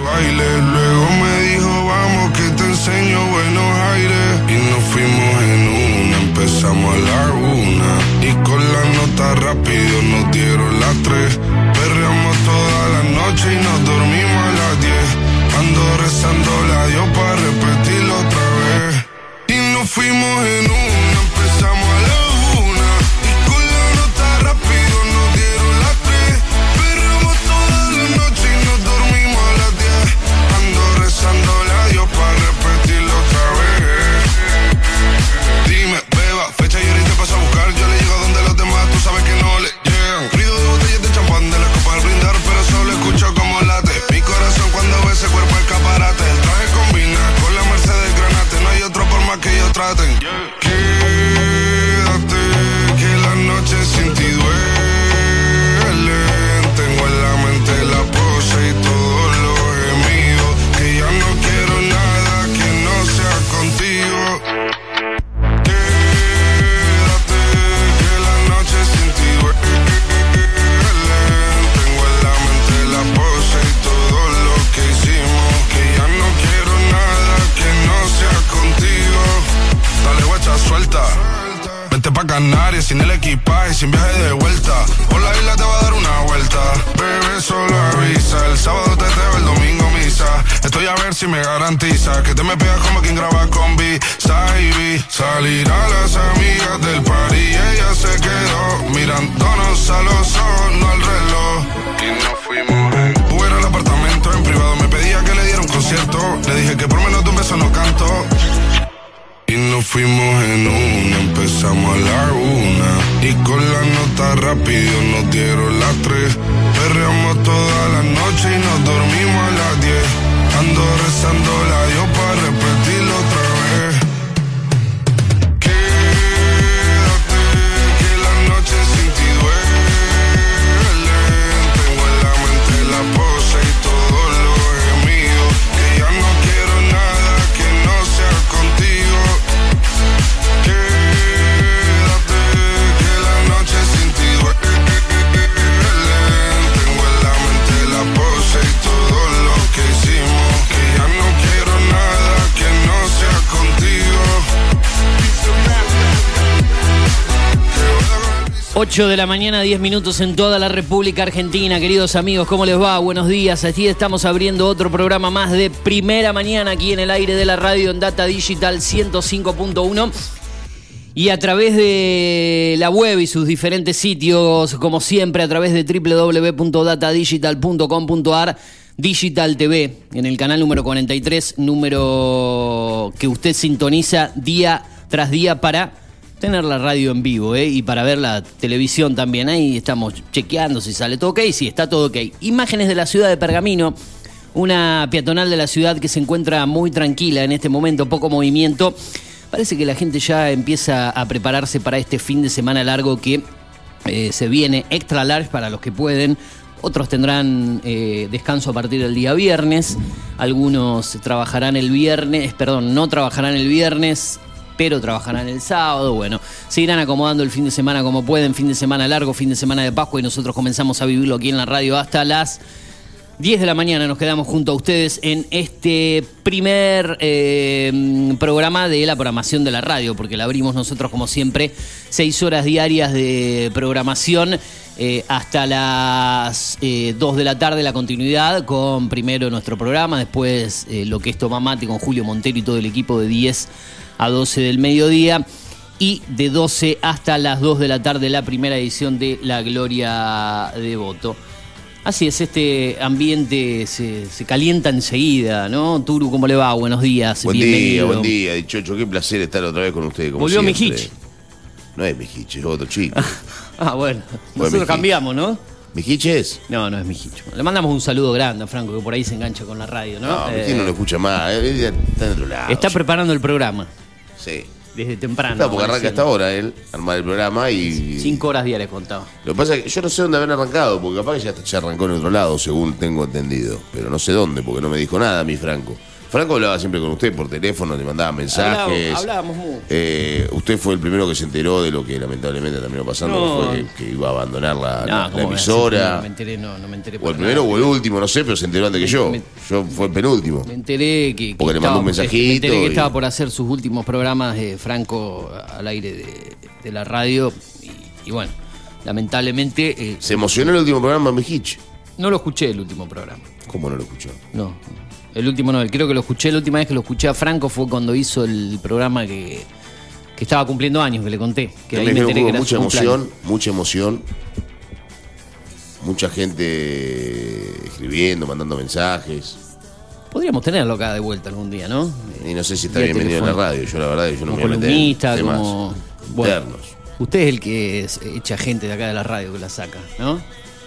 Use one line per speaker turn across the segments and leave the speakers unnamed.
baile. Luego me dijo, vamos que te enseño buenos aires. Y nos fuimos en una, empezamos a la 1. Y con la nota rápido nos dieron las 3. Perreamos toda la noche y nos dormimos a las 10. Ando rezando la Dios para repetirlo otra vez. Y nos fuimos en una, empezamos a la 1. Y con la nota rápido nos dieron las 3. Perreamos toda la noche y nos dormimos a las 10. Ando rezando la Dios para repetirlo otra vez. Dime, beba, fecha y hora y te paso a buscar. Yo le llego donde los demás, tú sabes que no le llegan. Ruido de botellas de champán, de la copa al brindar, pero solo escucho como late. Mi corazón cuando ve ese cuerpo escaparate. El traje combina con la Mercedes Granate. No hay otro por más que ellos traten. Quédate, que la noche sin ti duele. Tengo en la mente la pose y todos los gemidos. Que ya no quiero nada que no sea contigo. Quédate, que la noche sin ti duele. Tengo en la mente la pose y todo lo que hicimos. Que ya no quiero nada que no sea contigo. Dale guacha, suelta. Vente pa' Canarias sin el equipaje, sin viaje de vuelta. Por la isla te va a dar una vuelta. Bebé, solo avisa. El sábado te teo, el domingo misa. Estoy a ver si me garantiza que te me pegas como quien graba con B-Side. Salir a las amigas del party y ella se quedó mirándonos a los ojos, no al reloj. Y nos fuimos en Uber al apartamento en privado. Me pedía que le diera un concierto. Le dije que por menos de un beso no canto. Y nos fuimos en una, empezamos a la 1. Y con la nota rápido nos dieron las 3. Perreamos toda la noche y nos dormimos a las 10. Ando rezando la Dios para repetirlo otra vez. Quédate, que la noche sin ti duele. Tengo en la mente la pose y todos los gemidos. Que ya no quiero nada que no sea contigo. Quédate, que la noche sin ti duele. Tengo en la mente la pose y todo lo que hicimos. Que ya no quiero nada que no sea contigo.
8 de la mañana, 10 minutos en toda la República Argentina. Queridos amigos, ¿cómo les va? Buenos días. Aquí estamos abriendo otro programa más de Primera Mañana aquí en el aire de la radio en Data Digital 105.1. Y a través de la web y sus diferentes sitios, como siempre, a través de www.datadigital.com.ar, Digital TV, en el canal número 43, número que usted sintoniza día tras día para tener la radio en vivo, y para ver la televisión también. Ahí estamos chequeando si sale todo ok, si está todo ok. Imágenes de la ciudad de Pergamino, una peatonal de la ciudad que se encuentra muy tranquila en este momento, poco movimiento. Parece que la gente ya empieza a prepararse para este fin de semana largo que se viene extra large para los que pueden. Otros tendrán descanso a partir del día viernes. Algunos trabajarán el viernes, no trabajarán el viernes, pero trabajarán el sábado. Bueno, se irán acomodando el fin de semana como pueden. Fin de semana largo, fin de semana de Pascua, y nosotros comenzamos a vivirlo aquí en la radio hasta las 10 de la mañana. Nos quedamos junto a ustedes en este primer programa de la programación de la radio, porque la abrimos nosotros como siempre, 6 horas diarias de programación hasta las 2 de la tarde, la continuidad con primero nuestro programa, después lo que es Toma Mate con Julio Montero y todo el equipo de 10 a 12 del mediodía, y de 12 hasta las 2 de la tarde la primera edición de La Gloria Devoto. Así es, este ambiente se calienta enseguida, ¿no? Turu, ¿cómo le va? Buenos días, bienvenido.
Buen día, Dichocho. Qué placer estar otra vez con ustedes, como
Volvió
siempre.
Mijich.
No es Mijich, es otro chico.
Bueno, nosotros
Mijich.
cambiamos, ¿no?
¿Mijich es?
No, no es Mijich. Le mandamos un saludo grande a Franco, que por ahí se engancha con la radio, ¿no?
No, Mijich no lo escucha más. Está en otro lado.
Está preparando el programa
Sí.
desde temprano.
Está porque arranca
amaneció.
hasta ahora él, armar el programa y...
5 horas diarias contaba.
Lo que pasa es que yo no sé dónde habrán arrancado, porque capaz que ya arrancó en otro lado, según tengo entendido. Pero no sé dónde, porque no me dijo nada mi Franco. Franco hablaba siempre con usted por teléfono, le mandaba mensajes.
Hablábamos mucho.
Usted fue el primero que se enteró de lo que lamentablemente terminó pasando,
No.
que fue que iba a abandonar la
¿Cómo
emisora.
no me enteré, no me enteré.
O
para
el primero
nada.
o el último, no sé, pero se enteró antes que yo. Yo fue el penúltimo.
Me enteré que
Porque le mandó un mensajito
Me enteré que
y-
estaba por hacer sus últimos programas Franco al aire de la radio. Y bueno, lamentablemente
Se emocionó el último programa en Hitch.
no lo escuché el último programa.
¿Cómo no lo escuchó?
No, el último no, creo que lo escuché, la última vez que lo escuché a Franco fue cuando hizo el programa que estaba cumpliendo años, que le conté. Que ahí me enteré que era
mucha
su cumpleaños.
emoción. Mucha gente escribiendo, mandando mensajes.
Podríamos tenerlo acá de vuelta algún día, ¿no?
Y no sé si está
Vía
bienvenido en la
telefónica.
radio. Yo la verdad yo no
Como
me voy a meter en
columnista,
temas
como... Bueno,
internos.
usted es el que echa gente de acá de la radio que la saca, ¿no?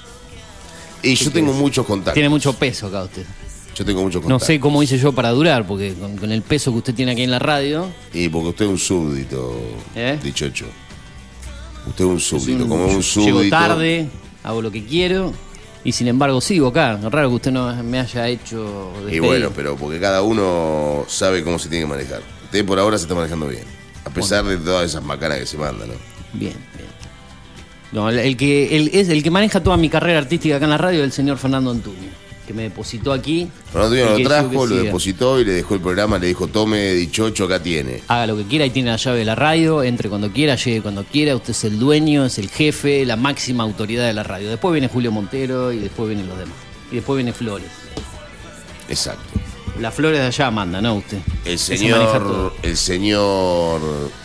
Y yo tengo muchos contactos.
Tiene mucho peso acá usted.
Yo tengo muchos
No
contactos.
sé cómo hice yo para durar, porque con el peso que usted tiene aquí en la radio...
Y porque usted es un súbdito, dichocho. Usted es un súbdito, como un súbdito.
Llego tarde, hago lo que quiero, y sin embargo sigo acá. Es raro que usted no me haya hecho
Y
despedir.
bueno, pero porque cada uno sabe cómo se tiene que manejar. Usted por ahora se está manejando bien. A pesar de todas esas macanas que se mandan, ¿no?
Bien. No, el que maneja toda mi carrera artística acá en la radio es el señor Fernando Antuña, que me depositó aquí.
Fernando Antuña
y
lo
que
trajo,
yo que
lo
siga.
depositó y le dejó el programa, le dijo, tome, dichocho, acá tiene.
Haga lo que quiera, ahí tiene la llave de la radio, entre cuando quiera, llegue cuando quiera, usted es el dueño, es el jefe, la máxima autoridad de la radio. Después viene Julio Montero y después vienen los demás. Y después viene Flores.
Exacto.
Las Flores de allá manda, ¿no? Usted.
El
Que se maneja todo.
señor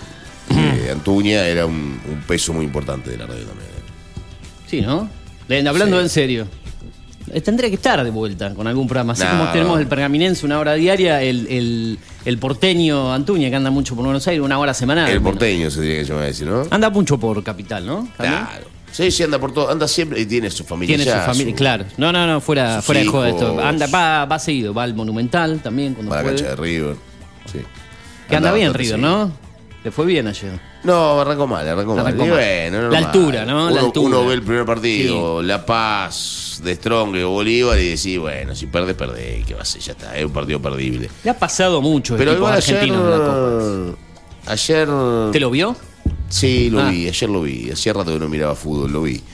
Antuña era un peso muy importante de la radio también.
Sí, ¿no? Hablando
Sí.
en serio. Tendría que estar de vuelta con algún programa. Así
No,
como tenemos
no.
el Pergaminense una hora diaria, el porteño Antuña, que anda mucho por Buenos Aires, una hora semanal.
El porteño se tendría que llamar a decir, ¿no?
Anda mucho por Capital, ¿no? ¿También?
Claro. Sí, anda por todo, anda siempre y tiene su familia.
Tiene su familia, claro. No, fuera
sus
de joda esto.
hijos.
Anda, va seguido, va al Monumental también cuando
Para la
puede.
cancha de River. Sí.
Que anda bien
bastante
River,
seguido.
¿no? Le fue bien ayer.
No, arrancó mal.
Arrancó
Y
mal.
bueno, normal.
La altura, ¿no? La altura.
Uno ve el primer partido, La Paz, de Strong o Bolívar y decís, bueno, si perdés, perdés. ¿Qué va a ser? Ya está, es un partido perdible.
Le ha pasado mucho
Pero
equipos
igual
argentinos en la Copa.
ayer...
¿Te lo vio?
Sí,
Ah.
ayer lo vi. Hacía rato que no miraba fútbol, lo vi.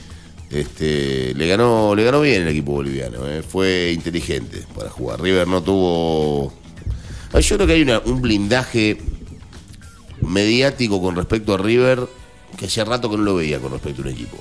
Le ganó bien el equipo boliviano, fue inteligente para jugar. River no tuvo... Yo creo que hay un blindaje mediático con respecto a River que hacía rato que no lo veía con respecto a un equipo.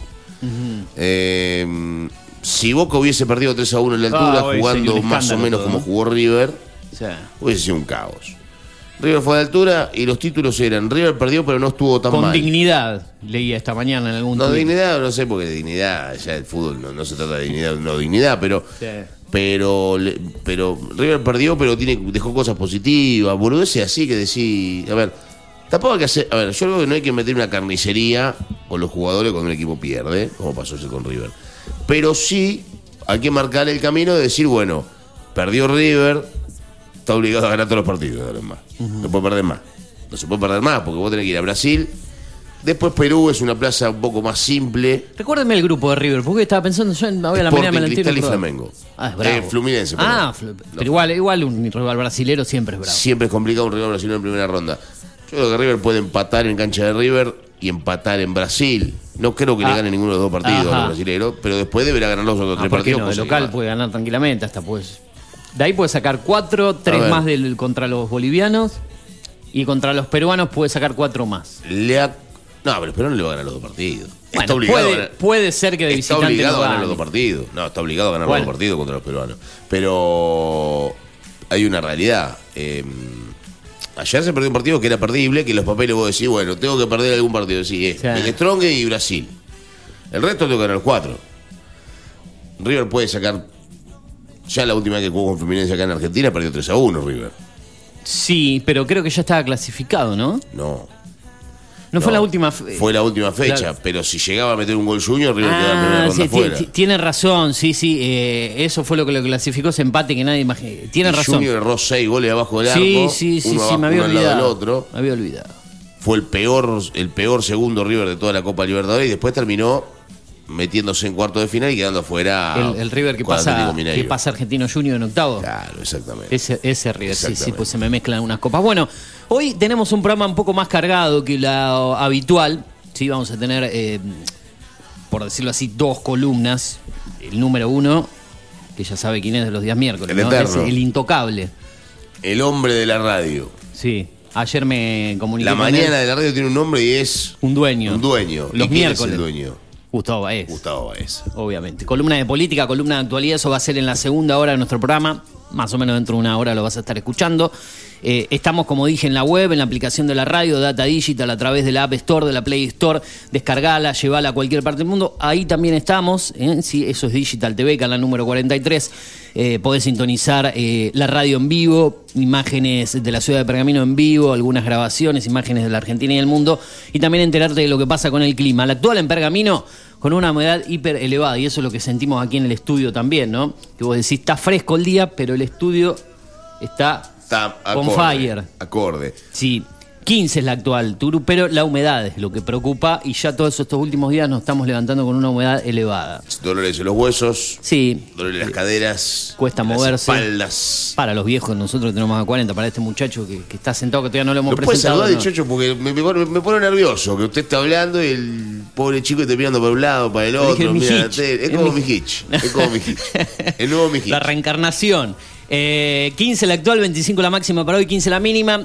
Si Boca hubiese perdido 3-1 en la altura,
hoy sería
jugando
un
más o
escándalo
menos
todo,
como
¿no?
jugó River,
O sea,
hubiese sido un caos. River fue de altura y los títulos eran River perdió pero no estuvo tan
con
mal.
dignidad, leía esta mañana en algún
No,
tuit.
dignidad, no sé, porque de dignidad, ya el fútbol no se trata de dignidad, no dignidad, pero
Sí.
pero River perdió, pero dejó cosas positivas, boludeces así que decís, a ver, tampoco hay que hacer, a ver, yo creo que no hay que meter una carnicería con los jugadores cuando el equipo pierde, como pasó ayer con River, pero sí hay que marcar el camino de decir, bueno, perdió River, está obligado a ganar todos los partidos, además. No puede perder más. No se puede perder más, porque vos tenés que ir a Brasil. Después Perú es una plaza un poco más simple.
Recuérdeme el grupo de River, porque estaba pensando yo hoy a la mañana me la
Sporting,
tiro.
Cristal y
pero-
Flamengo.
Ah, es bravo.
Fluminense,
Ah,
perdón.
pero igual un rival brasilero siempre es bravo.
Siempre es complicado un rival brasileño en primera ronda. Yo creo que River puede empatar en cancha de River y empatar en Brasil. No creo que le gane ninguno de los dos partidos a
Ajá.
los brasileños, pero después deberá ganar los otros tres
¿Por qué
partidos.
no? De
cosa que
local
va.
puede ganar tranquilamente, hasta pues. De ahí puede sacar 4, 3
A ver.
más contra los bolivianos y contra los peruanos puede sacar 4 más.
No, pero Perú no le va a ganar los dos partidos.
Bueno,
está obligado a ganar.
puede ser que de
Está
visitante
obligado
no
a ganar
gane.
los dos partidos. No, está obligado a ganar
Bueno.
los dos partidos contra los peruanos. Pero hay una realidad. Ayer se perdió un partido que era perdible, que los papeles vos decís, bueno, tengo que perder algún partido. Sí,
Sí.
el Strong y Brasil. El resto tengo que ganar 4. River puede sacar. Ya la última vez que jugó con Fluminense acá en Argentina perdió 3-1 River.
Sí, pero creo que ya estaba clasificado, ¿no?
No.
No fue la última.
Fue la última fecha,
Claro.
pero si llegaba a meter un gol Junior, River quedaba en primera ronda
sí,
fuera.
tiene razón, sí. Eso fue lo que lo clasificó, ese empate que nadie imaginó. Tiene
Y
razón.
Junior erró 6 goles abajo del arco.
Sí,
uno abajo,
me había
uno al lado del
olvidado.
otro.
Me había olvidado.
Fue el peor segundo River de toda la Copa Libertadores y después terminó metiéndose en cuarto de final y quedando fuera.
El River que pasa Argentino Junior en octavo.
Claro, exactamente.
Ese River, sí, pues se me mezclan unas copas. Bueno, hoy tenemos un programa un poco más cargado que lo habitual. Sí, vamos a tener, por decirlo así, 2 columnas. El número 1, que ya sabe quién es de los días miércoles,
el eterno.
Es el intocable.
El hombre de la radio.
Sí. Ayer me comuniqué
La
con
mañana
él.
de la radio tiene un nombre y es...
Un dueño.
¿Y
Los
quién
miércoles.
es el dueño?
Gustavo Baez.
Gustavo Baez.
Obviamente. Columna de política, columna de actualidad, eso va a ser en la segunda hora de nuestro programa. Más o menos dentro de una hora lo vas a estar escuchando. Estamos, como dije, en la web, en la aplicación de la radio, Data Digital, a través de la App Store, de la Play Store. Descargala, llevala a cualquier parte del mundo. Ahí también estamos. Sí, eso es Digital TV, canal número 43. Podés sintonizar la radio en vivo, imágenes de la ciudad de Pergamino en vivo, algunas grabaciones, imágenes de la Argentina y el mundo. Y también enterarte de lo que pasa con el clima. La actual en Pergamino, con una humedad hiper elevada, y eso es lo que sentimos aquí en el estudio también, ¿no? Que vos decís, está fresco el día, pero el estudio está on fire.
Acorde.
Sí, 15 es la actual, Turu, pero la humedad es lo que preocupa, y ya todos estos últimos días nos estamos levantando con una humedad elevada.
Dolores en los huesos.
Sí.
Dolores en las caderas.
Cuesta moverse.
Espaldas.
Para los viejos, nosotros tenemos más de 40, para este muchacho que está sentado, que todavía no lo hemos presentado.
Puede saludar, Chocho, porque me pone nervioso que usted está hablando y el pobre chico está mirando para un lado, para el otro. Mira, es como mi Hitch. Es como mi Hitch. El nuevo mi Hitch.
La reencarnación. 15 la actual, 25 la máxima para hoy, 15 la mínima,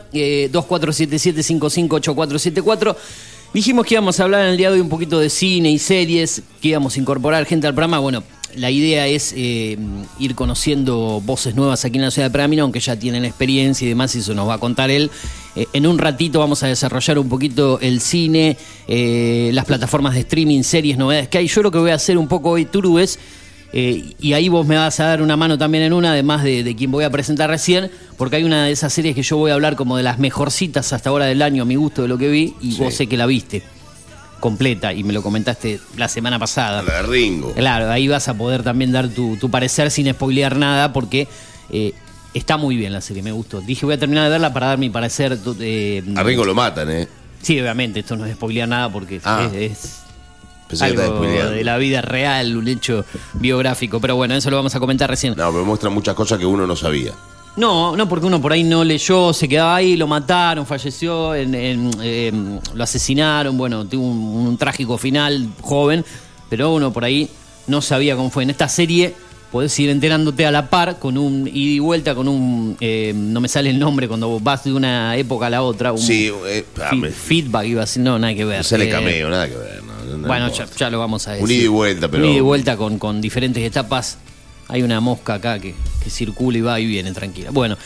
2477-558474. Dijimos que íbamos a hablar en el día de hoy un poquito de cine y series, que íbamos a incorporar gente al programa. Bueno, la idea es ir conociendo voces nuevas aquí en la ciudad de Pergamino, aunque ya tienen experiencia y demás, y eso nos va a contar él. En un ratito vamos a desarrollar un poquito el cine, las plataformas de streaming, series, novedades que hay. Yo lo que voy a hacer un poco hoy, Turu, es... y ahí vos me vas a dar una mano también en una, además de quien voy a presentar recién, porque hay una de esas series que yo voy a hablar como de las mejorcitas hasta ahora del año, a mi gusto, de lo que vi, y sí. Vos sé que la viste completa y me lo comentaste la semana pasada.
La de Ringo.
Claro, ahí vas a poder también dar tu parecer sin spoilear nada, porque está muy bien la serie, me gustó. Dije, voy a terminar de verla para dar mi parecer.
A Ringo lo matan, ¿eh?
Sí, obviamente, esto no es spoilear nada porque es algo de la vida real, un hecho biográfico. Pero bueno, eso lo vamos a comentar recién.
No, pero muestra muchas cosas que uno no sabía.
No, porque uno por ahí no leyó, se quedaba ahí, lo mataron, falleció, lo asesinaron, bueno, tuvo un trágico final, joven, pero uno por ahí no sabía cómo fue. En esta serie podés ir enterándote a la par, con un ida y vuelta, con un, no me sale el nombre, cuando vas de una época a la otra, un feedback, iba a decir, no, nada que ver.
No sale cameo, nada que ver. No
bueno, ya lo vamos a decir.
Un ida y vuelta, pero...
Un ida y vuelta con diferentes etapas. Hay una mosca acá que circula y va y viene tranquila. Bueno,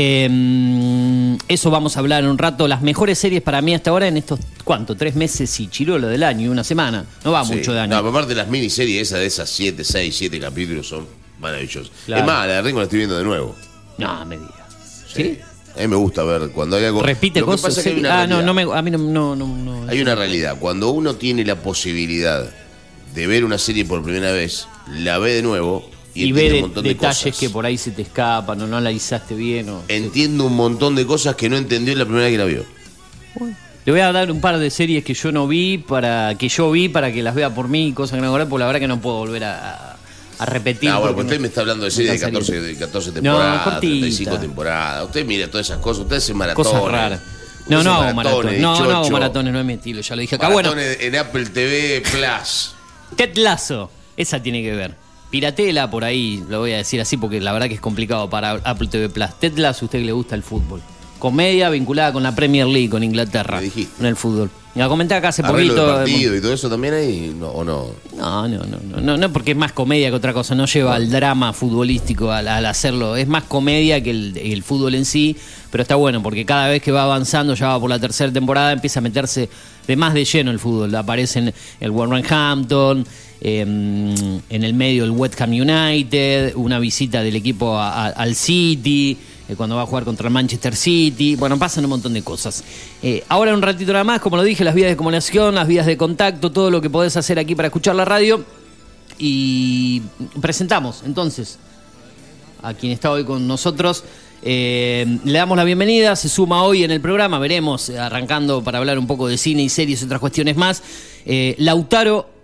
eso vamos a hablar en un rato. Las mejores series para mí hasta ahora en estos, ¿cuánto? 3 meses y chirolo del año, una semana. No va mucho de año.
No, aparte las miniseries de esas 7 capítulos son maravillosas.
Claro.
Es más, la de Ringo la estoy viendo de nuevo.
No, me digas. ¿Sí?
A mí me gusta ver cuando hay algo...
Repite cosas.
Que a mí
no.
Hay una realidad. Cuando uno tiene la posibilidad de ver una serie por primera vez, la ve de nuevo...
Y ve un montón detalles de que por ahí se te escapan o no analizaste bien.
Entiendo un montón de cosas que no entendió la primera vez que la vio.
Bueno, le voy a dar un par de series que yo no vi, para que las vea por mí, cosas que no acordé, porque la verdad que no puedo volver a repetir.
No, bueno, usted me está hablando de series de 14 temporadas,
no,
35 temporadas. Usted mira todas esas cosas, usted hace maratones.
Cosas raras. No hago maratones. No hago maratones, no es mi estilo, ya lo dije acá.
Maratones en Apple TV Plus.
Ted Lasso, esa tiene que ver. Piratela por ahí, lo voy a decir así porque la verdad que es complicado para Apple TV Plus. Ted Lasso, a usted que le gusta el fútbol. Comedia vinculada con la Premier League, con Inglaterra.
¿Me dijiste?
En el fútbol. La comenté acá hace
poquito.
¿Arreglo
de partido y todo eso también hay? ¿O no?
No, porque es más comedia que otra cosa. No lleva al drama futbolístico al hacerlo. Es más comedia que el fútbol en sí. Pero está bueno porque cada vez que va avanzando, ya va por la 3ª temporada, empieza a meterse de más de lleno el fútbol. Aparecen el Wolverhampton, en el medio el West Ham United, una visita del equipo al City, cuando va a jugar contra el Manchester City. Bueno, pasan un montón de cosas. Ahora un ratito nada más, como lo dije, las vías de comunicación, las vías de contacto, todo lo que podés hacer aquí para escuchar la radio. Y presentamos entonces a quien está hoy con nosotros. Le damos la bienvenida, se suma hoy en el programa, veremos, arrancando para hablar un poco de cine y series y otras cuestiones más. Lautaro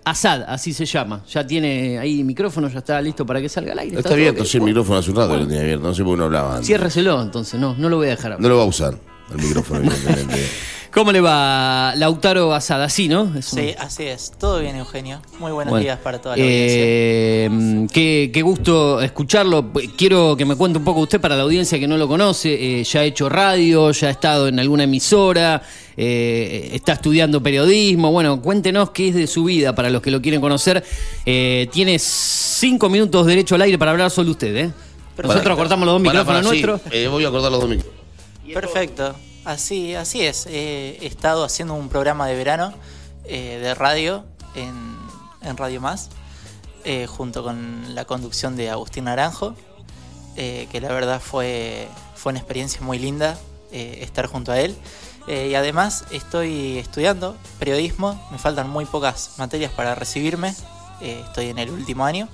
Asad, así se llama. Ya tiene ahí micrófono, ya está listo para que salga al aire.
Está abierto,
todo
sí, el micrófono hace un rato lo tenía abierto. No sé por qué no hablaba antes.
Ciérreselo, entonces, no lo voy a dejar hablar.
No lo va a usar el micrófono, evidentemente.
¿Cómo le va Lautaro Asad? Así, ¿no?
Sí, así es. Todo bien, Eugenio. Muy buenos días para toda la audiencia.
Qué gusto escucharlo. Quiero que me cuente un poco usted para la audiencia que no lo conoce. Ya ha hecho radio, ya ha estado en alguna emisora, está estudiando periodismo. Bueno, cuéntenos qué es de su vida para los que lo quieren conocer. Tiene 5 minutos derecho al aire para hablar solo usted, ¿eh? Nosotros cortamos los dos micrófonos nuestros.
Sí, voy a cortar los dos micrófonos.
Perfecto. Así es. He estado haciendo un programa de verano de radio en Radio Más, junto con la conducción de Agustín Naranjo, que la verdad fue una experiencia muy linda estar junto a él. Y además estoy estudiando periodismo, me faltan muy pocas materias para recibirme, estoy en el último año,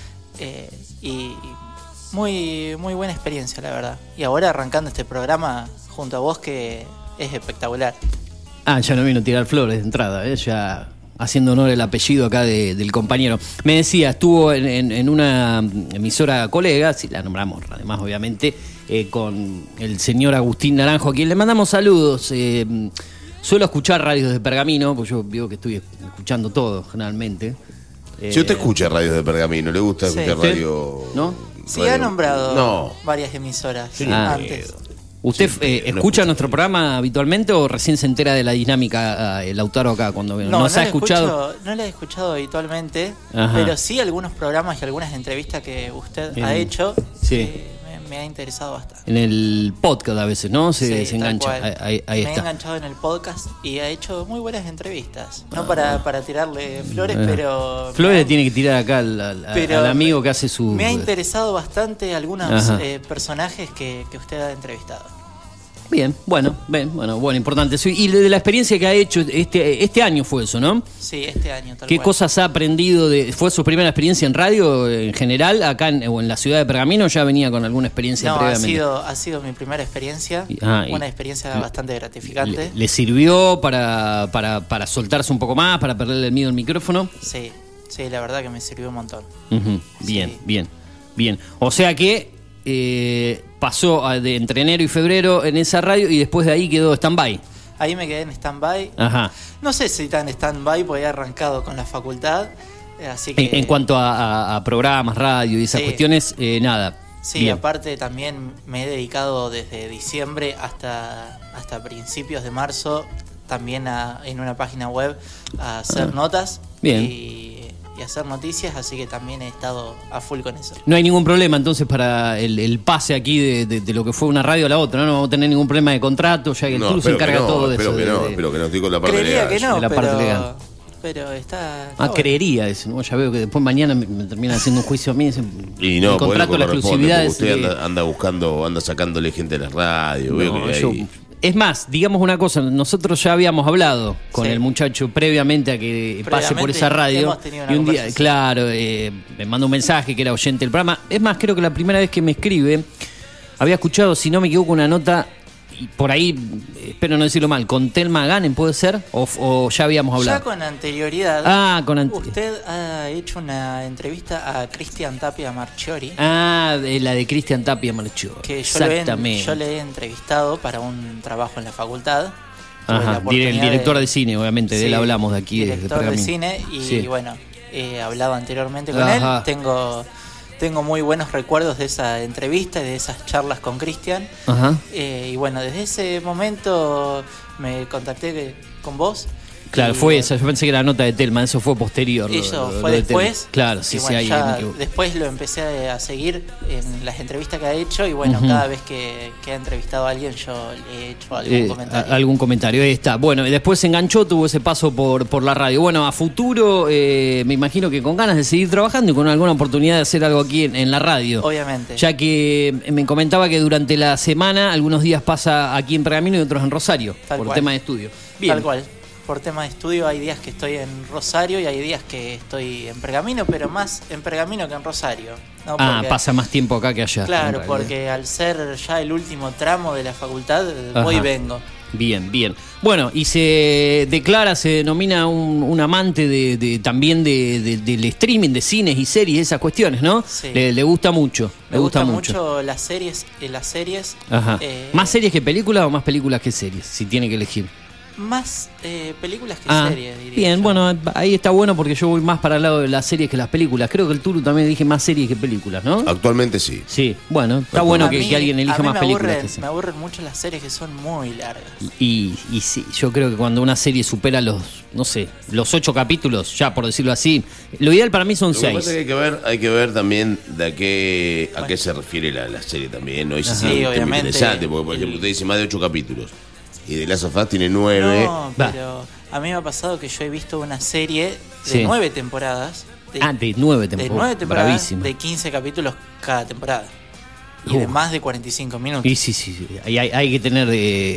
y muy buena experiencia, la verdad. Y ahora arrancando este programa junto a vos, que es espectacular.
Ya no vino a tirar flores de entrada, ya haciendo honor al apellido acá del compañero. Me decía, estuvo en una emisora colega, si la nombramos además obviamente, con el señor Agustín Naranjo, a quien le mandamos saludos. Suelo escuchar radios de Pergamino, porque yo digo que estoy escuchando todo generalmente.
Si usted escucha radios de Pergamino, ¿le gusta escuchar radio?
¿No?
Sí, ha nombrado varias emisoras antes.
¿Usted escucha nuestro programa habitualmente o recién se entera de la dinámica, Lautaro, acá cuando nos ha escuchado?
No la he escuchado habitualmente,
Ajá.
Pero sí algunos programas y algunas entrevistas que usted ha hecho.
Sí.
Me ha interesado bastante.
En el podcast a veces, ¿no? Se engancha. Ahí
me
está.
he enganchado en el podcast y ha hecho muy buenas entrevistas. No para tirarle flores, pero...
Flores tiene que tirar acá al amigo que hace su...
Me ha interesado bastante algunos personajes que usted ha entrevistado.
Bien, bueno, importante. Y de la experiencia que ha hecho este año fue eso, ¿no?
Sí, este año.
¿Qué cosas ha aprendido? ¿Fue su primera experiencia en radio en general, acá o en la ciudad de Pergamino, o ya venía con alguna experiencia previamente?
Ha sido mi primera experiencia, una experiencia bastante gratificante.
¿Le sirvió para soltarse un poco más, para perderle el miedo al micrófono?
Sí, la verdad que me sirvió un montón.
Bien,
sí.
bien. O sea que pasó entre enero y febrero en esa radio y después de ahí quedó stand-by.
Ahí me quedé en stand-by.
Ajá.
No sé si tan stand-by porque he arrancado con la facultad. Así que...
En cuanto a programas, radio y esas cuestiones, nada.
Sí,
bien.
Aparte también me he dedicado desde diciembre hasta principios de marzo también en una página web a hacer notas.
Bien.
Y hacer noticias, así que también he estado a full con eso.
No hay ningún problema entonces para el pase aquí de lo que fue una radio a la otra, ¿no? No vamos a tener ningún problema de contrato, ya que el club se encarga todo de eso.
Espero que no estoy con la parte
legal.
Creería
que no,
de la parte legal.
Pero está...
creería eso, ¿no? Ya veo que después mañana me terminan haciendo un juicio a mí.
Y no,
el contrato, la exclusividad.
Usted anda sacándole gente de la radio.
Es más, digamos una cosa, nosotros ya habíamos hablado con el muchacho previamente a que pase por esa radio. Y un día, me mandó un mensaje que era oyente del programa. Es más, creo que la primera vez que me escribe, había escuchado, si no me equivoco, una nota, y por ahí, espero no decirlo mal, con Telma Ganen, ¿puede ser? ¿O ya habíamos hablado?
Ya con anterioridad. Usted ha hecho una entrevista a Cristian Tapia Marchiori.
La de Cristian Tapia Marchiori.
Que yo le he entrevistado para un trabajo en la facultad.
Ajá, el director de cine, obviamente, de él hablamos de aquí.
Director de cine, y bueno, he hablado anteriormente con él. Tengo muy buenos recuerdos de esa entrevista y de esas charlas con Cristian. Y bueno, desde ese momento me contacté con vos.
Claro, fue esa. Yo pensé que era la nota de Telma, eso fue posterior.
Eso fue después.
Claro, sí,
bueno,
sí.
Después lo empecé a seguir en las entrevistas que ha hecho y bueno, cada vez que ha entrevistado a alguien yo le he hecho algún comentario.
Algún comentario, ahí está. Bueno, y después se enganchó, tuvo ese paso por la radio. Bueno, a futuro me imagino que con ganas de seguir trabajando y con alguna oportunidad de hacer algo aquí en la radio.
Obviamente.
Ya que me comentaba que durante la semana algunos días pasa aquí en Pergamino y otros en Rosario, por tema de estudio. Bien.
Tal cual. Por tema de estudio hay días que estoy en Rosario y hay días que estoy en Pergamino, pero más en Pergamino que en Rosario, ¿no? Porque,
pasa más tiempo acá que allá.
Claro, porque al ser ya el último tramo de la facultad, voy y vengo.
Bien, bien. Bueno, y se denomina un amante también del streaming, de cines y series, esas cuestiones, ¿no?
Sí.
Le gusta mucho.
Me gusta mucho las series.
Ajá. ¿Más series que películas o más películas que series? Si tiene que elegir.
Más películas que series, diría
Bien,
yo.
bueno, ahí está bueno porque yo voy más para el lado de las series que las películas. Creo que el Turu también dije más series que películas, ¿no?
Actualmente sí.
Sí, bueno, está bueno
A
que
mí-
alguien elija
a mí
más películas que
me aburren mucho las series que son muy largas.
Y sí, yo creo que cuando una serie supera los 8 capítulos, ya por decirlo así, lo ideal para mí son
Lo que pasa
6.
es que hay que ver también a qué se refiere la serie también, ¿no? Y si
Sí,
es un tema
obviamente.
interesante, porque por ejemplo usted dice más de 8 capítulos y The Last of Us tiene 9.
No, pero a mí me ha pasado que yo he visto una serie de
Sí.
9 temporadas.
De 9
de
temporadas.
9 temporadas,
Bravísimo.
de 15 capítulos cada temporada. Y de más de 45 minutos.
Y sí. Hay que tener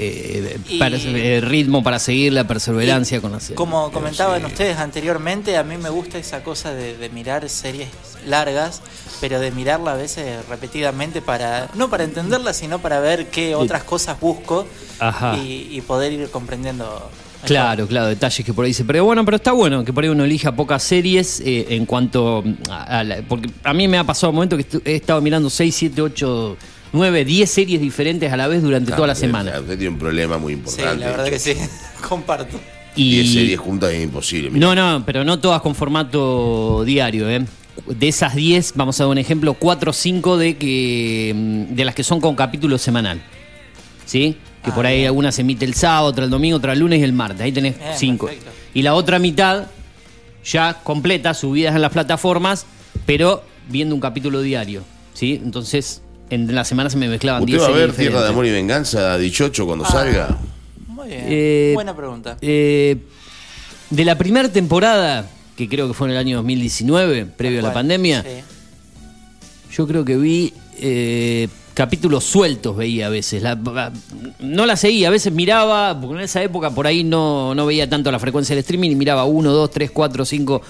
Y-
ritmo para seguir, la perseverancia con la serie.
Como comentaban ustedes anteriormente, a mí me gusta esa cosa de mirar series largas, pero de mirarla a veces repetidamente no para entenderla, sino para ver qué otras cosas busco
Ajá.
y poder ir comprendiendo mejor.
Claro, detalles que por ahí se... Pero está bueno que por ahí uno elija pocas series en cuanto porque a mí me ha pasado un momento que he estado mirando 6, 7, 8, 9, 10 series diferentes a la vez durante toda la semana.
Usted tiene un problema muy
Sí,
importante.
la verdad que sí, comparto.
10 series juntas es imposible. mira.
No, pero no todas con formato diario, ¿eh? De esas 10, vamos a dar un ejemplo, 4 o 5 de las que son con capítulo semanal. ¿Sí? Que por ahí
bien.
alguna se emite el sábado, otra el domingo, otra el lunes y el martes. Ahí tenés
Bien,
5.
perfecto.
Y la otra mitad, ya completa, subidas en las plataformas, pero viendo un capítulo diario. ¿Sí? Entonces, en la semana se me mezclaban 10
¿Usted va a
series
ver Tierra de
diferentes.
Amor y Venganza 18 cuando salga?
Muy bien, buena pregunta.
De la primera temporada, que creo que fue en el año 2019, previo a la
¿Cuál?
pandemia,
Sí.
yo creo que vi capítulos sueltos, veía a veces. No la seguía, a veces miraba, porque en esa época por ahí no veía tanto la frecuencia del streaming y miraba 1, 2, 3, 4, 5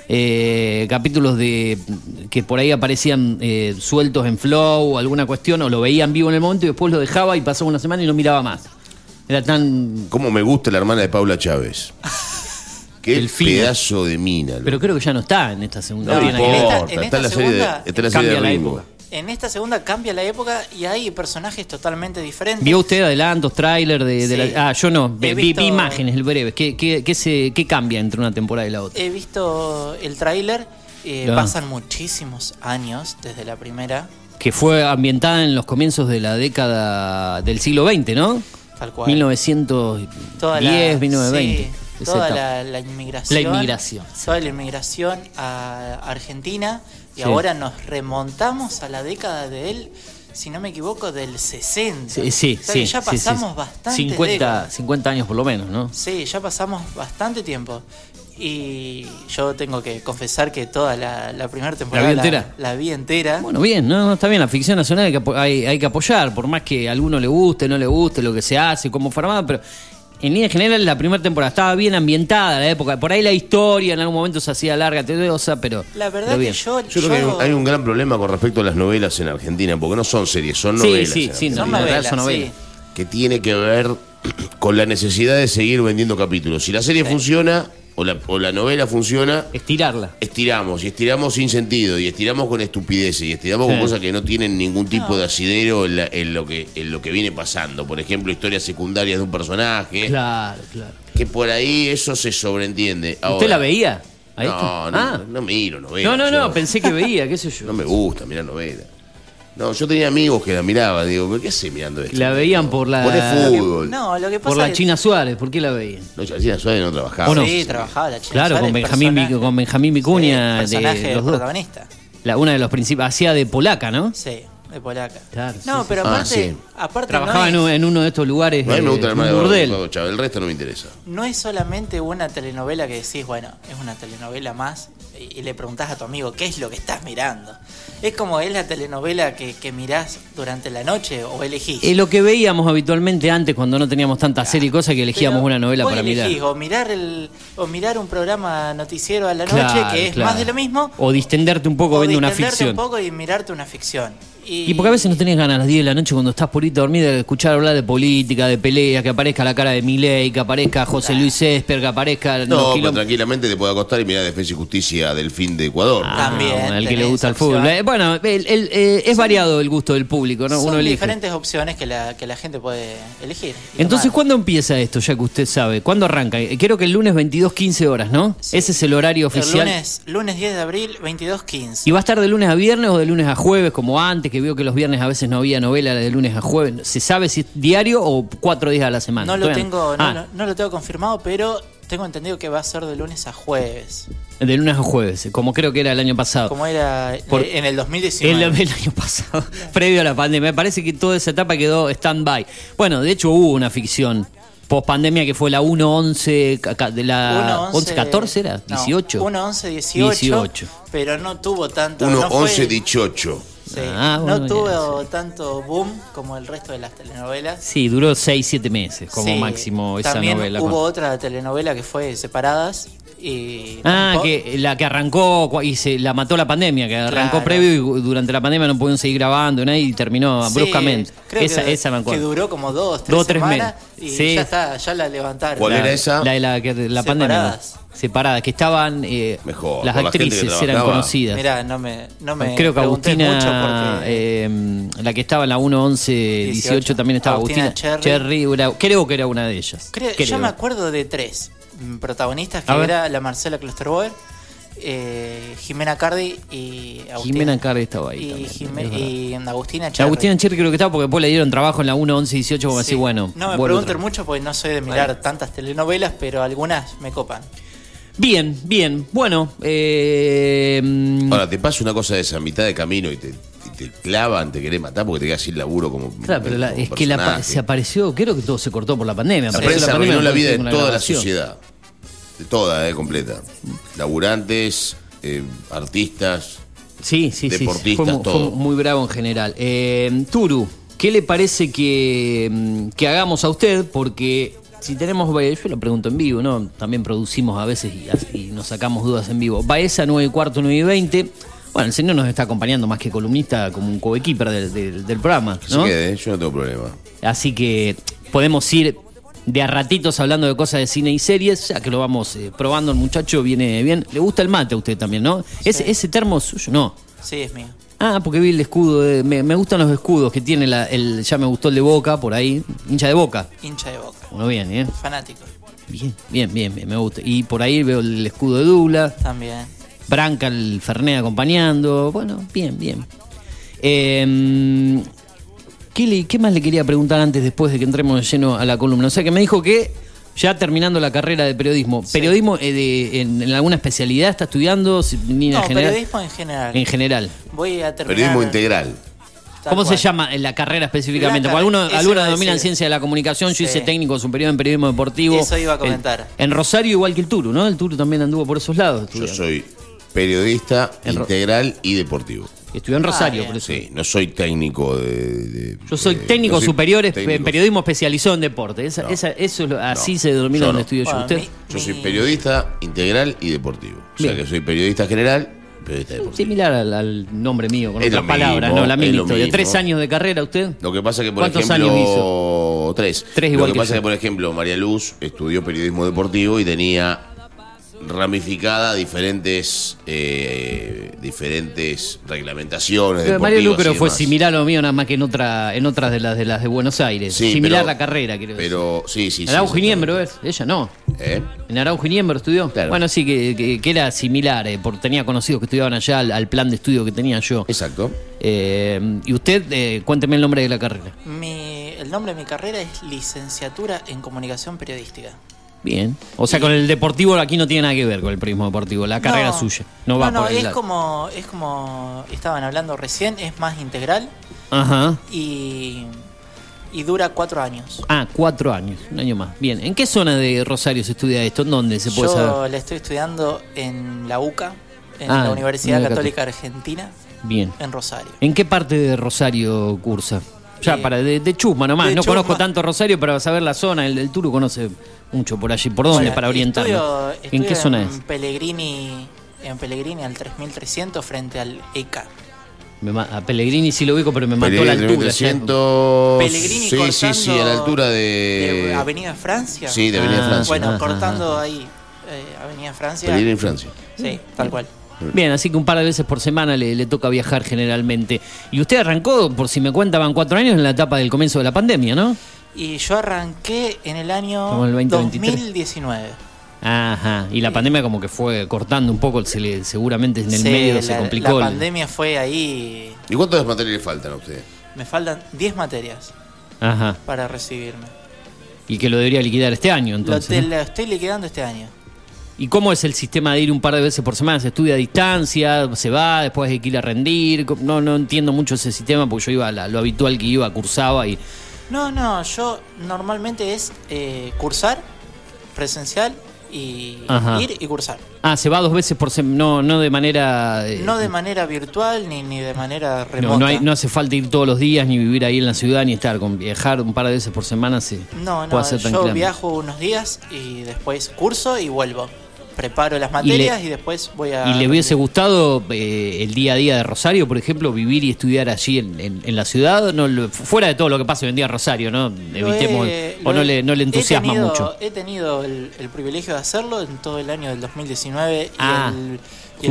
capítulos que por ahí aparecían sueltos en Flow o alguna cuestión, o lo veía en vivo en el momento y después lo dejaba y pasaba una semana y no miraba más. Era tan...
¿Cómo me gusta la hermana de Paula Chávez? Qué
Delfina.
pedazo de mina.
Pero creo que ya no está en esta segunda.
No
Viene
importa,
ahí.
en
está en la
esta
serie de,
segunda
está en la serie
cambia
de
la
Ringo.
época.
En esta segunda cambia la época y hay personajes totalmente diferentes.
¿Vio usted adelantos, tráiler de
Sí.
la... yo no,
He
vi
visto-
imágenes, el breve. ¿Qué cambia entre una temporada y la otra?
He visto el tráiler,
Ya.
pasan muchísimos años desde la primera,
Que fue ambientada en los comienzos de la década del siglo XX, ¿no?
tal cual.
1910,
Toda
1920.
sí,
esa
toda
etapa.
la inmigración.
La inmigración.
Toda la inmigración a Argentina. Y
Sí.
ahora nos remontamos a la década de él, si no me equivoco, del 60.
Sí,
O sea que ya
sí,
pasamos
sí.
bastante
50 años por lo menos, ¿no?
Sí, ya pasamos bastante tiempo. Y yo tengo que confesar que toda la primera temporada
vi entera?
la vi entera.
Bueno, bien, no, está bien, la ficción nacional hay que apoyar, por más que a alguno le guste, no le guste lo que se hace, cómo fue armada, pero en línea general la primera temporada estaba bien ambientada la época, por ahí la historia en algún momento se hacía larga, tediosa, pero...
La verdad
pero
que
bien.
yo
Yo creo que hay un gran problema con respecto a las novelas en Argentina, porque no son series, son
Sí,
novelas.
sí,
en
sí,
Argentina.
son
no, en realidad
novelas,
son novelas.
sí.
Que tiene que ver con la necesidad de seguir vendiendo capítulos. Si la serie funciona o la novela funciona,
Estirarla.
estiramos, y estiramos sin sentido, y estiramos con estupideces, y estiramos con
Sí.
cosas que no tienen ningún tipo de asidero en lo que viene pasando. Por ejemplo, historias secundarias de un personaje,
Claro.
que por ahí eso se sobreentiende.
¿Usted
Ahora,
la veía? ¿A
No,
esto?
no miro novelas.
No,
yo.
pensé que veía, qué sé yo.
No me gusta mirar novelas. No, yo tenía amigos que la miraban, digo, ¿pero qué hace mirando esto?
La veían por la...
Poné fútbol.
No, lo que pasa
Por la
es que-
China Suárez, ¿por qué la veían?
No, China Suárez no trabajaba.
¿O no?
Sí, trabajaba la China
Claro,
Suárez,
con Benjamín Vicuña,
sí, personaje
de los dos.
protagonista.
Una de los principales, hacía de polaca, ¿no?
Sí, de polaca.
Claro,
No,
sí,
pero
sí.
aparte,
Sí.
aparte
Trabajaba
no, es,
en uno de estos lugares,
A mí me gusta la
un
hermana de
burdel.
Pablo Chávez, el resto no me interesa.
no es solamente una telenovela que decís, bueno, es una telenovela más, y le preguntás a tu amigo, ¿qué es lo que estás mirando? Es como es la telenovela que mirás durante la noche o elegís.
Lo que veíamos habitualmente antes cuando no teníamos tanta serie y cosas que elegíamos
Pero
una novela
vos
para mirar.
elegís o mirar un programa noticiero a la
Claro,
noche que es
claro.
más de lo mismo.
O distenderte un poco
O
viendo una
distenderte
ficción.
un poco y mirarte una ficción.
Y porque a veces no tenés ganas a las 10 de la noche cuando estás por irte a dormir de escuchar hablar de política, de peleas, que aparezca la cara de Milei, que aparezca José Luis Esper, que aparezca...
No, pero tranquilamente te puede acostar y mirar Defensa y Justicia del fin de Ecuador.
También.
Al que le gusta el fútbol. Bueno, es variado el gusto del público, ¿no?
Son
Uno elige.
diferentes opciones que la gente puede elegir.
Entonces,
tomar.
¿cuándo empieza esto, ya que usted sabe? ¿Cuándo arranca? Creo que el lunes 22, 15 horas, ¿no?
Sí.
Ese es el horario oficial.
El lunes 10 de abril, 22:15.
¿Y va a estar de lunes a viernes o de lunes a jueves, como antes, que veo que los viernes a veces no había novela de lunes a jueves? ¿Se sabe si es diario o 4 días a la semana?
No lo
Todavía
tengo,
Ah,
no lo tengo confirmado, pero tengo entendido que va a ser de lunes a jueves.
de lunes a jueves, como creo que era el año pasado.
Como era
Por-
en el 2019.
El año pasado, previo a la pandemia. Me parece que toda esa etapa quedó stand-by. Bueno, de hecho hubo una ficción post-pandemia que fue la 1-11, de la 11-14 era, 18.
1-11-18, pero no tuvo tanto...
1-11-18.
Sí,
Bueno,
no
bien,
tuvo tanto boom como el resto de las telenovelas.
Sí, duró 6-7 meses como
Sí,
máximo esa
también
novela.
hubo otra telenovela que fue Separadas. Y
Que la que arrancó y se la mató la pandemia, que arrancó
Claro.
previo y durante la pandemia no pudieron seguir grabando ¿no? Y terminó
Sí,
bruscamente.
creo
Esa me
que
acuerdo.
duró como 2-3
2-3
semanas
meses.
y
Sí.
ya está, ya la levantaron.
¿Cuál era esa?
La de la pandemia.
Separadas.
Separadas, que estaban
Mejor,
las
por la gente que
actrices eran
trabajaba.
conocidas.
Mirá, no me
Creo que
pregunté
Agustina,
mucho porque
la que estaba en la 1-11-18 también estaba
Agustina
Agustina
Cherry.
creo que era una de ellas.
yo me acuerdo de 3 protagonistas, que
A ver.
era la Marcela Klosterboer, Jimena Cardi y Agustina.
Jimena Cardi estaba ahí
y,
también,
Jime-
es verdad.
y Agustina Cherry.
Agustina Cherry creo que estaba porque después le dieron trabajo en la 1-11-18 como
Sí.
así, bueno.
No me
vuelvo
pregunten
otra.
mucho porque no soy de mirar tantas telenovelas, pero algunas me copan.
Bien, bien. Bueno,
Ahora, te pasa una cosa de esa, a mitad de camino y te clavan, te querés matar porque te quedas sin laburo como.
claro, pero
como
es que
personaje.
se apareció, creo que todo se cortó por la pandemia.
La
Apareció
prensa
pandemia,
arruinó la
después
vida de
con
toda la
grabación.
sociedad. De toda, completa. Laburantes, artistas.
Sí.
Deportistas,
Fue
todo.
muy bravo en general. Turu, ¿qué le parece que hagamos a usted? Porque si tenemos, yo lo pregunto en vivo, ¿no? También producimos a veces y nos sacamos dudas en vivo. Baeza 9:15, 9:20. Bueno, el señor nos está acompañando más que columnista como un coequiper del programa,
Que
¿no?
se quede, yo no tengo problema.
Así que podemos ir de a ratitos hablando de cosas de cine y series, ya que lo vamos probando. El muchacho viene bien. Le gusta el mate a usted también, ¿no?
Sí.
Ese termo es suyo, ¿no?
Sí, es mío.
Ah, porque vi el escudo. Me gustan los escudos que tiene ya me gustó el de Boca, por ahí. Hincha de Boca.
Hincha de Boca.
Bueno, bien, ¿eh?
Fanático.
Bien, me gusta. Y por ahí veo el escudo de Douglas.
También.
Branca, el Fernet acompañando. Bueno, bien. ¿Qué más le quería preguntar antes, después de que entremos de lleno a la columna? O sea, que me dijo que ya terminando la carrera de periodismo.
Sí.
¿Periodismo en alguna especialidad está estudiando? Ni en
No,
general?
periodismo en general.
En general.
Voy a terminar.
Periodismo integral.
tal
¿Cómo
cual.
se llama en la carrera específicamente?
La
Porque
eso
algunos
iba a
denominan
decir.
ciencia de la comunicación. Yo
Sí.
hice técnico superior en periodismo deportivo.
Eso iba a comentar.
En Rosario, igual que el Turu, ¿no? El Turu también anduvo por esos lados.
Yo
Estudió.
soy periodista
En
integral y deportivo.
Estudió en Rosario,
bien.
por eso.
Sí, no soy técnico
Yo soy técnico
no soy
superior en
técnico.
periodismo especializado en deporte.
No.
Eso es así
No,
se denomina
yo
donde
no.
estudió yo.
Bueno,
¿Usted?
Yo soy periodista integral y deportivo. O sea
Bien.
que soy periodista general, periodista deportivo.
Similar al nombre mío, con
Es
otras
lo
palabras,
mismo,
¿no? La
es
misma
lo
historia.
mismo.
3 años de carrera, ¿usted?
Lo que pasa que, por
¿Cuántos
ejemplo,
años hizo?
3.
Tres
Lo
igual
que
que
pasa
yo.
que, por ejemplo, María Luz estudió periodismo deportivo y tenía ramificada diferentes reglamentaciones deportivas.
María Lu, pero
y
fue
demás.
similar a lo mío, nada más que en otras de las de Buenos Aires.
Sí,
similar
pero-
la carrera, quiero decir.
Pero sí.
Araujo y
exactamente.
Niembro es, ella no.
¿Eh?
En Araujo y Niembro estudió.
Claro.
Bueno, sí, que era similar, porque tenía conocidos que estudiaban allá al plan de estudio que tenía yo.
Exacto.
Y usted, cuénteme el nombre de la carrera.
El nombre de mi carrera es Licenciatura en Comunicación Periodística.
Bien. O sea, con el deportivo aquí no tiene nada que ver con el periodismo deportivo, la carrera
No,
suya. No va por el
es
lado.
como estaban hablando recién, es más integral
Ajá.
y dura 4 años.
4 años, un año más. Bien. ¿En qué zona de Rosario se estudia esto? ¿En dónde se puede
Yo
saber?
la estoy estudiando en la UCA, en
Ah,
la Universidad
Universidad
Católica Argentina,
Bien.
en Rosario.
¿En qué parte de Rosario cursa? Ya, de Chusma nomás.
de
No
Chusma.
conozco tanto Rosario para saber la zona. El Turu conoce mucho por allí. ¿Por dónde?
Bueno,
Para orientarme. ¿En qué zona es?
En Pellegrini al 3300 frente al ECA.
A Pellegrini sí lo ubico, pero me mató la altura.
300...
Pellegrini
sí,
cortando
sí, a la altura de
Avenida Francia.
Sí, de Avenida Francia.
Bueno, cortando ahí Avenida Francia.
Pellegrini en Francia.
Sí, tal cual.
Bien, así que un par de veces por semana le toca viajar generalmente. Y usted arrancó, por si me cuenta, van 4 años en la etapa del comienzo de la pandemia, ¿no?
Y yo arranqué en el año
Como el 2023.
2019.
Ajá, y la pandemia como que fue cortando un poco, seguramente en el
Sí,
medio se complicó.
La pandemia fue ahí.
¿Y cuántas materias le faltan a usted?
Me faltan 10 materias
Ajá,
para recibirme.
y que lo debería liquidar este año, entonces. ¿No?
Lo estoy liquidando este año.
¿Y cómo es el sistema de ir un par de veces por semana? ¿Se estudia a distancia? ¿Se va? ¿Después hay que ir a rendir? No entiendo mucho ese sistema porque yo iba a lo habitual que iba, cursaba y...
No, yo normalmente es cursar presencial y
Ajá.
ir y cursar.
Ah, se va 2 veces por semana, no de manera...
No de manera virtual ni de manera remota.
No hace falta ir todos los días, ni vivir ahí en la ciudad, ni estar con viajar un par de veces por semana se puede hacer
yo
tranquilamente.
viajo unos días y después curso y vuelvo. Preparo las materias y después voy a...
¿Y le hubiese gustado el día a día de Rosario, por ejemplo, vivir y estudiar allí en la ciudad? No, fuera de todo lo que pasa hoy en día en Rosario, ¿no? Evitemos, no le entusiasma mucho.
He tenido el privilegio de hacerlo en todo el año del 2019 y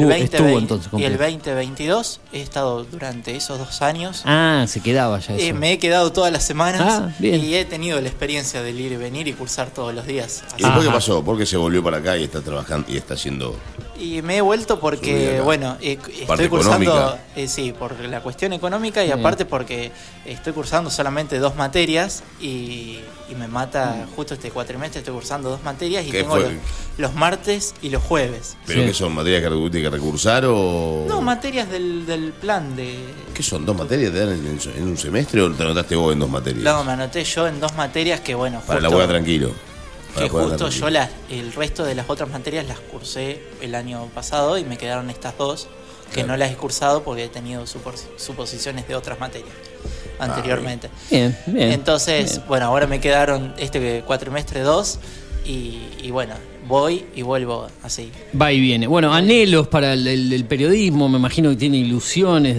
el 2022. He estado durante esos 2 años.
Ah, se quedaba ya eso.
Me he quedado todas las semanas
bien.
y he tenido la experiencia del ir y venir y cursar todos los días.
¿Y después qué pasó? ¿Por qué se volvió para acá y está trabajando y está haciendo...?
Y me he vuelto porque, bueno, estoy cursando, sí, por la cuestión económica y aparte porque estoy cursando solamente 2 materias y me mata justo este cuatrimestre, estoy cursando 2 materias y tengo los martes y los jueves.
¿Pero qué son? ¿Materias que tiene que recursar o...?
No, materias del plan de...
¿Qué son? ¿2 materias te dan en un semestre o te anotaste vos en 2 materias?
No, me anoté yo en 2 materias que, bueno...
Para la hueá tranquilo.
Que justo yo el resto de las otras materias las cursé el año pasado y me quedaron estas 2 que no las he cursado porque he tenido suposiciones de otras materias anteriormente.
Bien.
Entonces, bueno, ahora me quedaron este cuatrimestre 2 y bueno, voy y vuelvo así.
Va y viene. Bueno, anhelos para el periodismo, me imagino que tiene ilusiones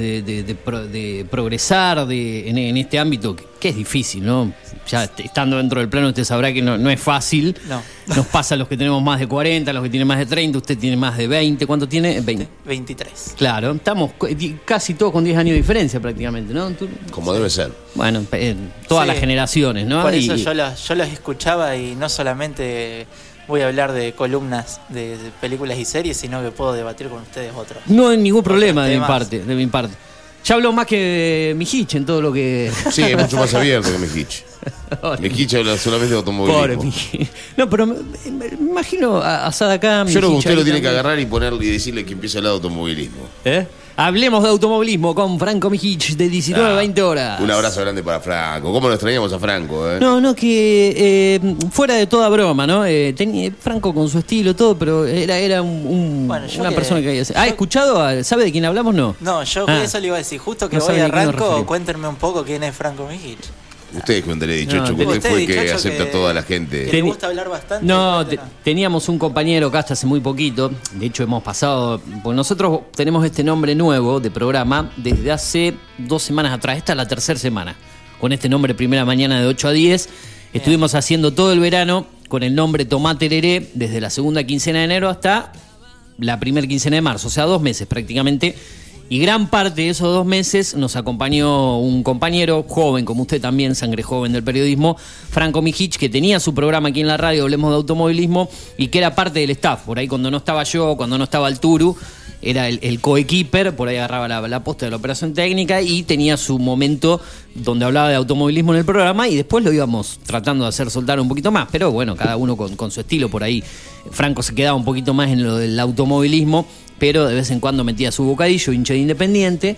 de progresar en este ámbito, que es difícil, ¿no? Ya estando dentro del plano usted sabrá que no es fácil.
No.
Nos pasa a los que tenemos más de 40, a los que tienen más de 30, usted tiene más de 20. ¿Cuánto tiene? 20.
23.
Claro, estamos casi todos con 10 años de diferencia prácticamente, ¿no?
Como debe ser.
Bueno, todas las generaciones, ¿no?
Por eso yo los escuchaba y no solamente voy a hablar de columnas de películas y series, sino que puedo debatir con ustedes otros.
No hay ningún problema de
temas.
mi parte. Ya habló más que Mijich en todo lo que...
Sí, es mucho más abierto que Mijich. Mijich habla solamente de automovilismo.
Pobre Mijich. No, pero me imagino a Sadaka...
Yo creo que usted lo tiene que agarrar y ponerle y decirle que empiece a hablar de automovilismo.
Hablemos de automovilismo con Franco Mijich de 19 a 20 horas.
Un abrazo grande para Franco. ¿Cómo lo extrañamos a Franco?
No, que fuera de toda broma, ¿no? Tenía Franco con su estilo, todo, pero era una persona que había... ¿Ha escuchado? ¿Sabe de quién hablamos? No.
No, yo eso le iba a decir. Justo que voy a arranco, cuéntenme un poco quién es Franco Mijich.
Ustedes cuéntale, dichocho, que usted fue el que acepta a toda la gente.
¿Le gusta hablar bastante?
No, teníamos un compañero acá hasta hace muy poquito. De hecho, hemos pasado... Porque nosotros tenemos este nombre nuevo de programa desde hace 2 semanas atrás. Esta es la 3ª semana. Con este nombre, Primera Mañana de 8 a 10. Estuvimos haciendo todo el verano con el nombre Tomá Tereré, desde la 2ª quincena de enero hasta la 1ª quincena de marzo. O sea, 2 meses prácticamente. Y gran parte de esos 2 meses nos acompañó un compañero joven, como usted también, sangre joven del periodismo, Franco Mijich, que tenía su programa aquí en la radio, Hablemos de Automovilismo, y que era parte del staff. Por ahí cuando no estaba yo, cuando no estaba el Turu, era el coequiper, por ahí agarraba la posta de la operación técnica y tenía su momento donde hablaba de automovilismo en el programa y después lo íbamos tratando de hacer soltar un poquito más, pero bueno, cada uno con su estilo. Por ahí Franco se quedaba un poquito más en lo del automovilismo, pero de vez en cuando metía su bocadillo, hincha de Independiente,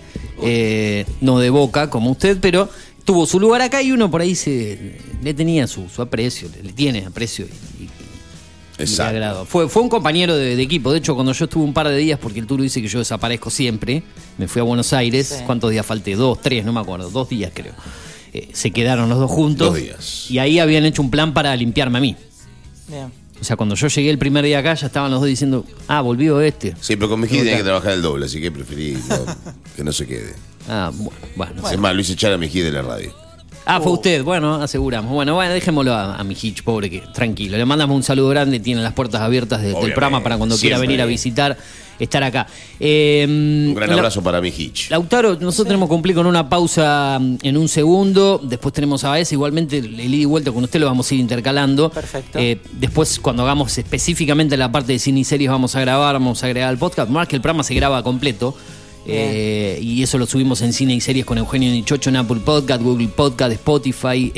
no de Boca como usted, pero tuvo su lugar acá y uno por ahí le tenía su aprecio, le tiene aprecio y agrado. Fue un compañero de equipo. De hecho, cuando yo estuve un par de días, porque el Turo dice que yo desaparezco siempre, me fui a Buenos Aires. Sí. ¿Cuántos días falté? 2, 3, no me acuerdo. 2 días creo. Se quedaron los dos juntos.
2 días.
Y ahí habían hecho un plan para limpiarme a mí.
Bien.
O sea, cuando yo llegué el primer día acá, ya estaban los dos diciendo, volvió este.
Sí, pero con Mejía tenía que trabajar el doble, así que preferí que no se quede.
Bueno.
Es más, lo hice echar a Mejía de la radio.
Fue usted, bueno, aseguramos. Bueno, dejémoslo a mi Hitch, pobre, que tranquilo. Le mandamos un saludo grande, tiene las puertas abiertas del programa para cuando quiera venir a visitar, estar acá.
Un gran abrazo para mi Hitch.
Lautaro, nosotros tenemos que cumplir con una pausa en un segundo, después tenemos a Baez, igualmente el ida y vuelta con usted lo vamos a ir intercalando.
Perfecto.
Después, cuando hagamos específicamente la parte de cine y series, vamos a agregar el podcast, más que el programa se graba completo. Y eso lo subimos en Cine y Series con Eugenio Nichocho en Apple Podcast, Google Podcast, Spotify,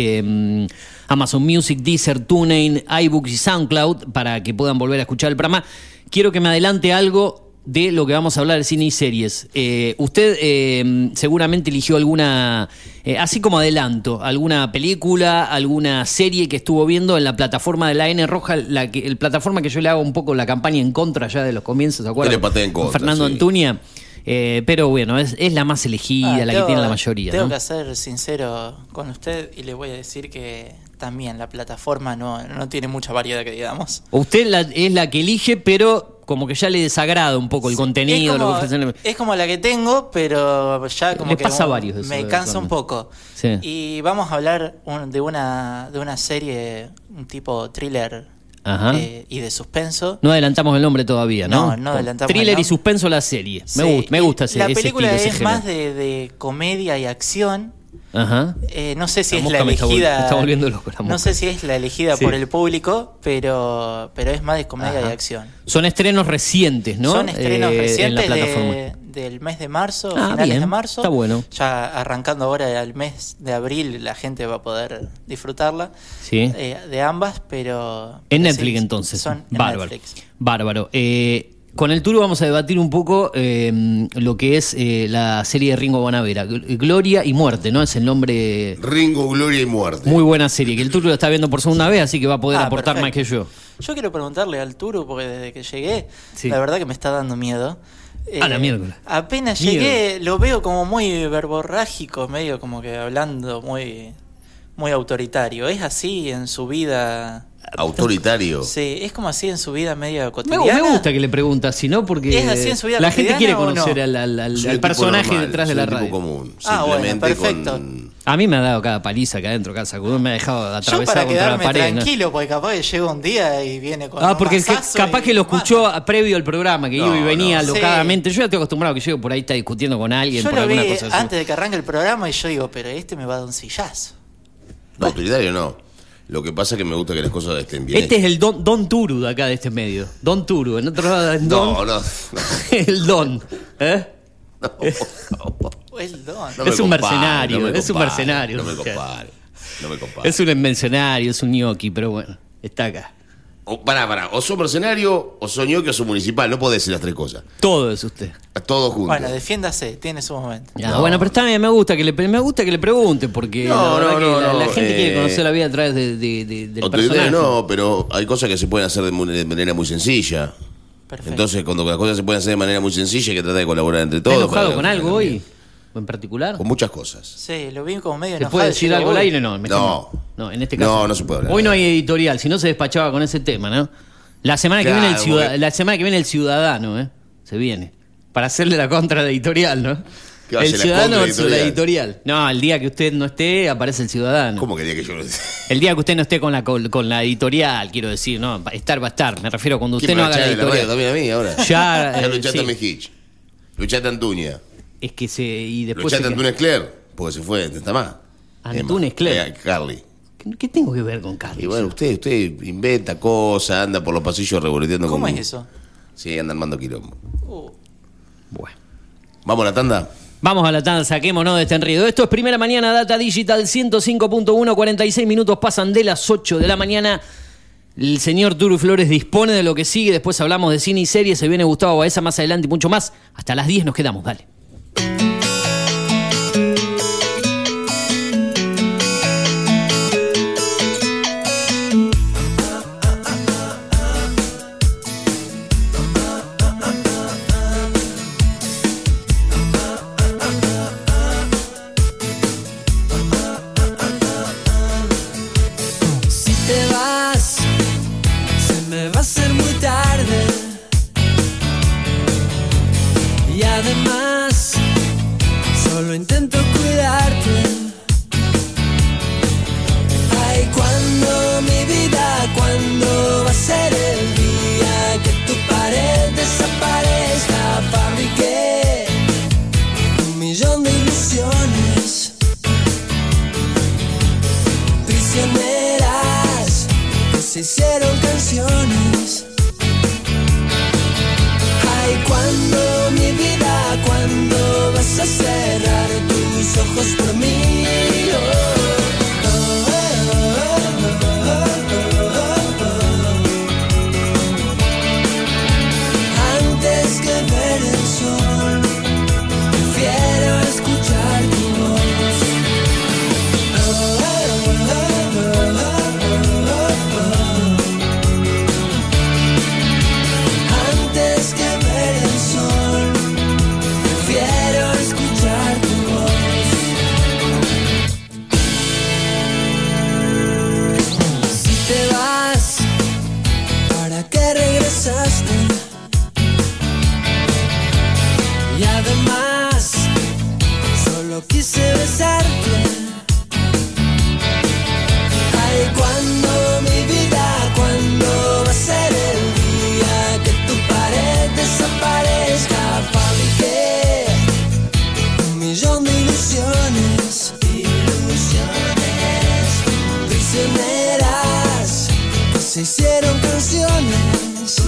Amazon Music, Deezer, TuneIn, iBooks y SoundCloud para que puedan volver a escuchar el programa. Quiero que me adelante algo de lo que vamos a hablar de Cine y Series. Usted seguramente eligió alguna, así como adelanto, alguna película, alguna serie que estuvo viendo en la plataforma de la N Roja, el plataforma que yo le hago un poco la campaña en contra ya de los comienzos, ¿se acuerdan?
Que le pateé en contra,
Fernando Antuña. Pero bueno, es la más elegida, la que tiene la mayoría.
Tengo que ser sincero con usted y le voy a decir que también la plataforma no tiene mucha variedad, que digamos.
Usted es la que elige, pero como que ya le desagrada un poco el contenido.
Es como la que tengo, pero ya como
le
que
pasa a varios eso,
me cansa un poco.
Sí.
Y vamos a hablar de una serie, un tipo thriller.
Ajá.
Y de suspenso.
No adelantamos el nombre todavía, ¿no?
No adelantamos.
Thriller y suspenso la serie.
Sí.
Me gusta ese
La película
estilo,
es más de comedia y acción.
Ajá.
No sé si
la
es
mosca
la elegida.
me está volviendo loco la mosca.
No sé si es la elegida
Sí.
por el público, pero es más de comedia y acción.
Son estrenos recientes, ¿no?
Son estrenos
en la
recientes
plataforma.
del mes de marzo,
Bien,
finales de marzo.
Está bueno.
Ya arrancando ahora al mes de abril, la gente va a poder disfrutarla.
Sí.
De ambas, pero.
En
sí,
Netflix entonces.
Son en
Bárbaro.
Netflix.
Bárbaro. Con el Turo vamos a debatir un poco lo que es la serie de Ringo Bonavera. Gloria y Muerte, ¿no? Es el nombre.
Ringo, Gloria y Muerte.
Muy buena serie, que el Turo lo está viendo por segunda vez, así que va a poder aportar
perfecto.
más que yo.
Yo quiero preguntarle al Turo, porque desde que llegué,
Sí.
la verdad que me está dando miedo.
La miércoles.
Apenas
Miedo.
llegué, lo veo como muy verborrágico, medio como que hablando muy, muy autoritario. ¿Es así en su vida?
Autoritario.
Sí, es como así en su vida media
Me
cotidiana.
gusta que le preguntas, si no, porque
¿Es así en su vida
la gente
cotidiana
quiere
o
conocer
no?
al
Soy un
personaje
tipo normal,
detrás de la
soy un
radio.
tipo común.
Bueno,
Simplemente
perfecto.
con...
A mí me ha dado cada paliza acá adentro, cada sacudón, me ha dejado
Yo
atravesar
para
contra la
quedarme
pared. ¿no?
tranquilo, porque capaz que llega un día y viene con
Porque
un mazazo
capaz
y
que lo
mata.
escuchó previo al programa, que iba y venía
no.
alocadamente. Yo ya estoy acostumbrado que llego por ahí, está discutiendo con alguien
Yo
por
lo
alguna
vi
cosa así.
antes de que arranque el programa y yo digo, pero este me va a dar un sillazo.
No, autoritario no. Lo que pasa es que me gusta que las cosas estén bien.
Este es el Don Turu de acá de este medio. Don Turu, en otro lado es Don.
No.
El Don. ¿Eh?
El don.
No me
Es un
compare,
mercenario,
no me
es un
compare,
mercenario,
No me
muchacho.
compare. No me compare.
Es un mercenario, es un gnocchi, pero bueno, está acá.
Pará. O sos mercenario, o sos ñoqui, o sos municipal. No podés decir las tres cosas.
Todo es usted.
Todos juntos.
Bueno, defiéndase, tiene su momento.
Ya,
No.
Bueno, pero está bien, me gusta que le pregunte, porque
No,
la verdad
no,
que la
no,
gente quiere conocer la vida a través del
Autoritario
personaje.
no, pero hay cosas que se pueden hacer de manera muy sencilla.
Perfecto.
Entonces, cuando las cosas se pueden hacer de manera muy sencilla, hay que tratar de colaborar entre
¿Estás
todos.
enojado
para-
con algo
para-
hoy? ¿O en particular?
Con muchas cosas.
Sí, lo vi como medio
¿Se
enojado.
puede decir
Yo
algo al
voy.
aire? No, mejor
No.
no, en este caso.
No, no se puede hablar.
Hoy no hay editorial, si no se despachaba con ese tema, ¿no? La semana que
Claro,
viene
porque-
la semana que viene el Ciudadano, ¿eh? Se viene. Para hacerle la contra de editorial, ¿no?
¿Qué va a
El
ser, la
Ciudadano
contra
versus la
editorial?
editorial. No, el día que usted no esté, aparece el Ciudadano.
¿Cómo quería que yo lo
El día que usted no esté con la editorial, quiero decir, ¿no? Va a estar. Me refiero a cuando usted
¿Quién
no
me va a
haga la
echar de la radio
editorial.
también a mí ahora?
Ya,
Ya lo echaste
sí.
a Mejich. Lo echaste a Antuña.
Es que y
Lo
después.
echaste a
se
Antunes Cler, porque se fue, está más.
Antunes Cler.
Carly.
¿Qué tengo que ver con Carlos?
Y bueno, usted inventa cosas, anda por los pasillos revoloteando
¿Cómo
con...
es eso?
Sí, anda armando quilombo.
Bueno.
¿Vamos a la tanda?
Vamos a la tanda, saquémonos de este enredo. Esto es Primera Mañana Data Digital 105.1, 46 minutos pasan de las 8 de la mañana. El señor Turu Flores dispone de lo que sigue. Después hablamos de cine y series. Se viene Gustavo Baeza más adelante y mucho más. Hasta las 10 nos quedamos, dale.
Si te vas, se me se hicieron canciones. Ay, cuando mi vida, cuando vas a cerrar tus ojos por mí. Antes que ver el sol, prefiero escuchar tu voz. Antes que ver el sol, prefiero escuchar tu voz. Si te vas, ¿para qué regresaste? Y además, solo quise besarte. Ay, cuando mi vida, cuando va a ser el día que tu pared desaparezca. Fabriqué 1.000.000 de ilusiones, prisioneras que se hicieron canciones.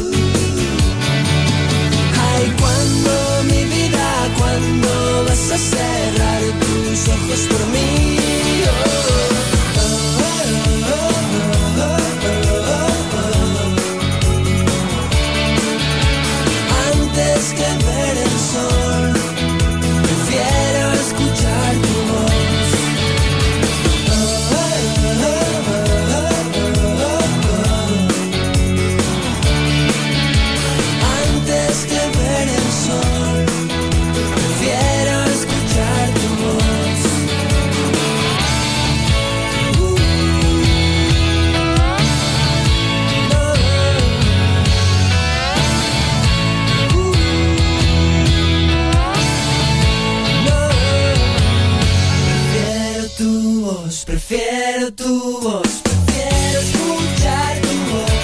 Ay, cuando mi vida, cuando vas a cerrar tus ojos por mí. Antes que ver el sol, prefiero escuchar tu voz. Antes que ver el sol, prefiero escuchar tu voz. Prefiero tu voz, prefiero tu voz, prefiero escuchar tu voz.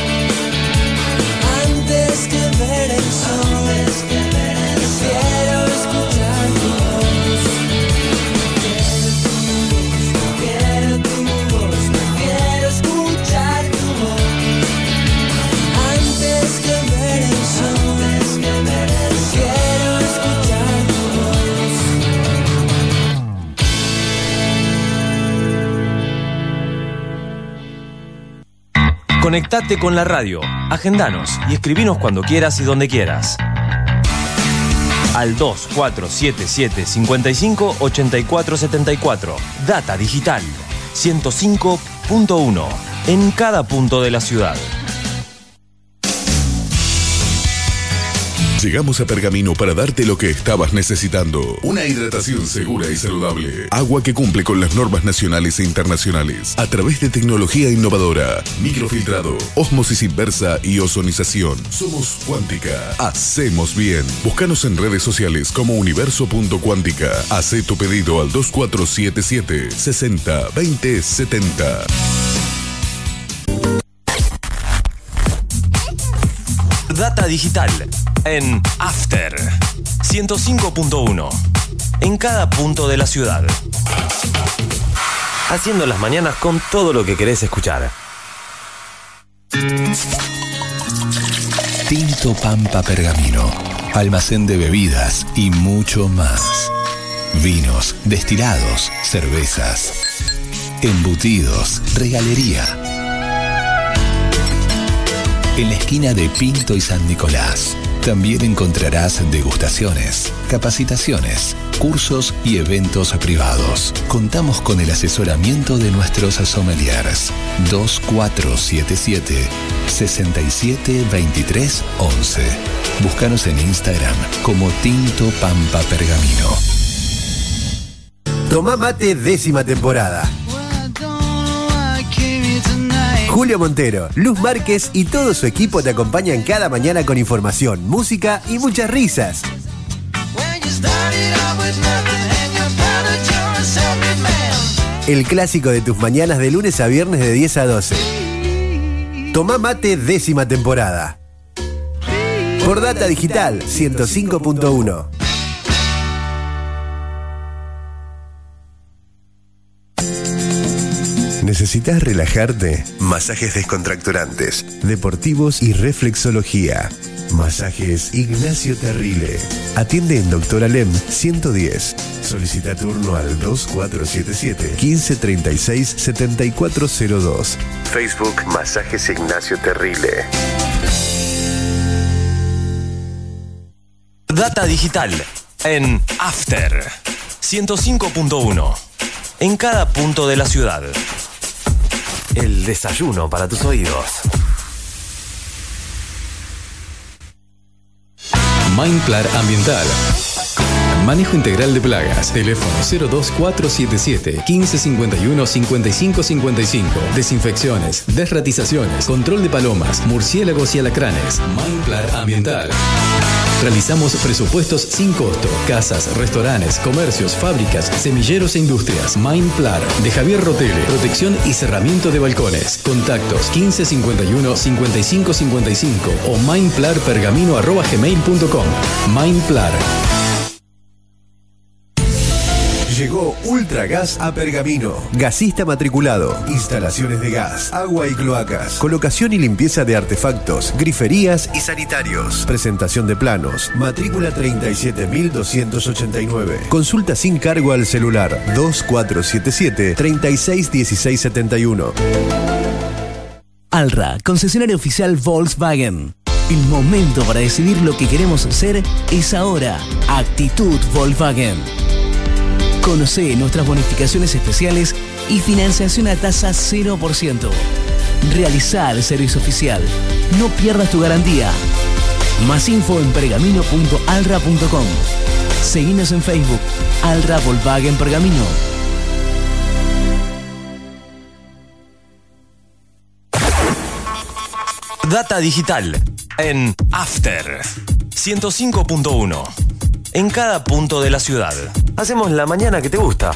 Antes que ver el sol, prefiero escuchar tu voz. Prefiero tu voz, prefiero escuchar tu voz. Antes que ver el sol, prefiero escuchar tu voz.
Conectate con la radio, agendanos y escribinos cuando quieras y donde quieras. Al 2477-558474. Data Digital 105.1 en cada punto de la ciudad.
Llegamos a Pergamino para darte lo que estabas necesitando. Una hidratación segura y saludable. Agua que cumple con las normas nacionales e internacionales. A través de tecnología innovadora. Microfiltrado, ósmosis inversa y ozonización. Somos Cuántica. Hacemos bien. Búscanos en redes sociales como universo.cuántica. Hacé tu pedido al 2477 60 20 70.
Data Digital en After 105.1 en cada punto de la ciudad. Haciendo las mañanas con todo lo que querés escuchar.
Tinto Pampa Pergamino, almacén de bebidas y mucho más. Vinos, destilados, cervezas, embutidos, regalería. En la esquina de Pinto y San Nicolás, también encontrarás degustaciones, capacitaciones, cursos y eventos privados. Contamos con el asesoramiento de nuestros sommeliers. 2477 672311. Búscanos en Instagram como Tinto Pampa Pergamino.
Tomá Mate 10ª temporada. Julio Montero, Luz Márquez y todo su equipo te acompañan cada mañana con información, música y muchas risas. El clásico de tus mañanas de lunes a viernes de 10 a 12. Tomá Mate 10ª temporada. Por Data Digital 105.1. ¿Necesitas relajarte? Masajes descontracturantes, deportivos y reflexología. Masajes Ignacio Terrile. Atiende en Dr. Alem 110. Solicita turno al 2477 1536 7402. Facebook Masajes Ignacio Terrile.
Data digital en After 105.1. En cada punto de la ciudad.
El desayuno para tus oídos.
Mindplar Ambiental. Manejo integral de plagas. Teléfono 02477 1551 5555. Desinfecciones, desratizaciones, control de palomas, murciélagos y alacranes. Mindplar Ambiental. Realizamos presupuestos sin costo. Casas, restaurantes, comercios, fábricas, semilleros e industrias. Mindplar de Javier Rotele. Protección y cerramiento de balcones. Contactos 1551 5555 o mindplarpergamino@gmail.com. Mindplar.
Llegó Ultragas a Pergamino. Gasista matriculado. Instalaciones de gas, agua y cloacas. Colocación y limpieza de artefactos, griferías y sanitarios. Presentación de planos. Matrícula 37.289. Consulta sin cargo al celular 2477 361671.
Alra, concesionario oficial Volkswagen. El momento para decidir lo que queremos hacer es ahora. Actitud Volkswagen. Conoce nuestras bonificaciones especiales y financiación a tasa 0%. Realizá el servicio oficial. No pierdas tu garantía. Más info en pergamino.alra.com. Seguinos en Facebook. Alra Volkswagen Pergamino.
Data digital en After 105.1. En cada punto de la ciudad.
Hacemos la mañana que te gusta.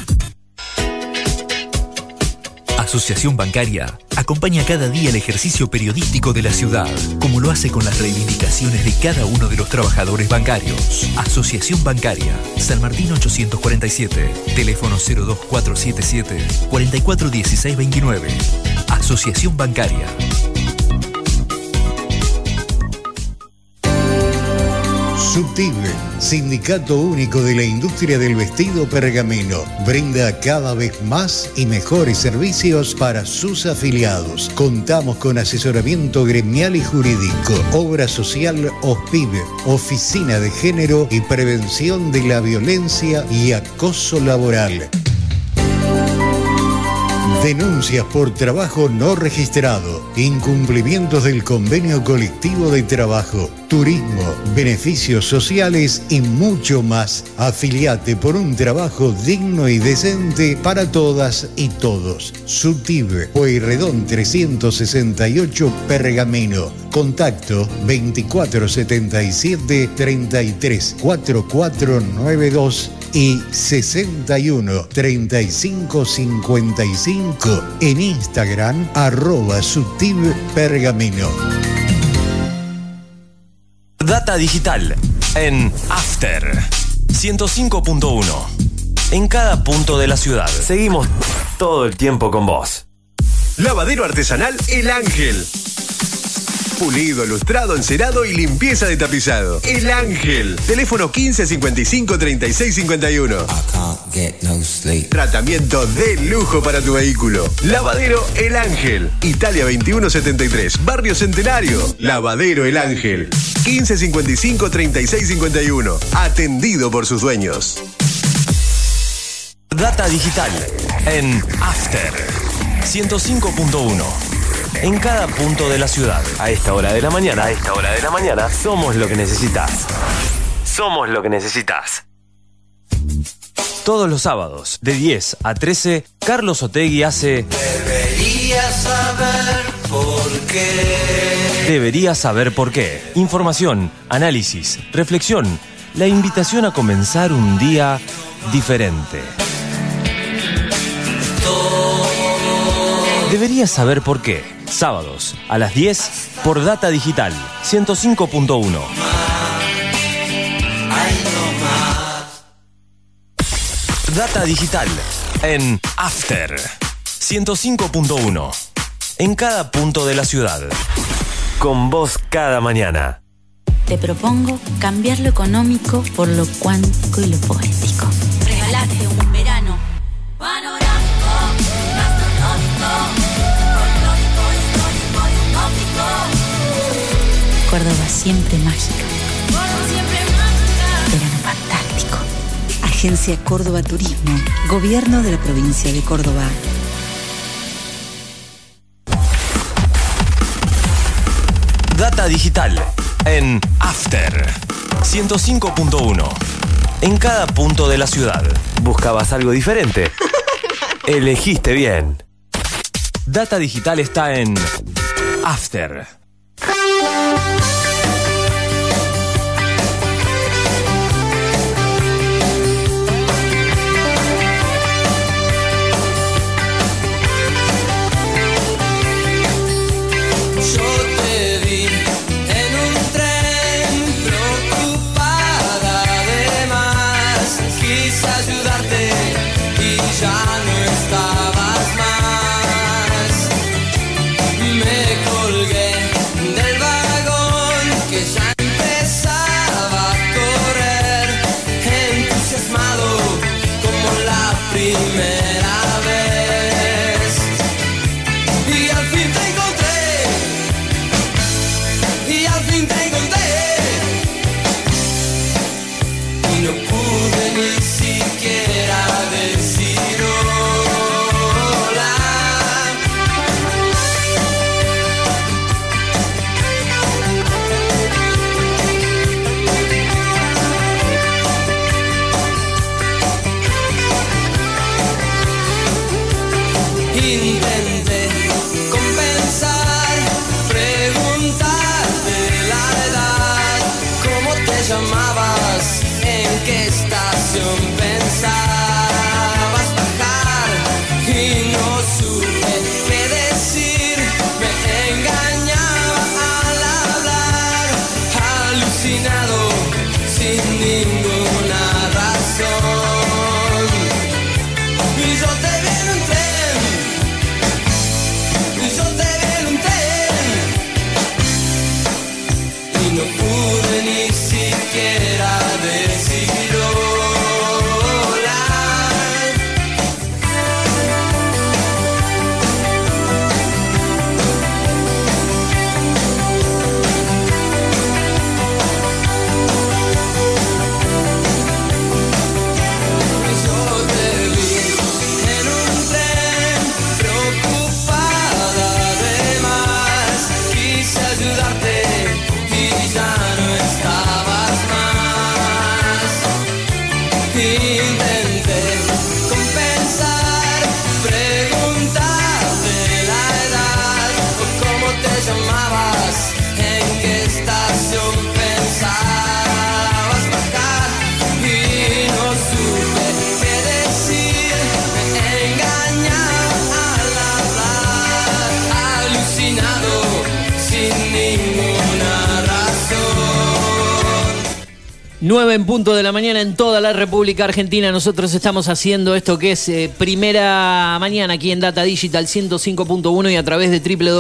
Asociación Bancaria acompaña cada día el ejercicio periodístico de la ciudad, como lo hace con las reivindicaciones de cada uno de los trabajadores bancarios. Asociación Bancaria, San Martín 847, teléfono 02477 441629. Asociación Bancaria.
Subtiv, Sindicato Único de la Industria del Vestido Pergamino, brinda cada vez más y mejores servicios para sus afiliados. Contamos con asesoramiento gremial y jurídico, obra social OSPIB, Oficina de Género y Prevención de la Violencia y Acoso Laboral. Denuncias por trabajo no registrado, incumplimientos del convenio colectivo de trabajo, turismo, beneficios sociales y mucho más. Afiliate por un trabajo digno y decente para todas y todos. Subtiv, Pueyrredón 368 Pergamino. Contacto 2477 334492 y 61 35 55 en Instagram @Subtiv Pergamino.
Data digital en After 105.1. En cada punto de la ciudad.
Seguimos todo el tiempo con vos.
Lavadero artesanal El Ángel. Pulido, lustrado, encerado y limpieza de tapizado. El Ángel. Teléfono 1555 3651. Tratamiento de lujo para tu vehículo. Lavadero El Ángel. Italia 2173, Barrio Centenario. Lavadero El Ángel. 1555 3651. Atendido por sus dueños.
Data digital en After 105.1. En cada punto de la ciudad.
A esta hora de la mañana, somos lo que necesitas. Somos lo que necesitas.
Todos los sábados, de 10 a 13, Carlos Otegui hace...
Deberías saber por qué.
Deberías saber por qué. Información, análisis, reflexión. La invitación a comenzar un día diferente. Deberías saber por qué. Sábados, a las 10, por Data Digital, 105.1. Data Digital, en After 105.1. En cada punto de la ciudad. Con vos cada mañana.
Te propongo cambiar lo económico por lo cuántico y lo poético. Regalate un verano panorámico, gastronómico, folclórico, histórico y utópico. Córdoba siempre mágica. Verano fantástico.
Agencia Córdoba Turismo. Gobierno de la provincia de Córdoba.
Data digital en After 105.1. En cada punto de la ciudad. ¿Buscabas algo diferente? Elegiste bien. Data digital está en After.
Nueve en punto de la mañana en toda la República Argentina. Nosotros estamos haciendo esto que es primera mañana aquí en Data Digital 105.1 y a través de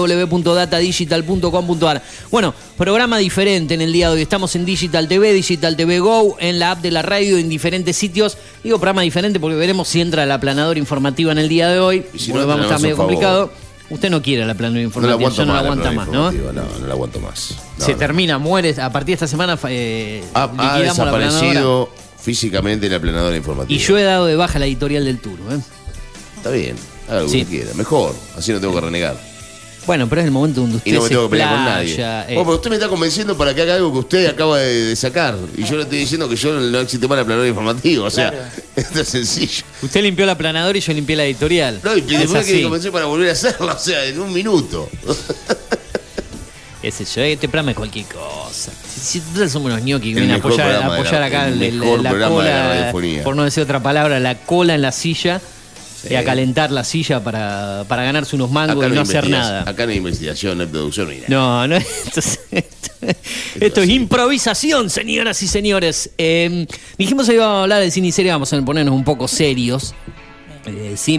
www.datadigital.com.ar. Bueno, programa diferente en el día de hoy. Estamos en Digital TV, Digital TV Go, en la app de la radio, en diferentes sitios. Digo programa diferente porque veremos si entra la planadora informativa en el día de hoy.
Y si
no, vamos a estar medio complicado. Usted no quiere la planadora informativa,
ya
no la aguanta más, ¿no?
No la aguanto más.
Se termina, muere. A partir de esta semana liquidamos
ha desaparecido
la
físicamente la planadora informativa.
Y yo he dado de baja la editorial del Turo.
Está bien, haga lo que quiera. Mejor, así no tengo que renegar.
Bueno, pero es el momento donde usted
y no me
se
tengo que pelear con
playa,
nadie. Pero usted me está convenciendo para que haga algo que usted acaba de sacar. Y yo le estoy diciendo que yo no existe más la planadora informativa. O sea, esto es sencillo.
Usted limpió la planadora y yo limpié la editorial.
No, y después que me convenció para volver a hacerla. O sea, en un minuto.
Ese yo, este programa es cualquier cosa. Si todos somos unos ñoquis que vienen a apoyar acá la cola, por no decir otra palabra, la cola en la silla. Sí. A calentar la silla para ganarse unos mangos y no hacer nada.
Acá no hay investigación, no hay producción, no hay
No,
nada.
esto es improvisación, señoras y señores. Dijimos que íbamos a hablar de cine y serie, vamos a ponernos un poco serios. Sí.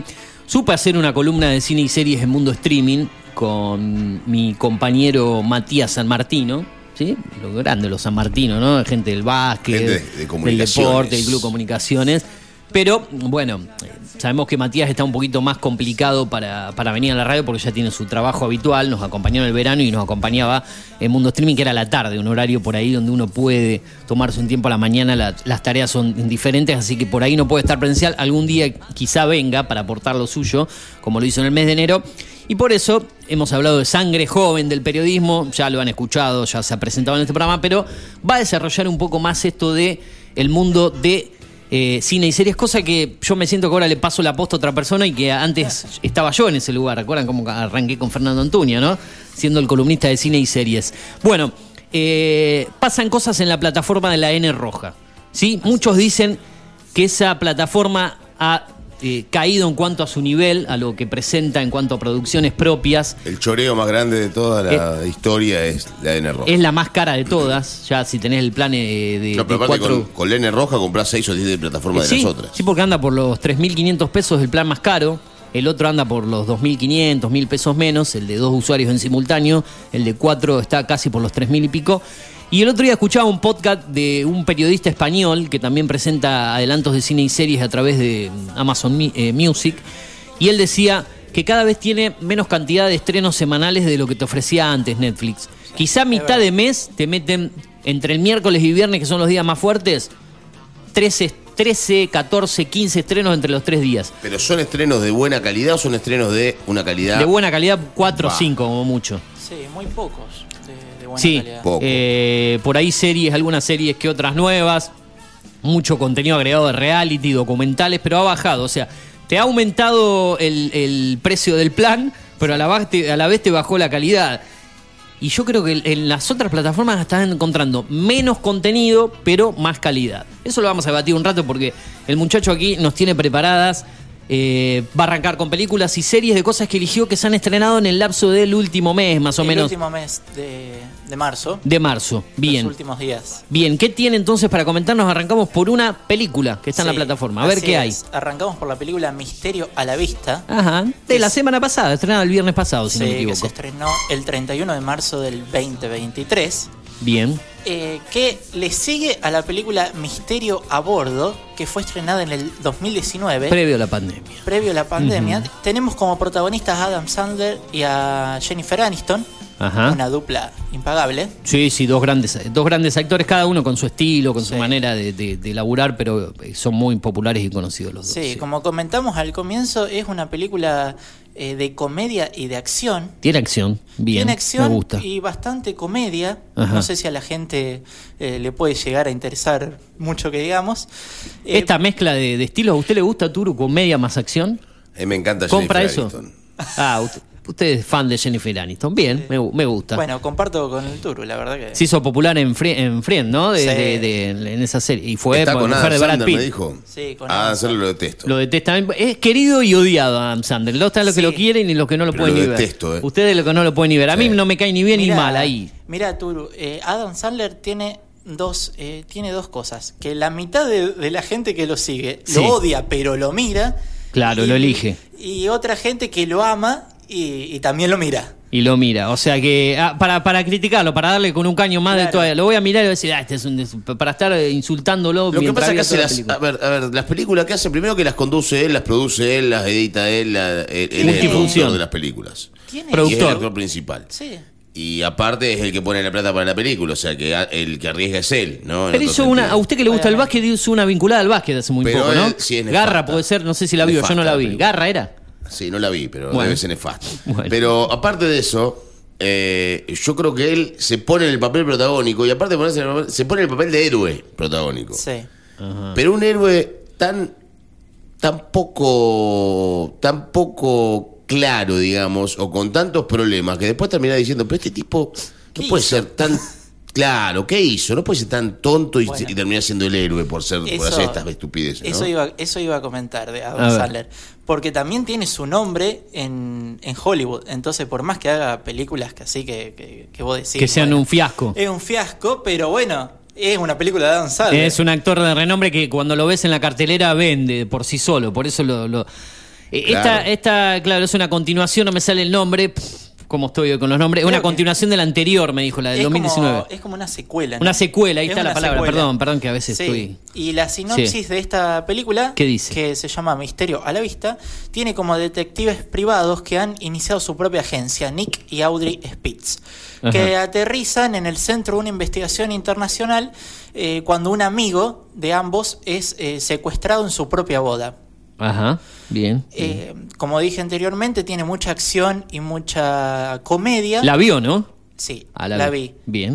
supe hacer una columna de cine y series en Mundo Streaming con mi compañero Matías San Martino, ¿sí? Lo grande, los San Martino, ¿no? Gente del básquet, del deporte, del Club Comunicaciones. Pero, bueno, sabemos que Matías está un poquito más complicado para venir a la radio porque ya tiene su trabajo habitual. Nos acompañó en el verano y nos acompañaba en Mundo Streaming, que era la tarde, un horario por ahí donde uno puede tomarse un tiempo a la mañana. Las tareas son diferentes, así que por ahí no puede estar presencial. Algún día quizá venga para aportar lo suyo, como lo hizo en el mes de enero. Y por eso hemos hablado de sangre joven del periodismo, ya lo han escuchado, ya se ha presentado en este programa, pero va a desarrollar un poco más esto de el mundo de cine y series, cosa que yo me siento que ahora le paso la posta a otra persona y que antes estaba yo en ese lugar. ¿Recuerdan cómo arranqué con Fernando Antuña, no? Siendo el columnista de cine y series. Bueno, pasan cosas en la plataforma de la N Roja, ¿sí? Muchos dicen que esa plataforma ha caído en cuanto a su nivel, a lo que presenta en cuanto a producciones propias.
El choreo más grande de toda la historia es la N Roja.
Es la más cara de todas, ya si tenés el plan de
no, pero
de
aparte
4...
con la N Roja comprás 6 o 10 de plataformas de las otras.
Sí, porque anda por los 3.500 pesos el plan más caro, el otro anda por los 2.500, 1.000 pesos menos, el de 2 usuarios en simultáneo, el de 4 está casi por los 3.000 y pico. Y el otro día escuchaba un podcast de un periodista español que también presenta adelantos de cine y series a través de Amazon Music, y él decía que cada vez tiene menos cantidad de estrenos semanales de lo que te ofrecía antes Netflix. Quizá mitad de mes te meten entre el miércoles y viernes, que son los días más fuertes, 13, 14, 15 estrenos entre los 3 días.
¿Pero son estrenos de buena calidad o son estrenos de una calidad?
De buena calidad, 4 o 5 como mucho.
Sí, muy pocos.
Sí, por ahí algunas series que otras nuevas, mucho contenido agregado de reality, documentales, pero ha bajado, o sea, te ha aumentado el precio del plan, pero a la vez te bajó la calidad. Y yo creo que en las otras plataformas están encontrando menos contenido, pero más calidad. Eso lo vamos a debatir un rato porque el muchacho aquí nos tiene preparadas. Va a arrancar con películas y series de cosas que eligió que se han estrenado en el lapso del último mes, más o menos.
El último mes de marzo.
De marzo, bien.
Los últimos días.
Bien, ¿qué tiene entonces para comentarnos? Arrancamos por una película que está en la plataforma. A ver qué hay.
Arrancamos por la película Misterio a la Vista.
Ajá, de la semana pasada, estrenada el viernes pasado, si no me equivoco.
Que se estrenó el 31 de marzo del 2023.
Bien.
Que le sigue a la película Misterio a Bordo, que fue estrenada en el 2019.
Previo a la pandemia.
Uh-huh. Tenemos como protagonistas a Adam Sandler y a Jennifer Aniston.
Ajá.
Una dupla impagable.
Sí, dos grandes actores, cada uno con su estilo, con su manera de laburar, pero son muy populares y conocidos los dos.
Sí, como comentamos al comienzo, es una película de comedia y de acción.
Tiene acción, bien.
Tiene acción,
me gusta.
Y bastante comedia.
Ajá.
No sé si a la gente le puede llegar a interesar mucho que digamos.
Esta mezcla de estilos, ¿a usted le gusta, Turu, comedia más acción?
Me encanta
¿Compra
Jennifer
eso?
Aniston.
Usted es fan de Jennifer Aniston. Bien, me gusta.
Bueno, comparto con el Turu, la verdad que...
Se hizo popular en Friend, ¿no? En esa serie. Y fue
Está con
mujer
Adam
de Brad
Sandler,
Pitt.
me dijo.
Sí, con
Adam Sandler lo detesto.
Lo detesta. Es querido y odiado Adam Sandler. No están los que lo quieren y los que no lo pueden ni ver.
Detesto,
Ustedes los que no lo pueden ni ver. A mí no me cae ni bien ni mal ahí.
Mira, Turu, Adam Sandler tiene dos cosas. Que la mitad de la gente que lo sigue lo odia, pero lo mira.
Claro, lo elige.
Y otra gente que lo ama y también lo mira.
Y lo mira, o sea que para criticarlo, para darle con un caño más de toda, lo voy a mirar y voy a decir, este es para estar insultándolo.
Lo que pasa es que hace las películas que hace, primero que las conduce él, las produce él, las edita él, él es el productor de las películas.
Productor.
Y es el actor principal.
Sí.
Y aparte es el que pone la plata para la película, o sea que el que arriesga es él, ¿no?
Pero hizo a usted que le gusta el básquet, hizo una vinculada al básquet hace muy poco, ¿no?
Sí es
Garra puede ser, no sé si la vio, yo no la vi. ¿Garra era?
Sí, no la vi, pero debe ser nefasta. Bueno. Pero aparte de eso, yo creo que él se pone en el papel protagónico y aparte de ponerse en el papel, se pone en el papel de héroe protagónico.
Sí.
Ajá.
Pero un héroe tan poco claro, digamos, o con tantos problemas, que después termina diciendo, pero este tipo no puede ser tan... Claro, ¿qué hizo? No puede ser tan tonto y terminar siendo el héroe por hacer estas estupideces, ¿no?
Eso iba a comentar de Adam Sandler. Porque también tiene su nombre en Hollywood. Entonces, por más que haga películas que así que vos decís...
Que sean un fiasco.
Es un fiasco, pero bueno, es una película de Adam Sandler.
Es un actor de renombre que cuando lo ves en la cartelera vende por sí solo. Por eso Esta, claro, es una continuación, no me sale el nombre. ¿Cómo estoy hoy con los nombres? Es una continuación de la anterior, me dijo, la del 2019.
Es como una secuela, ¿no?
Una secuela, ahí
Es
está la
una
palabra.
secuela.
Perdón, que a veces estoy...
Y la sinopsis de esta película,
¿qué dice?
Que se llama Misterio a la Vista, tiene como detectives privados que han iniciado su propia agencia, Nick y Audrey Spitz, que aterrizan en el centro de una investigación internacional cuando un amigo de ambos es secuestrado en su propia boda.
Ajá, bien.
Como dije anteriormente, tiene mucha acción y mucha comedia.
¿La vio, no?
Sí,
la
vi.
Bien.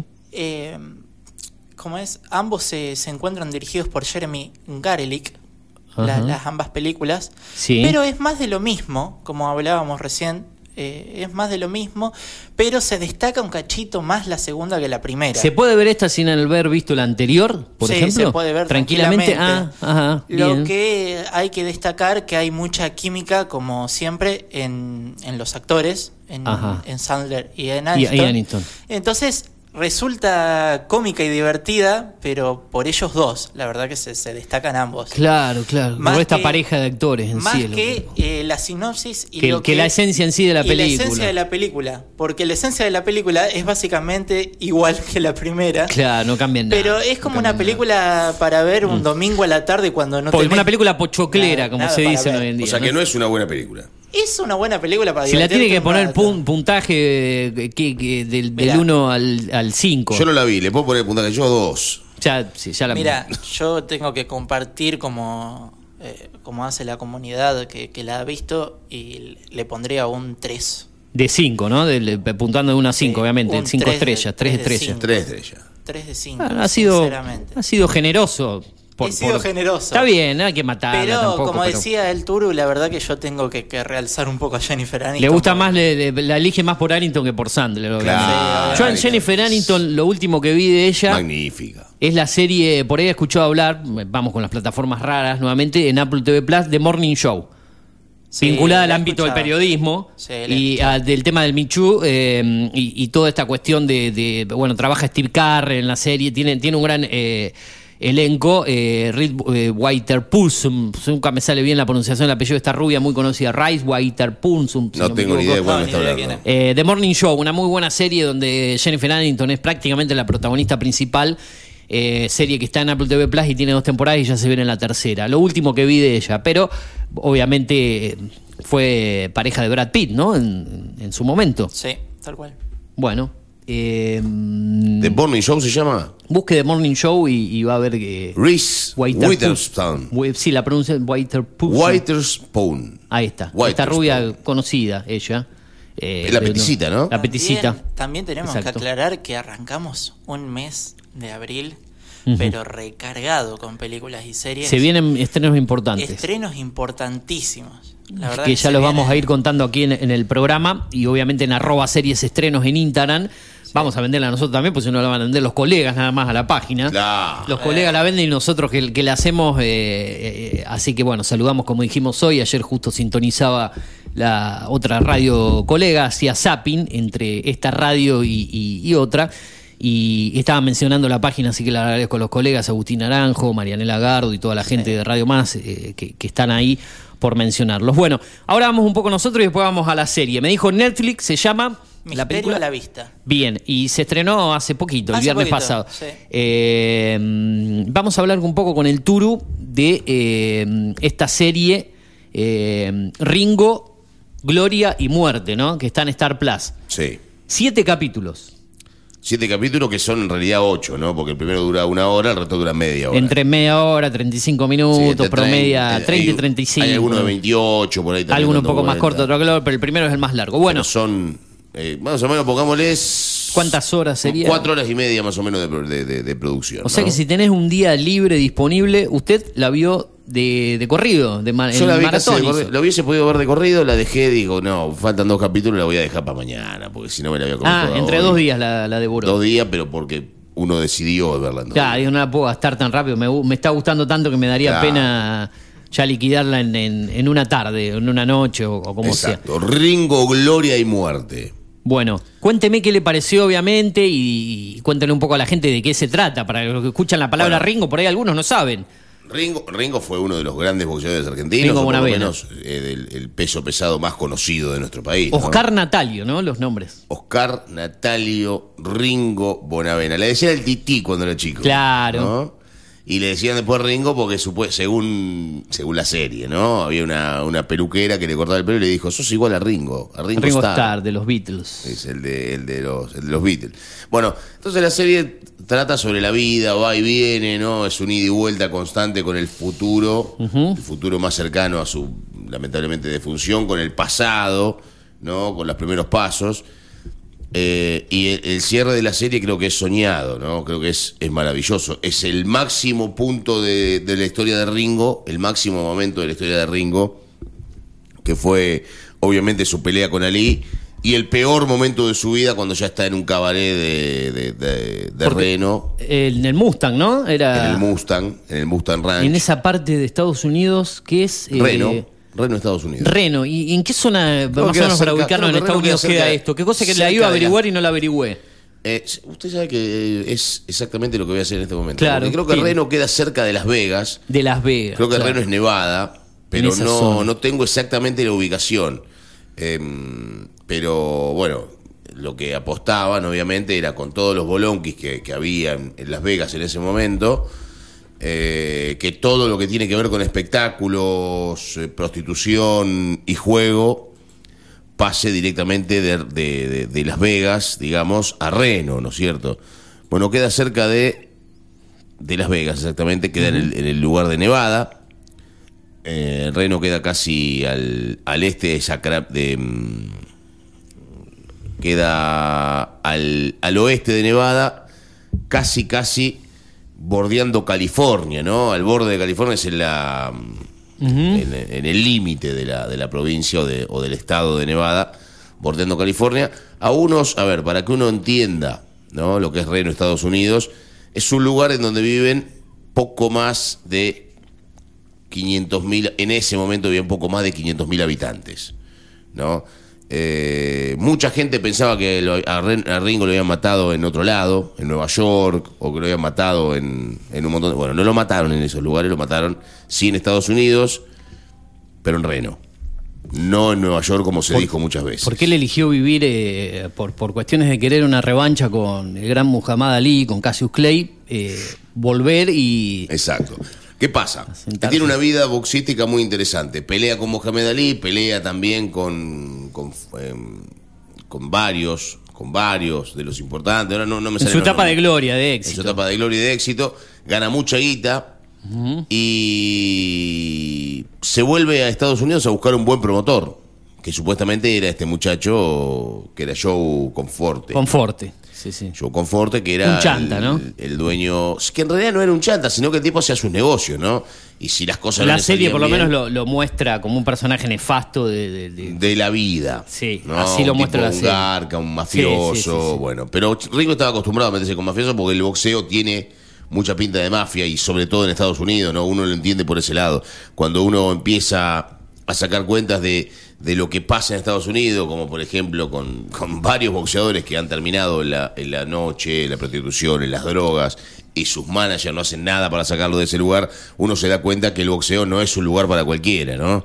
¿Cómo es? Ambos se encuentran dirigidos por Jeremy Garelick, las ambas películas.
Sí.
Pero es más de lo mismo, como hablábamos recién. Es más de lo mismo, pero se destaca un cachito más la segunda que la primera.
¿Se puede ver esta sin haber visto la anterior, por ejemplo?
Sí, se puede ver
tranquilamente.
Lo
Bien.
que hay que destacar que hay mucha química, como siempre, en los actores, en Sandler y en Aniston.
Y Aniston.
Entonces resulta cómica y divertida, pero por ellos dos, la verdad que se destacan ambos.
Claro.
Más
Por esta
que-
pareja de actores en
Más
sí.
que la sinopsis y
Que la esencia en sí de la
y
película.
la esencia de la película, porque la esencia de la película es básicamente igual que la primera.
Claro, no cambian nada.
Pero es como una película para ver un domingo a la tarde cuando no
Porque
tenés
una película pochoclera,
nada-
como
nada
se
para
dice
ver.
hoy en día.
O sea que no es una buena película.
Es una buena película para
Si la tiene que
divertirte un
poner
rato.
puntaje del
Mirá.
1 al 5.
Yo no la vi, le puedo poner puntaje yo 2.
Ya la
Mira, yo tengo que compartir como hace la comunidad que la ha visto y le pondría un 3.
De 5, ¿no? Puntuando de 1 a 5, obviamente.
un
5
tres
estrellas, 3
de
estrellas.
cinco.
3 de ella.
3 de 5,
Ha
sinceramente.
sido generoso.
He sido generoso.
Está bien, no hay que matarla
Pero
tampoco.
como
pero
decía el Turu, la verdad que yo tengo que realzar un poco a Jennifer Aniston.
le gusta
porque-
más, la elige más por Aniston que por Sandler, obviamente.
Claro.
Yo en Jennifer Aniston, lo último que vi de ella
Magnífica.
es la serie, por ahí he escuchado hablar, vamos con las plataformas raras nuevamente, en Apple TV Plus, The Morning Show.
Sí,
Vinculada al
la he
ámbito del
escuchado.
periodismo
Sí, la he
y
escuchado.
del tema del Me Too y toda esta cuestión bueno, trabaja Steve Carell en la serie, tiene un gran elenco, Reed Witherspoon, nunca me sale bien la pronunciación del apellido de esta rubia muy conocida, Rice Witherspoon. si
No
me
tengo ni idea de
equivoco.
cuál me está hablando.
The Morning Show, una muy buena serie donde Jennifer Aniston es prácticamente la protagonista principal. Serie que está en Apple TV Plus y tiene 2 temporadas y ya se viene en la tercera. Lo último que vi de ella, pero obviamente fue pareja de Brad Pitt, ¿no? En su momento.
Sí, tal cual.
Bueno.
¿The Morning Show se llama?
Busque The Morning Show y va a ver que...
Reese Witherspoon.
Sí, la pronuncia Witherspoon.
Witherspoon.
Ahí está. Esta
Witherspoon.
rubia conocida, ella.
La peticita, ¿no?
La peticita.
También tenemos
Exacto.
que aclarar que arrancamos un mes de abril,
Ujú.
pero recargado con películas y series.
Se vienen estrenos importantes.
Estrenos importantísimos. La verdad
que ya
se
los
viene-
vamos a ir contando aquí en el programa y obviamente en @seriesestrenos en Instagram. Vamos a venderla nosotros también, pues si no la van a vender los colegas nada más a la página.
Claro.
Los colegas la venden y nosotros que la hacemos. Así que bueno, saludamos como dijimos hoy. Ayer justo sintonizaba la otra radio colega, hacía zapping entre esta radio y otra. Y estaba mencionando la página, así que le agradezco a los colegas, Agustín Naranjo, Marianela Gardo y toda la gente de Radio Más que están ahí por mencionarlos. Bueno, ahora vamos un poco nosotros y después vamos a la serie. Me dijo Netflix, se llama...
Misterio
la película
a la Vista.
Bien, y se estrenó hace poquito, el
Hace
viernes
poquito,
pasado.
sí.
Vamos a hablar un poco con el Turu de esta serie Ringo, Gloria y Muerte, ¿no? Que está en Star Plus.
Sí.
7 capítulos.
7 capítulos que son en realidad 8, ¿no? Porque el primero dura 1 hora, el resto dura media hora.
Entre media hora, 35 minutos,
Sí,
promedia 30 y 35.
Hay algunos de 28, por ahí también.
Algunos un
dando
poco más
vuelta.
cortos, otro claro, pero el primero es el más largo. Bueno,
Pero son, más o menos, pongámosles...
¿cuántas horas sería?
4 horas y media más o menos de producción.
O sea
¿no?
que si tenés un día libre disponible, usted la vio de corrido,
Yo
en
la vi casi
maratón.
de corrido. Lo hubiese podido ver de corrido, la dejé, digo, no, faltan 2 capítulos, la voy a dejar para mañana, porque si no me la voy a comer toda
Entre
hoy.
2 días la devoró.
2 días, pero porque uno decidió verla en 2
Claro, digo, no la puedo gastar tan rápido. Me está gustando tanto que me daría
Claro.
pena ya liquidarla en una tarde, en una noche o como sea.
Exacto. Ringo, Gloria y Muerte.
Bueno, cuénteme qué le pareció, obviamente, y cuéntale un poco a la gente de qué se trata. Para los que escuchan la palabra
Bueno.
Ringo, por ahí algunos no saben.
Ringo fue uno de los grandes boxeadores argentinos,
Ringo
o por lo
Bonavena.
menos el peso pesado más conocido de nuestro país.
Oscar Natalio, ¿no? Los nombres.
Oscar Natalio Ringo Bonavena. Le decían el Tití cuando era chico.
Claro.
¿no? Y le decían después Ringo porque según la serie, ¿no? Había una peluquera que le cortaba el pelo y le dijo, sos igual a Ringo
Ringo Starr, de los Beatles.
Es el de los Beatles. Bueno, entonces la serie trata sobre la vida, va y viene, ¿no? Es un ida y vuelta constante con el futuro, el futuro más cercano a su, lamentablemente, defunción, con el pasado, ¿no? Con los primeros pasos. Y el cierre de la serie creo que es soñado, ¿no? Creo que es maravilloso. Es el máximo punto de la historia de Ringo, el máximo momento de la historia de Ringo, que fue obviamente su pelea con Ali, y el peor momento de su vida cuando ya está en un cabaret de Reno.
En el Mustang, ¿no? Era
En el Mustang Ranch.
en esa parte de Estados Unidos que es...
Reno, Estados Unidos.
Reno. ¿Y en qué zona,
Creo
más o
que
menos
cerca,
para ubicarnos en
creo que
Estados
Reno
Unidos,
queda
queda
cerca-
esto? ¿Qué cosa que la
cerca
iba a
de la-
averiguar y no la averigüé?
Usted sabe que es exactamente lo que voy a hacer en este momento.
Claro,
Porque creo que
sí.
Reno queda cerca de Las Vegas.
De Las Vegas.
Creo que
claro.
Reno es Nevada, pero
esa zona.
no tengo exactamente la ubicación. Pero bueno, lo que apostaban obviamente era con todos los bolonquis que había en Las Vegas en ese momento, que todo lo que tiene que ver con espectáculos, prostitución y juego pase directamente de Las Vegas, digamos, a Reno, ¿no es cierto? Bueno, queda cerca de Las Vegas, exactamente, queda en el lugar de Nevada. Reno queda casi al este de queda al oeste de Nevada, casi bordeando California, ¿no? Al borde de California es en el límite de la provincia o del estado de Nevada, bordeando California. Para que uno entienda, ¿no? Lo que es Reno, Estados Unidos, es un lugar en donde viven poco más de 500.000, en ese momento había un poco más de 500.000 habitantes, ¿no? Mucha gente pensaba que a Ringo lo habían matado en otro lado, en Nueva York, o que lo habían matado en un montón de... Bueno, no lo mataron en esos lugares, lo mataron sí en Estados Unidos, pero en Reno. No en Nueva York, como se dijo muchas veces.
¿Por qué él eligió vivir por cuestiones de querer una revancha con el gran Muhammad Ali, con Cassius Clay, volver y...
Exacto. ¿Qué pasa? Tiene una vida boxística muy interesante. Pelea con Muhammad Ali, pelea también con varios de los importantes. Ahora no me
En
salen
su
los
etapa de
nombres.
gloria, de
En su
éxito.
etapa de gloria y de éxito. Gana mucha guita. Y se vuelve a Estados Unidos a buscar un buen promotor, que supuestamente era este muchacho que era Joe Conforte.
Conforte, sí.
Joe Conforte, que era
Un chanta, ¿no?
el dueño, que en realidad no era un chanta, sino que el tipo hacía sus negocios, ¿no? Y si las cosas no
La
le
serie
salían
por lo
bien,
menos lo muestra como un personaje nefasto de
la vida.
Sí,
¿no?
así lo
Un
muestra
tipo,
la
un
serie.
garca, un mafioso,
Sí.
bueno. Pero Ringo estaba acostumbrado a meterse con mafiosos porque el boxeo tiene mucha pinta de mafia, y sobre todo en Estados Unidos, ¿no? Uno lo entiende por ese lado. Cuando uno empieza a sacar cuentas de lo que pasa en Estados Unidos, como por ejemplo con varios boxeadores que han terminado en la noche, en la prostitución, en las drogas, y sus managers no hacen nada para sacarlo de ese lugar, uno se da cuenta que el boxeo no es un lugar para cualquiera, ¿no?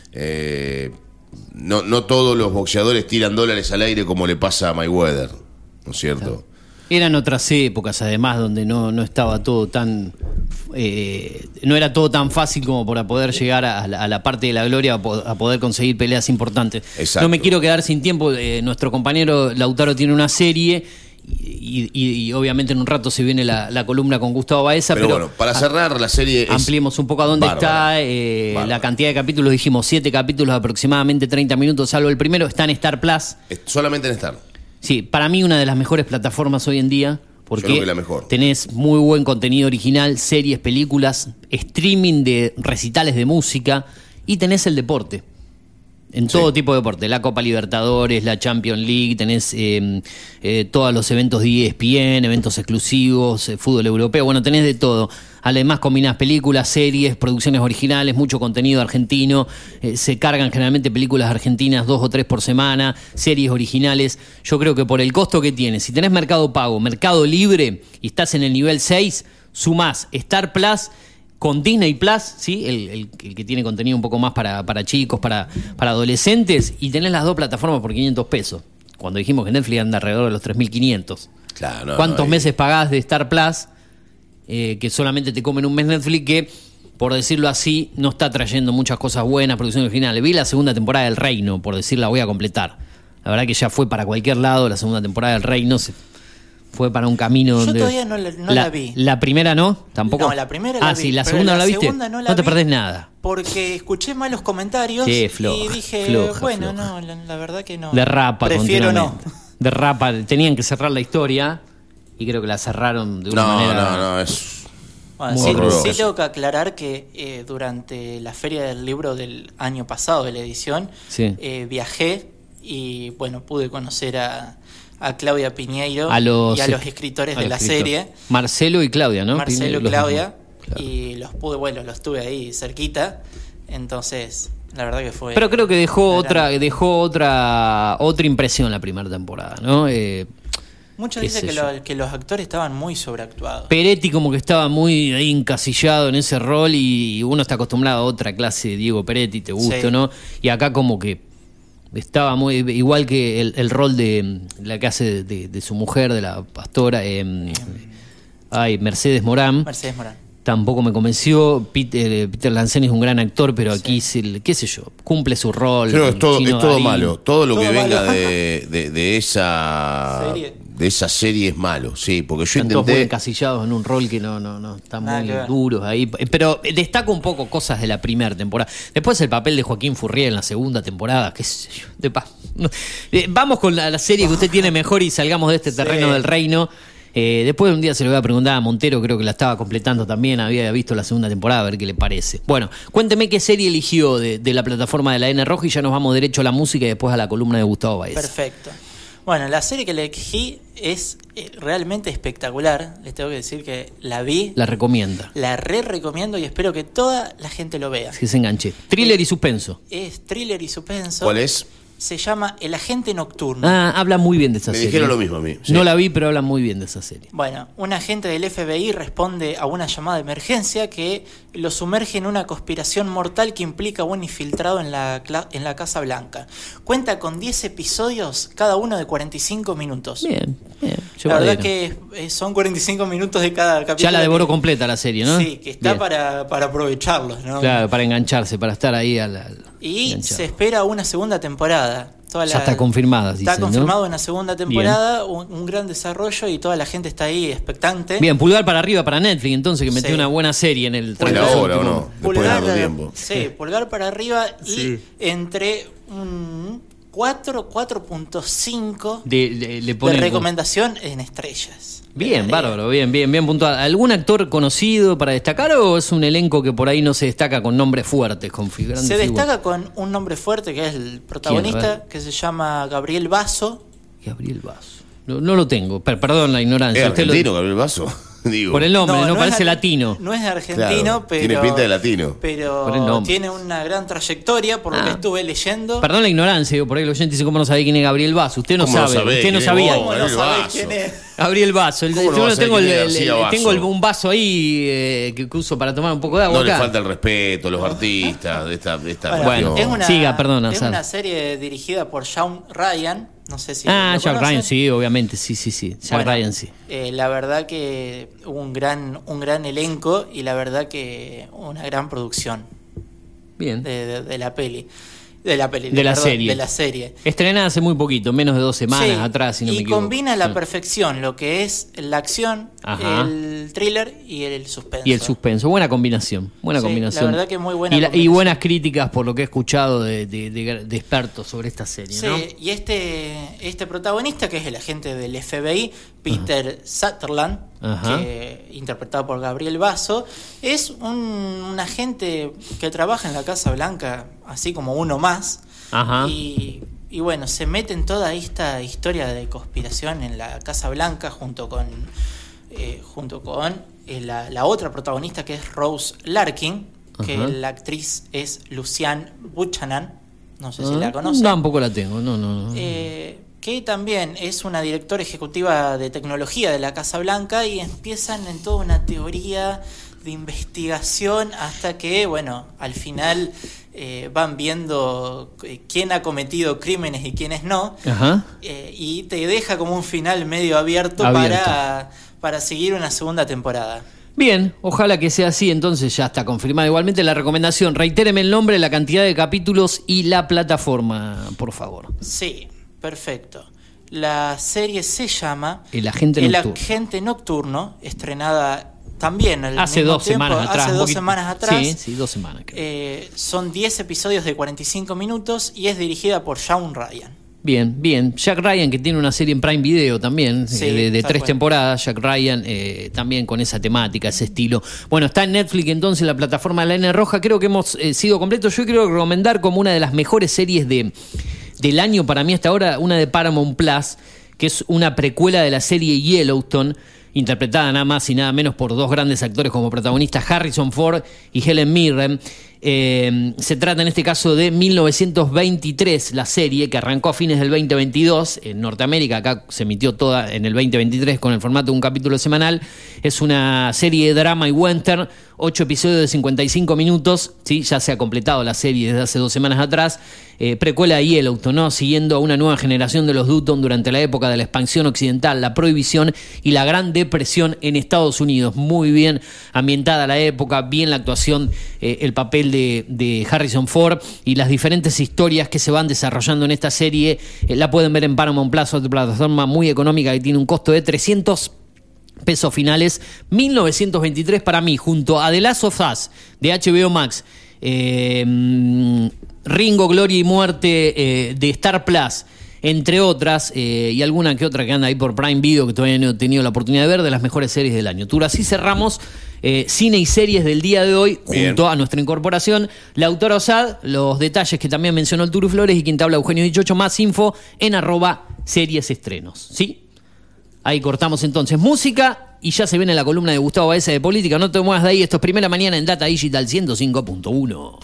No todos los boxeadores tiran dólares al aire como le pasa a Mayweather, ¿no es cierto?
Claro. Eran otras épocas, además, donde no estaba todo tan... no era todo tan fácil como para poder llegar a la parte de la gloria, a poder conseguir peleas importantes.
Exacto.
No me quiero quedar sin tiempo. Nuestro compañero Lautaro tiene una serie y obviamente en un rato se viene la columna con Gustavo Baeza.
Pero bueno, para cerrar la serie...
Ampliemos un poco a dónde
bárbara.
está. La cantidad de capítulos, dijimos 7 capítulos, aproximadamente 30 minutos, salvo el primero. Está en Star Plus.
Solamente en Star.
Sí, para mí una de las mejores plataformas hoy en día,
Yo
porque
creo que la mejor.
tenés muy buen contenido original, series, películas, streaming de recitales de música, y tenés el deporte. En todo tipo de deporte, la Copa Libertadores, la Champions League, tenés todos los eventos de ESPN, eventos exclusivos, fútbol europeo, bueno, tenés de todo. Además combinás películas, series, producciones originales, mucho contenido argentino, se cargan generalmente películas argentinas 2 o 3 por semana, series originales. Yo creo que por el costo que tiene, si tenés Mercado Pago, Mercado Libre y estás en el nivel 6, sumás Star Plus con Disney Plus, ¿sí? El que tiene contenido un poco más para chicos, para adolescentes, y tenés las dos plataformas por 500 pesos. Cuando dijimos que Netflix anda alrededor de los 3.500.
Claro, no,
¿Cuántos meses pagás de Star Plus que solamente te comen un mes Netflix que, por decirlo así, no está trayendo muchas cosas buenas, producciones originales? Vi la segunda temporada del Reino, por decirla, voy a completar. La verdad que ya fue para cualquier lado la segunda temporada del Reino, fue para un camino
Yo
donde...
todavía no la vi.
¿La primera no? ¿Tampoco?
No, la primera la vi.
Sí, la
pero
segunda no la viste.
Segunda
No te perdés nada.
Porque escuché malos comentarios y dije, bueno, no, la verdad que no.
Derrapa
prefiero
continuamente. Derrapa, tenían que cerrar la historia y creo que la cerraron de una manera...
No, es...
Bueno, sí tengo que aclarar que durante la Feria del Libro del año pasado de la edición, viajé y bueno, pude conocer a Claudia Piñeiro y a los escritores de la serie.
Marcelo y Claudia, ¿no?
Marcelo y Claudia. Claro. Y los tuve ahí cerquita. Entonces, la verdad que fue...
Pero creo que dejó otra impresión la primera temporada, ¿no?
Muchos dicen que los actores estaban muy sobreactuados.
Peretti como que estaba muy ahí encasillado en ese rol y uno está acostumbrado a otra clase de Diego Peretti, te gusta, ¿no? Y acá como que estaba muy... Igual que el rol de la que hace de su mujer, de la pastora, Mercedes Morán. Tampoco me convenció. Peter Lanzani es un gran actor, pero aquí, qué sé yo, cumple su rol.
Creo que es todo malo. Todo lo que venga de esa serie es malo, sí, porque yo
Están todos muy encasillados en un rol que no están muy duros ahí. Pero destaco un poco cosas de la primera temporada. Después el papel de Joaquín Furriel en la segunda temporada, qué sé yo, vamos con la serie que usted tiene mejor y salgamos de este terreno del Reino. Después un día se lo voy a preguntar a Montero, creo que la estaba completando también, había visto la segunda temporada, a ver qué le parece. Bueno, cuénteme qué serie eligió de la plataforma de la N Roja y ya nos vamos derecho a la música y después a la columna de Gustavo Baez.
Perfecto. Bueno, la serie que elegí es realmente espectacular. Les tengo que decir que la vi.
La recomienda.
La recomiendo y espero que toda la gente lo vea.
Que se enganche. Thriller y suspenso.
Es thriller y suspenso.
¿Cuál es?
Se llama El Agente Nocturno.
Habla muy bien de esa serie.
Me dijeron lo mismo a mí.
Sí. No la vi, pero habla muy bien de esa serie.
Bueno, un agente del FBI responde a una llamada de emergencia que lo sumerge en una conspiración mortal que implica a un infiltrado en la Casa Blanca. Cuenta con 10 episodios, cada uno de 45 minutos.
Bien.
La verdad que son 45 minutos de cada capítulo.
Ya la devoró completa la serie, ¿no?
Sí, que está para aprovecharlos, ¿no?
Claro, para engancharse, para estar ahí
y
enganchado.
Se espera una segunda temporada.
Ya está confirmada, dicen,
está confirmado,
¿no?
Una segunda temporada, un gran desarrollo y toda la gente está ahí expectante.
Bien, pulgar para arriba para Netflix, entonces, que metió una buena serie en el
trailer. Ahora, ¿o no? Después de tanto tiempo.
Sí, pulgar para arriba y entre un 4.5 de recomendación en estrellas.
Bien, bárbaro, bien puntual. ¿Algún actor conocido para destacar o es un elenco que por ahí no se destaca con nombres fuertes?
Se destaca con un nombre fuerte que es el protagonista, que se llama Gabriel Basso.
Gabriel Basso. No lo tengo, perdón la ignorancia.
¿Es argentino, Gabriel Basso?
Digo. Por el nombre, no parece latino.
No es argentino,
claro,
pero...
Tiene pinta de latino.
Pero tiene una gran trayectoria, por lo que estuve leyendo.
Perdón la ignorancia, digo, por ahí el oyente dice, ¿cómo no sabe quién es Gabriel Basso? Usted no sabe, usted no sabía.
¿Cómo no sabe quién es?
Gabriel Basso. Yo tengo un vaso ahí que uso para tomar un poco de agua.
No le falta el respeto a los artistas de esta
bueno, es
una serie dirigida por Shawn Ryan. No sé si
Jack Ryan, sí, obviamente, sí. Jack Ryan, sí.
La verdad que un gran elenco y la verdad que una gran producción.
Bien.
De la peli.
De la serie. Estrenada hace muy poquito, menos de 2 semanas atrás, si no me equivoco.
Y combina a la perfección lo que es la acción, el thriller y el suspenso.
Buena combinación. La
verdad que muy buena
y buenas críticas por lo que he escuchado de expertos sobre esta serie,
sí, ¿no? Y este protagonista, que es el agente del FBI, Peter Sutherland, interpretado por Gabriel Basso, es un agente que trabaja en la Casa Blanca, así como uno más. Y bueno, se mete en toda esta historia de conspiración en la Casa Blanca junto con la otra protagonista, que es Rose Larkin, que la actriz es Luciane Buchanan. No sé si la conocen.
Tampoco la tengo, no.
Que también es una directora ejecutiva de tecnología de la Casa Blanca y empiezan en toda una teoría investigación hasta que, bueno, al final van viendo quién ha cometido crímenes y quiénes no.
Ajá.
Y te deja como un final medio abierto. Para seguir una segunda temporada.
Bien, ojalá que sea así, entonces ya está confirmada. Igualmente la recomendación, reitéreme el nombre, la cantidad de capítulos y la plataforma, por favor.
Sí, perfecto. La serie se llama
El Agente Nocturno.
El Agente Nocturno, estrenada también
hace 2 semanas atrás.
Hace 2 semanas atrás.
Sí, 2 semanas.
Son 10 episodios de 45 minutos y es dirigida por Shawn Ryan.
Bien. Jack Ryan, que tiene una serie en Prime Video también,
sí,
de 3 temporadas. Jack Ryan también con esa temática, ese estilo. Bueno, está en Netflix entonces, la plataforma de la N Roja. Creo que hemos sido completos. Yo quiero recomendar como una de las mejores series del año para mí hasta ahora, una de Paramount Plus, que es una precuela de la serie Yellowstone, interpretada nada más y nada menos por 2 grandes actores como protagonistas, Harrison Ford y Helen Mirren. Se trata en este caso de 1923, la serie que arrancó a fines del 2022 en Norteamérica. Acá se emitió toda en el 2023 con el formato de un capítulo semanal. Es una serie de drama y western, 8 episodios de 55 minutos, ¿sí? Ya se ha completado la serie desde hace 2 semanas atrás. Precuela de Yellowstone, ¿no? Siguiendo a una nueva generación de los Dutton durante la época de la expansión occidental, la prohibición y la Gran Depresión en Estados Unidos. Muy bien ambientada la época, bien la actuación, el papel de Harrison Ford y las diferentes historias que se van desarrollando en esta serie. La pueden ver en Paramount Plus, otra plataforma muy económica que tiene un costo de $300 finales. 1923 para mí, junto a The Last of Us de HBO Max, Ringo, Gloria y Muerte de Star Plus, entre otras, y alguna que otra que anda ahí por Prime Video que todavía no he tenido la oportunidad de ver, de las mejores series del año. Así cerramos cine y series del día de hoy, junto a nuestra incorporación, la autora Osad, los detalles que también mencionó el Turu Flores y quien te habla Eugenio Dichocho, más info en @seriesestrenos, ¿sí? Ahí cortamos entonces música y ya se viene la columna de Gustavo Baeza de política. No te muevas de ahí, esto es Primera Mañana en Data Digital 105.1.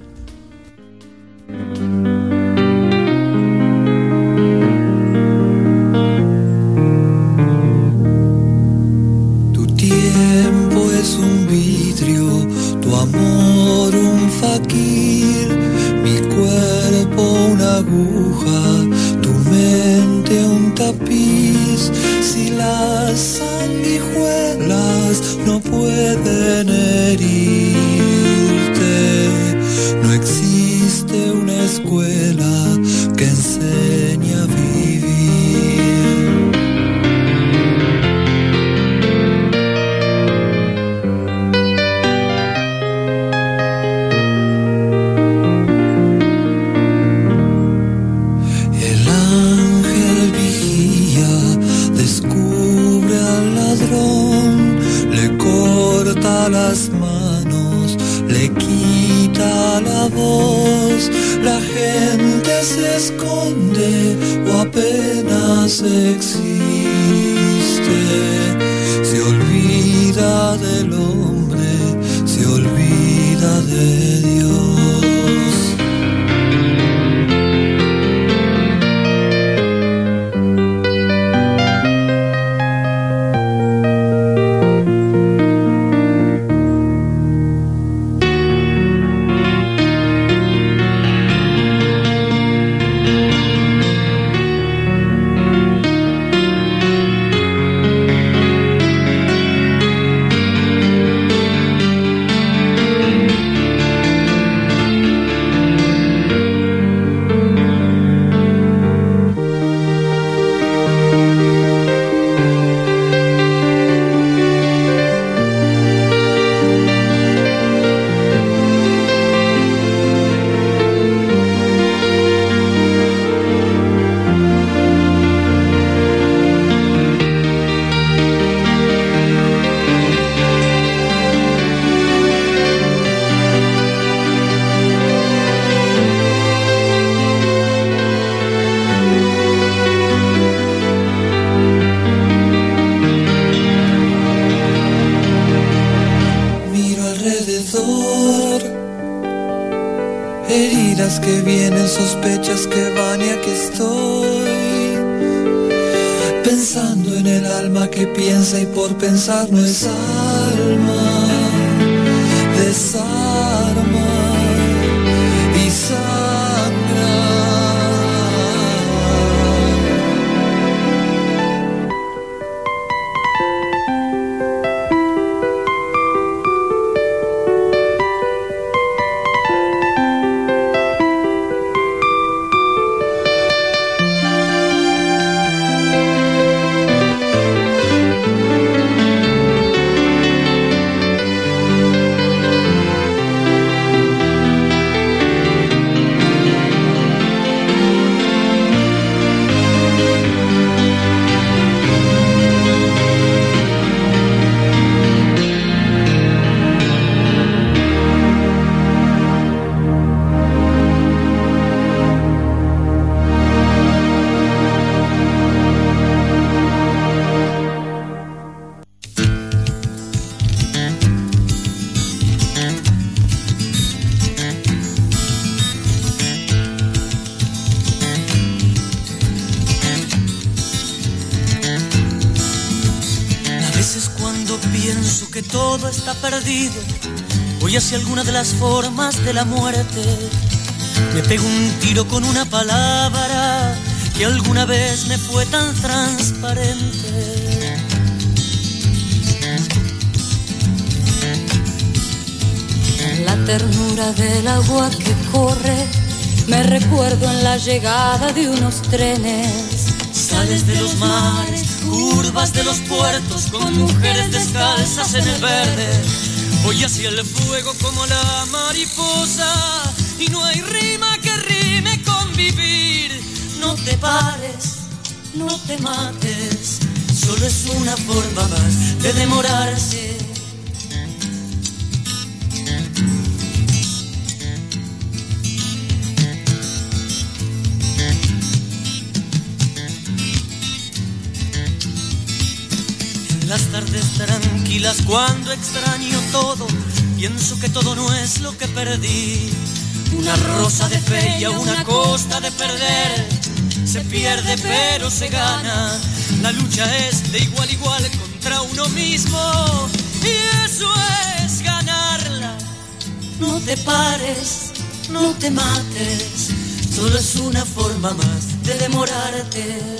Tu tiempo es un vidrio, tu amor un faquir, mi cuerpo una aguja, tu mente un tapiz. Si las sanguijuelas no pueden herirte, no existe una escuela que enseñe a vivir. El ángel vigía, descubre al ladrón, le corta las manos, le quita la voz. La gente se esconde o apenas existe, se olvida del hombre, se olvida de Dios. Heridas que vienen, sospechas que van y aquí estoy, pensando en el alma que piensa y por pensar no es alma. desarma y sangra.
Todo está perdido, voy hacia alguna de las formas de la muerte. Me pego un tiro con una palabra que alguna vez me fue tan transparente.
En la ternura del agua que corre, me recuerdo en la llegada de unos trenes.
Sales de los mares, curvas de los puertos, con mujeres descalzas en el verde. Voy hacia el fuego como la mariposa, y no hay rima que rime con vivir. No te pares, no te mates, solo es una forma más de demorarse. Las tardes tranquilas cuando extraño todo, pienso que todo no es lo que perdí. Una rosa de fe y a una costa de perder. Se pierde pero se gana. La lucha es de igual a igual contra uno mismo, y eso es ganarla. No te pares, no te mates, solo es una forma más de demorarte.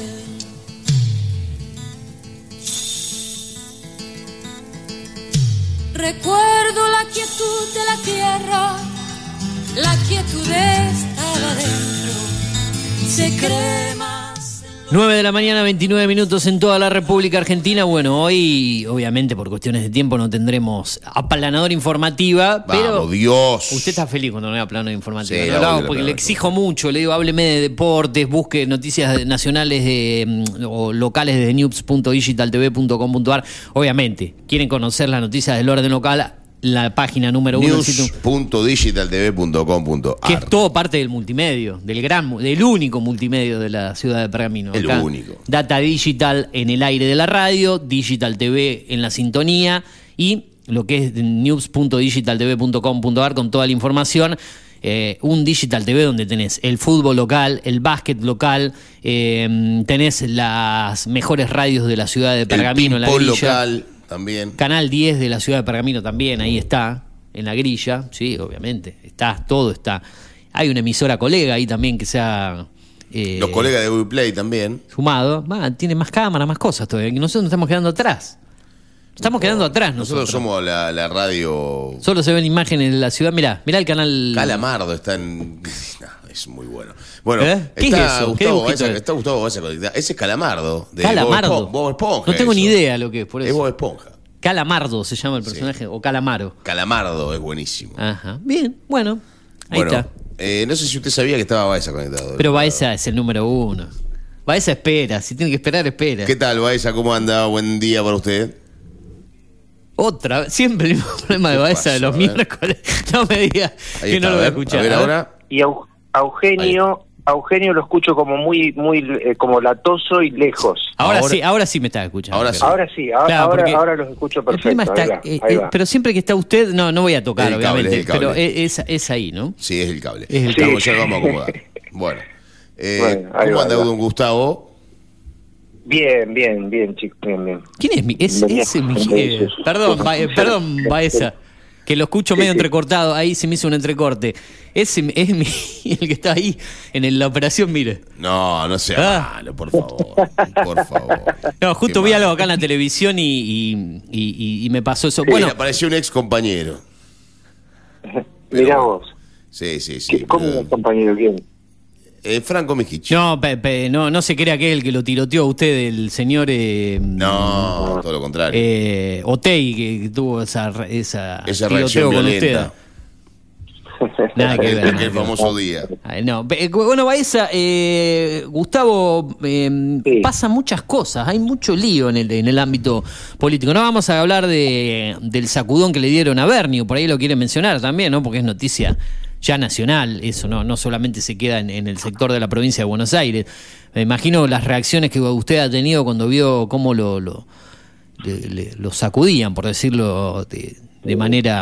Recuerdo la quietud de la tierra, la quietud estaba dentro, se cree más.
9 de la mañana, 29 minutos en toda la República Argentina. Bueno, hoy, obviamente, por cuestiones de tiempo no tendremos aplanadora informativa, pero
¡vamos, Dios!
Usted está feliz cuando no hay aplanadora informativa.
Sí,
no lo hago porque le exijo mucho, le digo, hábleme de deportes, busque noticias nacionales o locales desde news.digitaltv.com.ar. Obviamente, quieren conocer las noticias del orden local, la página número 1
news.digitaltv.com.ar,
que es todo parte del multimedio, del único multimedio de la ciudad de Pergamino.
El
acá,
único.
Data Digital en el aire de la radio, Digital TV en la sintonía y lo que es news.digitaltv.com.ar con toda la información. Un Digital TV donde tenés el fútbol local, el básquet local, tenés las mejores radios de la ciudad de Pergamino,
el
la grilla
local también.
Canal 10 de la ciudad de Pergamino también, ahí está, en la grilla, sí, obviamente, todo está. Hay una emisora colega ahí también que se ha...
los colegas de WePlay también.
Sumado, tiene más cámaras, más cosas todavía, que nosotros nos estamos quedando atrás. Estamos quedando atrás nosotros.
Nosotros somos la radio...
Solo se ven imágenes de la ciudad, mirá el canal...
Calamardo está en... es muy bueno. Bueno,
¿Qué
está
es eso?
Está Gustavo Baeza conectado. Ese es Calamardo. De
Calamardo.
Bob Esponja.
No tengo ni idea lo que es, por eso.
Es Bob Esponja.
Calamardo se llama el personaje, o Calamaro.
Calamardo es buenísimo.
Ajá. Bien, bueno, ahí está.
No sé si usted sabía que estaba Baeza conectado.
Pero Baeza es el número 1. Baeza espera, si tiene que esperar, espera.
¿Qué tal, Baeza? ¿Cómo anda? Buen día para usted.
Otra vez, siempre el mismo problema de Baeza de los miércoles. No me diga que no lo voy a escuchar.
A ver ahora.
Y a Eugenio lo escucho como muy como latoso y lejos.
Ahora sí me está escuchando.
Ahora sí, los escucho perfecto.
El tema está, pero siempre que está usted, no voy a tocar, obviamente, pero es ahí, ¿no?
Sí, es el cable. Ya lo vamos a acomodar. Bueno, ¿cómo anda don Gustavo?
Bien, chicos, bien.
¿Quién es ese Miguel? Perdón, Baeza. que lo escucho medio entrecortado, ahí se me hizo un entrecorte. Ese es el que está ahí en la operación, mire.
No sea malo, por favor. Por favor.
No, justo vi algo acá en la televisión y me pasó eso.
Sí,
bueno,
apareció un ex compañero.
Mirá vos.
Sí.
¿Cómo un compañero? ¿Quién?
Franco Mijic.
No, no se crea aquel que lo tiroteó a usted, el señor...
no, todo lo contrario.
Otey, que tuvo esa
reacción violenta.
Nada que ver.
El famoso día.
No. Bueno, Baeza, Gustavo, pasan muchas cosas, hay mucho lío en el ámbito político. No vamos a hablar del sacudón que le dieron a Bernie, por ahí lo quieren mencionar también, ¿no? Porque es noticia ya nacional, eso no solamente se queda en el sector de la provincia de Buenos Aires. Me imagino las reacciones que usted ha tenido cuando vio cómo lo sacudían, por decirlo de manera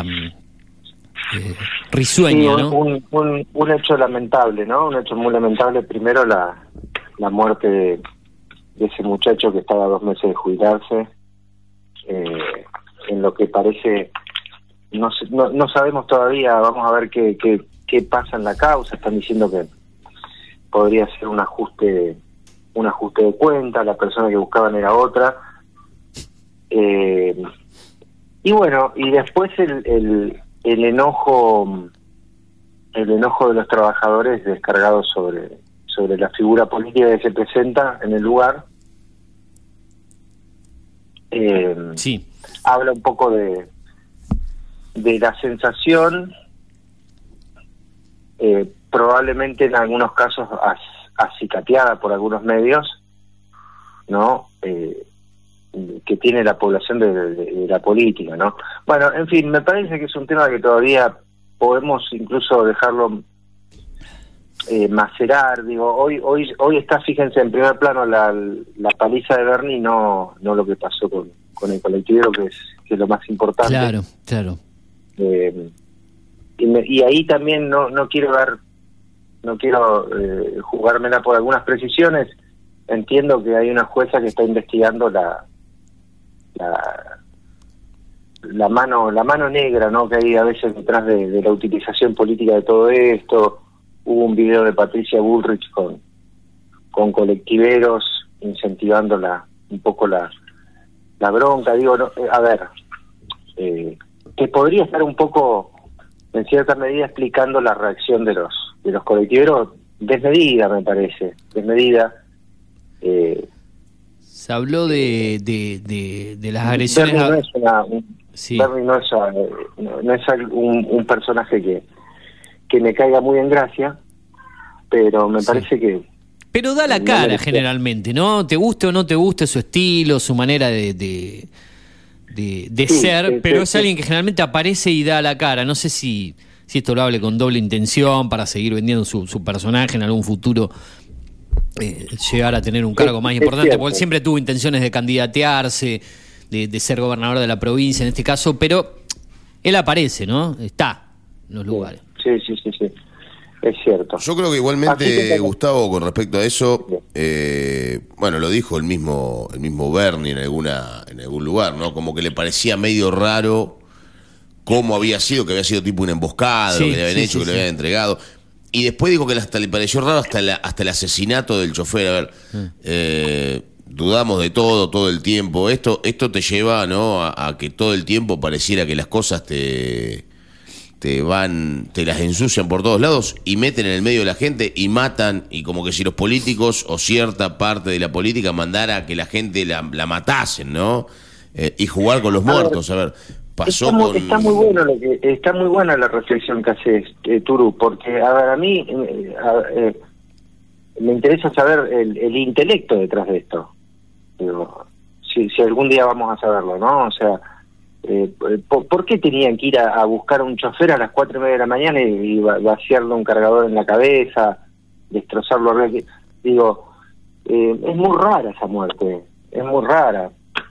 risueña,
sí,
¿no?
Un hecho lamentable, ¿no? Un hecho muy lamentable. Primero la muerte de ese muchacho que estaba a 2 meses de jubilarse, en lo que parece... No sabemos todavía, vamos a ver qué pasa en la causa. Están diciendo que podría ser un ajuste de cuenta, la persona que buscaban era otra. Y bueno, y después el enojo de los trabajadores descargado sobre la figura política que se presenta en el lugar.
Sí.
Habla un poco de la sensación, probablemente en algunos casos acicateada por algunos medios, ¿no? Que tiene la población de la política, ¿no? Bueno, en fin, me parece que es un tema que todavía podemos incluso dejarlo macerar. Digo, hoy está, fíjense, en primer plano la paliza de Bernie, no lo que pasó con el colectivero, que es lo más importante.
Claro.
Y ahí también no quiero jugármela por algunas precisiones. Entiendo que hay una jueza que está investigando la mano negra, ¿no? Que hay a veces detrás de la utilización política de todo esto. Hubo un video de Patricia Bullrich con colectiveros incentivando un poco la bronca. Digo, no, a ver, que podría estar un poco, en cierta medida, explicando la reacción de los colectiveros, desmedida, me parece, desmedida.
Se habló de las agresiones.
Bernie no es un personaje que me caiga muy en gracia, pero me parece que...
Pero da la cara generalmente, ¿no? Te guste o no te guste su estilo, su manera de ser, pero es alguien que generalmente aparece y da la cara. No sé si esto lo hable con doble intención para seguir vendiendo su personaje en algún futuro, llegar a tener un cargo más importante, porque él siempre tuvo intenciones de candidatearse, de ser gobernador de la provincia en este caso, pero él aparece, ¿no? Está en los lugares.
Sí. Es cierto.
Yo creo que igualmente, Gustavo, con respecto a eso, bueno, lo dijo el mismo Bernie en algún lugar, ¿no? Como que le parecía medio raro cómo había sido, que había sido tipo una emboscada, que le habían hecho, que le habían entregado. Y después dijo que hasta le pareció raro hasta el asesinato del chofer. A ver, dudamos de todo el tiempo. Esto te lleva, ¿no? a que todo el tiempo pareciera que las cosas te las ensucian por todos lados y meten en el medio de la gente y matan, y como que si los políticos o cierta parte de la política mandara a que la gente la matasen, ¿no? Y jugar con los muertos. A ver, pasó
está muy buena la reflexión que haces, Turu, porque a ver, a mí me interesa saber el intelecto detrás de esto. Digo, si algún día vamos a saberlo, ¿no? O sea, ¿por qué tenían que ir a buscar a un chofer a las 4:30 de la mañana y vaciarle un cargador en la cabeza, destrozarlo? Digo, es muy rara esa muerte, es muy rara.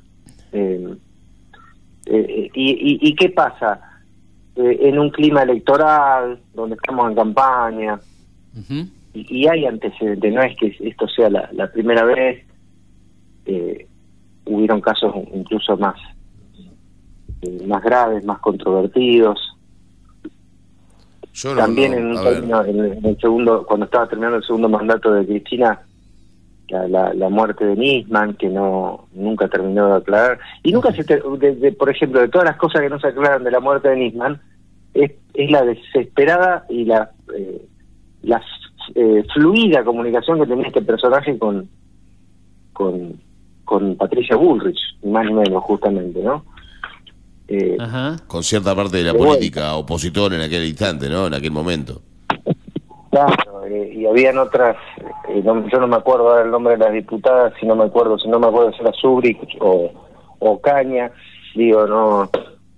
¿Y qué pasa? En un clima electoral, donde estamos en campaña, y hay antecedentes, no es que esto sea la primera vez. Hubieron casos incluso más más graves, más controvertidos. También en el segundo, cuando estaba terminando el segundo mandato de Cristina, la muerte de Nisman, que nunca terminó de aclarar, y nunca por ejemplo, de todas las cosas que no se aclaran de la muerte de Nisman, es la desesperada y la fluida comunicación que tenía este personaje con Patricia Bullrich, ni más ni menos, justamente, ¿no?
Con cierta parte de la política opositora en aquel instante, ¿no? En aquel momento.
Claro, y habían otras, yo no me acuerdo ahora el nombre de las diputadas, si no me acuerdo si era Zubrick o Caña, digo, no,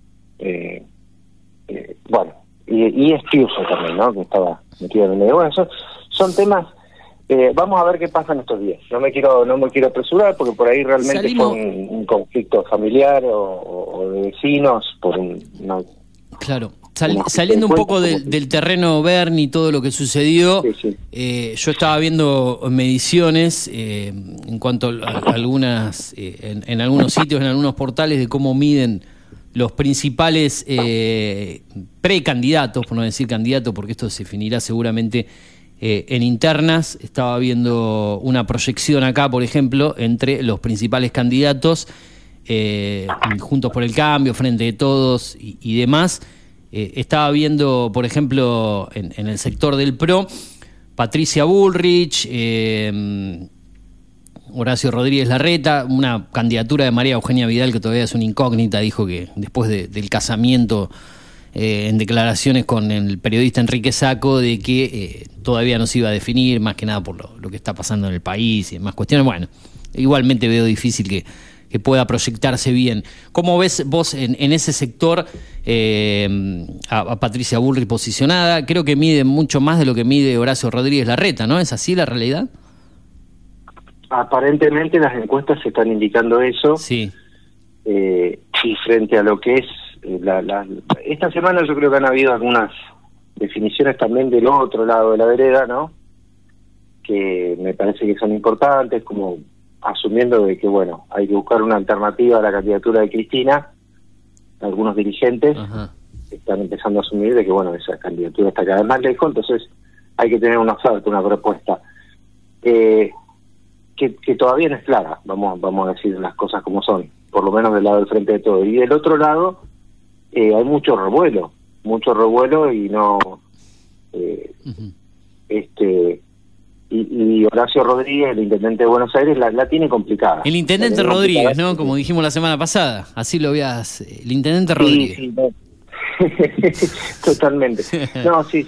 bueno, y Estiuso también, ¿no? Que estaba metido en el medio. Bueno, son temas. Vamos a ver qué pasa en estos días. No me quiero apresurar porque por ahí realmente fue un conflicto familiar o de vecinos por una...
Claro. Saliendo un poco del terreno Bernie y todo lo que sucedió, yo estaba viendo mediciones en cuanto a algunas, en algunos sitios, en algunos portales, de cómo miden los principales precandidatos, por no decir candidatos, porque esto se definirá seguramente en internas. Estaba viendo una proyección acá, por ejemplo, entre los principales candidatos, Juntos por el Cambio, Frente de Todos y demás. Estaba viendo, por ejemplo, en el sector del PRO, Patricia Bullrich, Horacio Rodríguez Larreta, una candidatura de María Eugenia Vidal que todavía es una incógnita. Dijo que después del casamiento, en declaraciones con el periodista Enrique Sacco, de que todavía no se iba a definir, más que nada por lo que está pasando en el país y demás cuestiones. Bueno, igualmente veo difícil que pueda proyectarse bien. ¿Cómo ves vos en ese sector a Patricia Bullrich posicionada? Creo que mide mucho más de lo que mide Horacio Rodríguez Larreta, ¿no? ¿Es así la realidad?
Aparentemente las encuestas están indicando eso.
Sí.
Y frente a lo que es esta semana, yo creo que han habido algunas definiciones también del otro lado de la vereda, ¿no? Que me parece que son importantes, como asumiendo de que, bueno, hay que buscar una alternativa a la candidatura de Cristina. Algunos dirigentes están empezando a asumir de que, bueno, esa candidatura está cada vez más lejos, entonces hay que tener una oferta, una propuesta que todavía no es clara, vamos a decir las cosas como son, por lo menos del lado del Frente de Todos. Y del otro lado hay mucho revuelo y no y Horacio Rodríguez, el intendente de Buenos Aires, la tiene complicada.
El intendente Rodríguez, ¿no? Como dijimos la semana pasada, así lo veas, el intendente Rodríguez.
Sí, no. Totalmente. No, sí.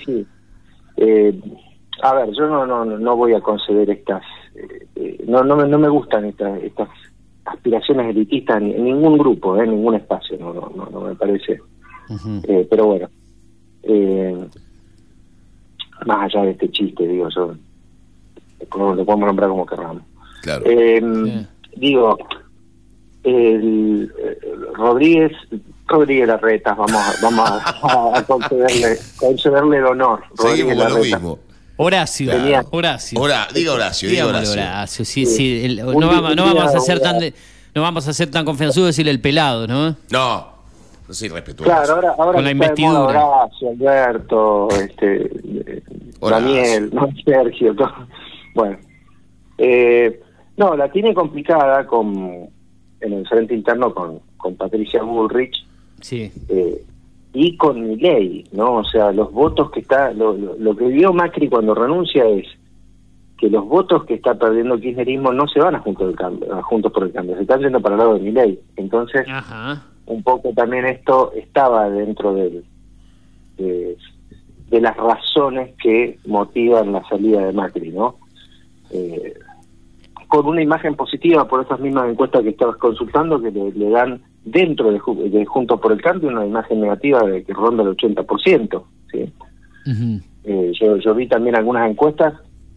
A ver, yo no voy a conceder estas, no me gustan estas aspiraciones elitistas en ningún grupo, en ningún espacio, no me parece. Pero bueno, más allá de este chiste, digo yo, lo podemos nombrar como queramos.
Claro.
Digo, Rodríguez Larreta, vamos a concederle el honor.
Seguimos con lo mismo.
Horacio.
Diga Horacio.
Sí. No vamos a ser tan confianzudos de decirle el pelado, ¿no?
No soy respetuoso.
Claro, ahora
con la investidura.
Horacio, Alberto, Daniel, Sergio, todo. Bueno, no, la tiene complicada en el frente interno con Patricia Bullrich.
Sí.
Y con Milei, ¿no? O sea, los votos que está, lo que vio Macri cuando renuncia es que los votos que está perdiendo el kirchnerismo no se van a Juntos por el Cambio, se están yendo para el lado de Milei. Entonces, un poco también esto estaba dentro de las razones que motivan la salida de Macri, ¿no? Con una imagen positiva por esas mismas encuestas que estabas consultando, que le dan dentro de Juntos por el Cambio una imagen negativa de que ronda el 80%, ¿sí? Yo vi también algunas encuestas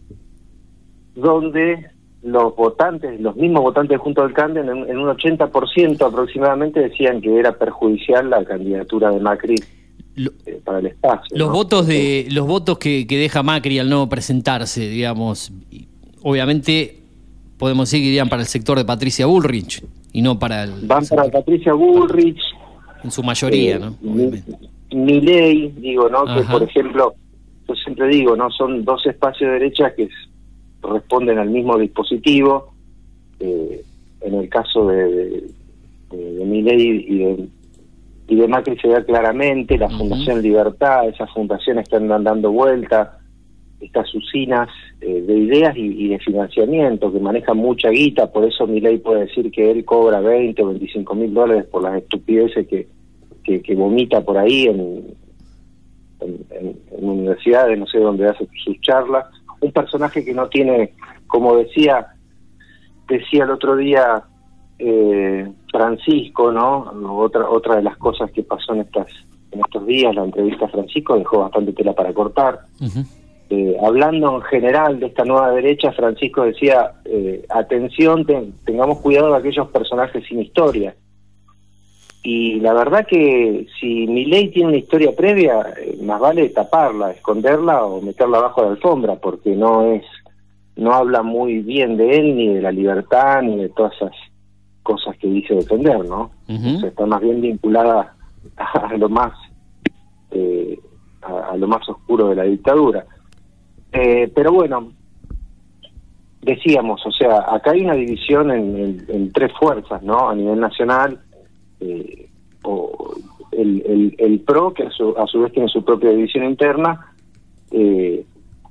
donde los mismos votantes de Juntos por el Cambio, en un 80% aproximadamente, decían que era perjudicial la candidatura de Macri para el espacio.
Los votos que deja Macri al no presentarse, digamos, obviamente podemos decir que irían para el sector de Patricia Bullrich y no para el...
Van para Patricia Bullrich,
En su mayoría, ¿no?
Milei, digo, ¿no?
Ajá.
Que, por ejemplo, yo siempre digo, ¿no? Son dos espacios de derecha que responden al mismo dispositivo. En el caso de Milei y de Macri se ve claramente la Fundación Libertad, esas fundaciones que andan dando vuelta, estas usinas de ideas y de financiamiento que manejan mucha guita. Por eso Milei puede decir que él cobra 20 o 25 mil dólares por las estupideces que vomita por ahí en universidades, no sé dónde hace sus charlas. Un personaje que no tiene, como decía el otro día Francisco, ¿no? Otra de las cosas que pasó en estos días, la entrevista a Francisco dejó bastante tela para cortar. Hablando en general de esta nueva derecha, Francisco decía, atención, tengamos cuidado de aquellos personajes sin historia. Y la verdad que si Milei tiene una historia previa, más vale taparla, esconderla o meterla abajo de la alfombra, porque no habla muy bien de él, ni de la libertad, ni de todas esas cosas que dice defender, ¿no? O sea, está más bien vinculada a lo más oscuro de la dictadura. Pero bueno, decíamos, o sea, acá hay una división en tres fuerzas, ¿no? A nivel nacional, o el PRO, que a su vez tiene su propia división interna, el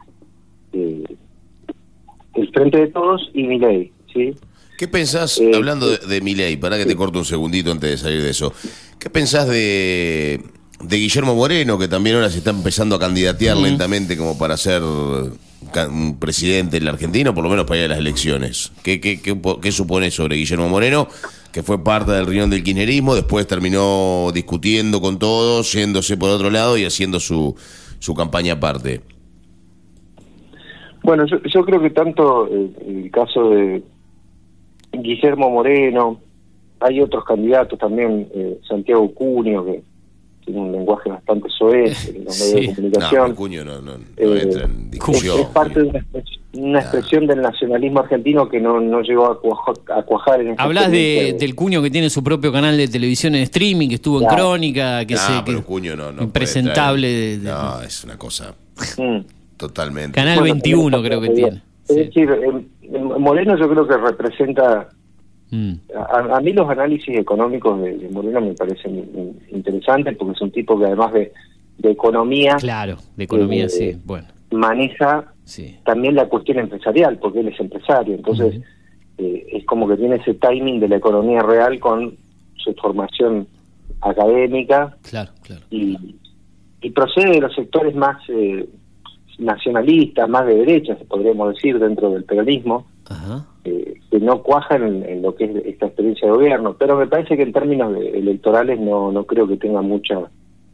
Frente de Todos y Milei, ¿sí?
¿Qué pensás, hablando de Milei, pará que te corto un segundito antes de salir de eso, qué pensás de Guillermo Moreno, que también ahora se está empezando a candidatear lentamente como para ser un presidente en la Argentina, por lo menos para ir a las elecciones? ¿Qué supones sobre Guillermo Moreno, que fue parte del riñón del kirchnerismo, después terminó discutiendo con todos, yéndose por otro lado y haciendo su campaña aparte?
Bueno, yo creo que tanto el caso de Guillermo Moreno, hay otros candidatos también, Santiago Cunio, que tiene un lenguaje bastante soez en los medios de comunicación.
No, Cunio no entra en discusión.
Es parte de una expresión del nacionalismo argentino que no llegó a cuajar en este
Hablás del Cunio, que tiene su propio canal de televisión en streaming, que estuvo en Crónica,
pero Cunio no
impresentable.
No, es una cosa totalmente.
Canal 21 creo que tiene.
Es decir, Moreno yo creo que representa... A mí los análisis económicos de Moreno me parecen interesantes, porque es un tipo que además de economía...
Claro, de economía, sí, bueno.
Maneja también la cuestión empresarial, porque él es empresario, entonces es como que tiene ese timing de la economía real con su formación académica.
Claro.
Y procede de los sectores más nacionalistas, más de derecha, podríamos decir, dentro del peronismo. Que no cuajan en lo que es esta experiencia de gobierno, pero me parece que en términos electorales no creo que tenga mucho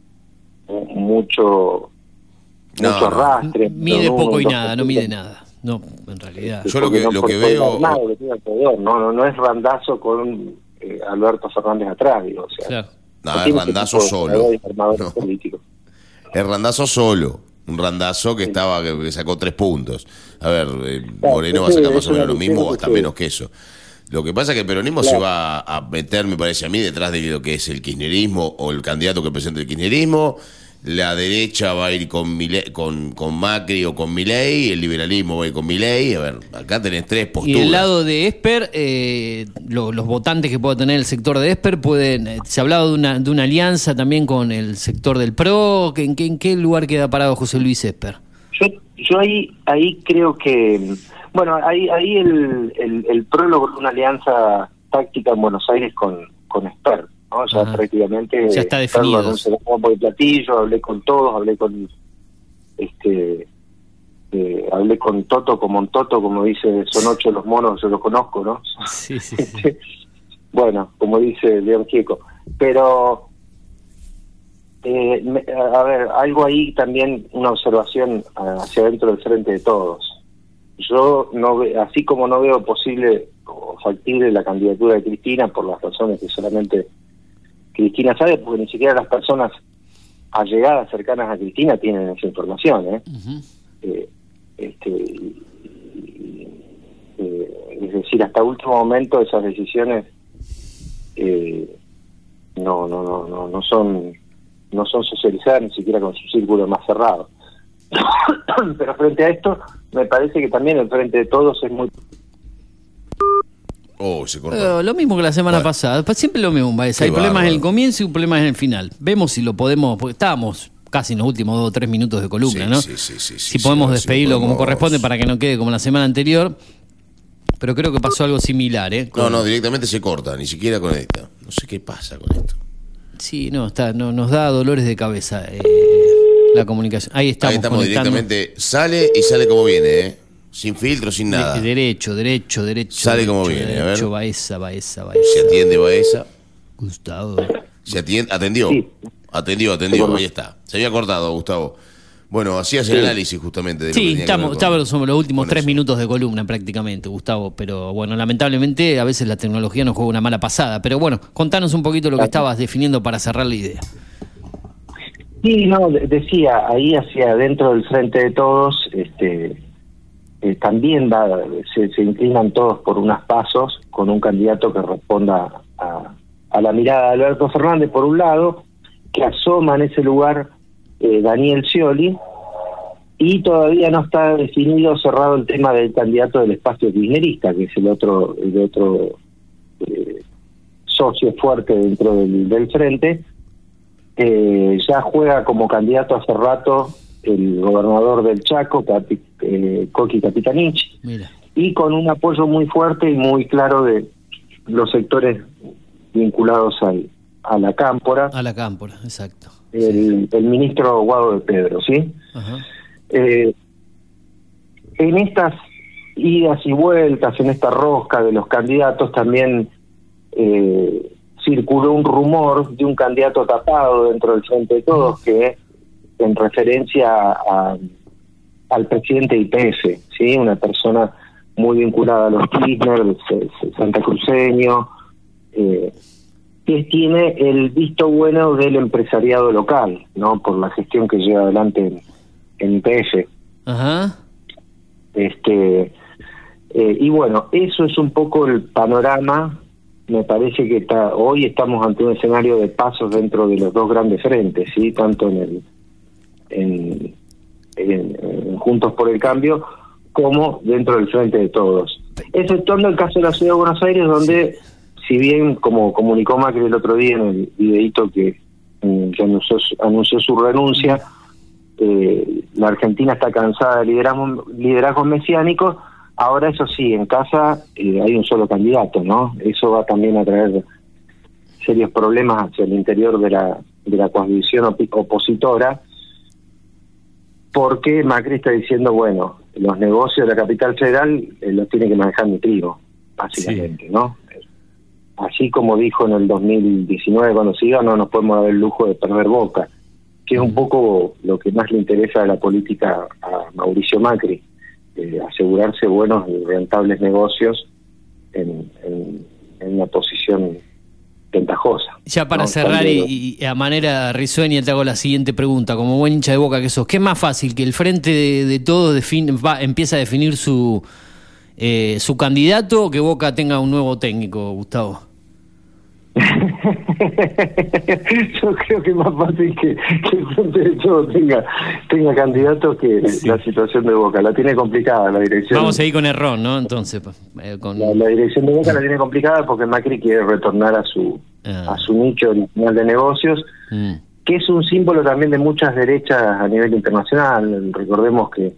arrastre.
Mide poco y nada, no mide nada. No, en realidad.
Yo lo que veo...
No es Randazzo con Alberto Fernández atrás, digo, o sea.
No, es Randazzo solo. Es Randazzo solo. Un Randazzo que sacó 3 puntos. A ver, Moreno va a sacar más o menos lo mismo o hasta menos que eso. Lo que pasa es que el peronismo se va a meter, me parece a mí, detrás de lo que es el kirchnerismo o el candidato que presenta el kirchnerismo. La derecha va a ir con Macri o con Milei, el liberalismo va a ir con Milei. A ver, acá tenés 3 posturas.
Y del lado de Esper, los votantes que pueda tener el sector de Esper se ha hablado de una alianza también con el sector del PRO. ¿En qué lugar queda parado José Luis Esper?
Yo ahí creo que, bueno, ahí el PRO logró una alianza táctica en Buenos Aires con Esper, ¿no? Ya prácticamente
ya está definido.
Por el platillo, hablé con todos, hablé con Toto como un Toto, como dice, son 8 los monos, yo lo conozco, ¿no?
Sí.
Bueno, como dice León Gieco. Pero a ver, algo ahí también, una observación hacia dentro del Frente de Todos. Yo así como no veo posible o factible la candidatura de Cristina, por las razones que solamente Cristina sabe, porque ni siquiera las personas allegadas, cercanas a Cristina, tienen esa información, es decir, hasta último momento esas decisiones no son socializadas ni siquiera con su círculo más cerrado. Pero frente a esto, me parece que también el Frente de Todos es muy...
Se cortó.
Lo mismo que la semana pasada. Siempre lo mismo, Baeza. Hay problemas en el comienzo y problemas en el final. Vemos si lo podemos, porque estábamos casi en los últimos 2 o 3 minutos de columna, ¿no? Si podemos despedirlo como corresponde para que no quede como la semana anterior. Pero creo que pasó algo similar, ¿eh?
No, directamente se corta, ni siquiera conecta. No sé qué pasa con esto.
Sí, nos da dolores de cabeza la comunicación. Ahí estamos
directamente. Sale y sale como viene, ¿eh? Sin filtro, sin nada.
Derecho.
Sale como viene, a ver.
Baeza.
Se atiende Baeza.
Gustavo.
¿Atendió? Sí. Atendió, ahí está. Se había cortado, Gustavo. Bueno, hacías el análisis justamente de lo que
estamos los últimos 3 minutos de columna prácticamente, Gustavo, pero bueno, lamentablemente a veces la tecnología nos juega una mala pasada, pero bueno, contanos un poquito lo que estabas definiendo para cerrar la idea.
Sí, decía, ahí hacia adentro del Frente de Todos, también se inclinan todos por unos pasos con un candidato que responda a la mirada de Alberto Fernández por un lado, que asoma en ese lugar Daniel Scioli, y todavía no está definido, cerrado el tema del candidato del espacio kirchnerista, que es el otro socio fuerte dentro del frente. Ya juega como candidato hace rato el gobernador del Chaco, Coqui Capitanich, y con un apoyo muy fuerte y muy claro de los sectores vinculados a la Cámpora.
A la Cámpora, exacto.
El ministro Guado de Pedro, ¿sí?
Ajá.
En estas idas y vueltas, en esta rosca de los candidatos, también circuló un rumor de un candidato tapado dentro del Frente de Todos, que en referencia al presidente de YPF, ¿sí? Una persona muy vinculada a los Kirchner, santacruceño, que tiene el visto bueno del empresariado local, ¿no? Por la gestión que lleva adelante en YPF.
Ajá.
Y bueno, eso es un poco el panorama. Me parece que hoy estamos ante un escenario de pasos dentro de los dos grandes frentes, ¿sí? Tanto en Juntos por el Cambio como dentro del Frente de Todos. Exceptuando el caso de la Ciudad de Buenos Aires, donde, si bien, como comunicó Macri el otro día en el videíto que anunció su renuncia, la Argentina está cansada de liderazgos mesiánicos. Ahora, eso sí, en casa hay un solo candidato, ¿no? Eso va también a traer serios problemas hacia el interior de la coalición opositora, porque Macri está diciendo, bueno, los negocios de la capital federal los tiene que manejar mi trigo, básicamente, sí, ¿no? Así como dijo en el 2019 cuando se iba, no nos podemos dar el lujo de perder Boca, que es un poco lo que más le interesa a la política a Mauricio Macri, asegurarse buenos y rentables negocios en una posición ventajosa.
Ya para cerrar y a manera risueña te hago la siguiente pregunta, como buen hincha de Boca que sos, ¿qué es más fácil, que el Frente de Todos empieza a definir su candidato o que Boca tenga un nuevo técnico, Gustavo?
Yo creo que es más fácil que el Frente de Todos tenga candidatos que la situación de Boca. La tiene complicada la dirección.
Vamos a ir con Errón, ¿no? Entonces,
la dirección de Boca la tiene complicada porque Macri quiere retornar a su nicho original de negocios, que es un símbolo también de muchas derechas a nivel internacional. Recordemos que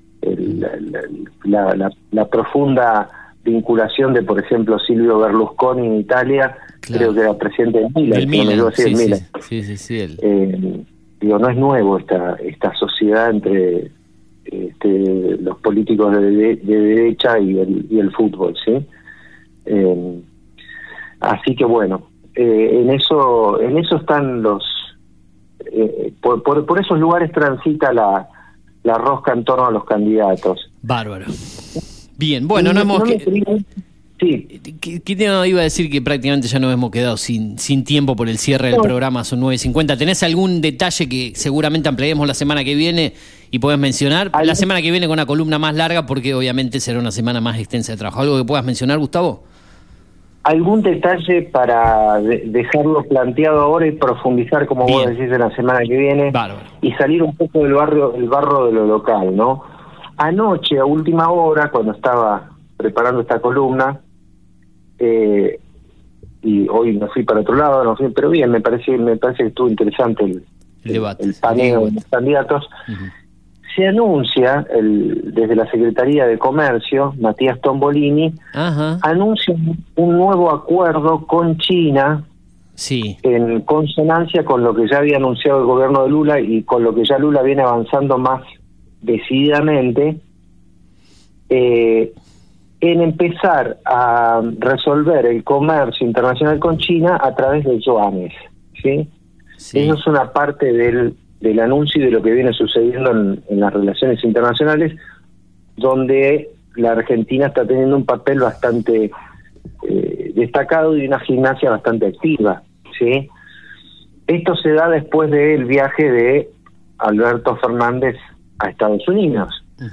la profunda vinculación de, por ejemplo, Silvio Berlusconi en Italia, claro, creo que era presidente del Milan. No es nuevo esta sociedad entre los políticos de derecha y el fútbol, ¿sí? Así que bueno, en eso están los por esos lugares transita la rosca en torno a los candidatos.
Bárbaro. Bien, bueno, Sí. Iba a decir que prácticamente ya nos hemos quedado sin tiempo por el cierre del programa, son 9:50. ¿Tenés algún detalle que seguramente ampliaremos la semana que viene y podés mencionar? La semana que viene con una columna más larga porque obviamente será una semana más extensa de trabajo. ¿Algo que puedas mencionar, Gustavo?
algún detalle para dejarlo planteado ahora y profundizar, como vos decís, en la semana que viene.
Bárbaro.
Y salir un poco del barro de lo local, ¿no? Anoche, a última hora, cuando estaba preparando esta columna, y hoy me fui para otro lado, pero bien, me parece que estuvo interesante el debate, el paneo de los candidatos. Se anuncia desde la Secretaría de Comercio, Matías Tombolini, anuncia un nuevo acuerdo con China, en consonancia con lo que ya había anunciado el gobierno de Lula y con lo que ya Lula viene avanzando más decididamente, en empezar a resolver el comercio internacional con China a través de yuanes, ¿sí? Eso es una parte del anuncio y de lo que viene sucediendo en las relaciones internacionales, donde la Argentina está teniendo un papel bastante destacado y una gimnasia bastante activa, ¿sí? Esto se da después del viaje de Alberto Fernández a Estados Unidos.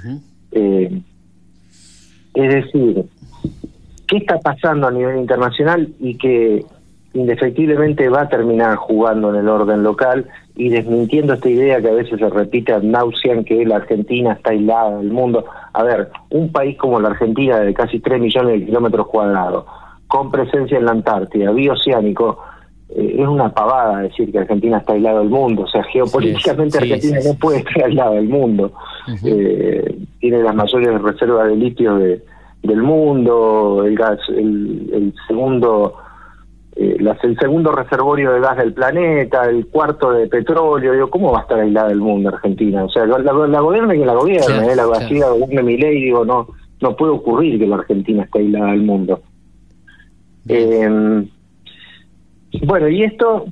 Es decir, ¿qué está pasando a nivel internacional y que indefectiblemente va a terminar jugando en el orden local y desmintiendo esta idea que a veces se repite ad nauseam, que la Argentina está aislada del mundo? A ver, un país como la Argentina, de casi 3 millones de kilómetros cuadrados, con presencia en la Antártida, bioceánico, es una pavada decir que Argentina está aislada del mundo. O sea, geopolíticamente Argentina no puede estar aislada del mundo. Tiene las mayores reservas de litio del mundo, el gas, el segundo reservorio de gas del planeta, el cuarto de petróleo. Digo, ¿cómo va a estar aislada del mundo Argentina? O sea, la gobierna quien la gobierna, la gobierna Milei, digo, no puede ocurrir que la Argentina esté aislada del mundo. Bueno, y esto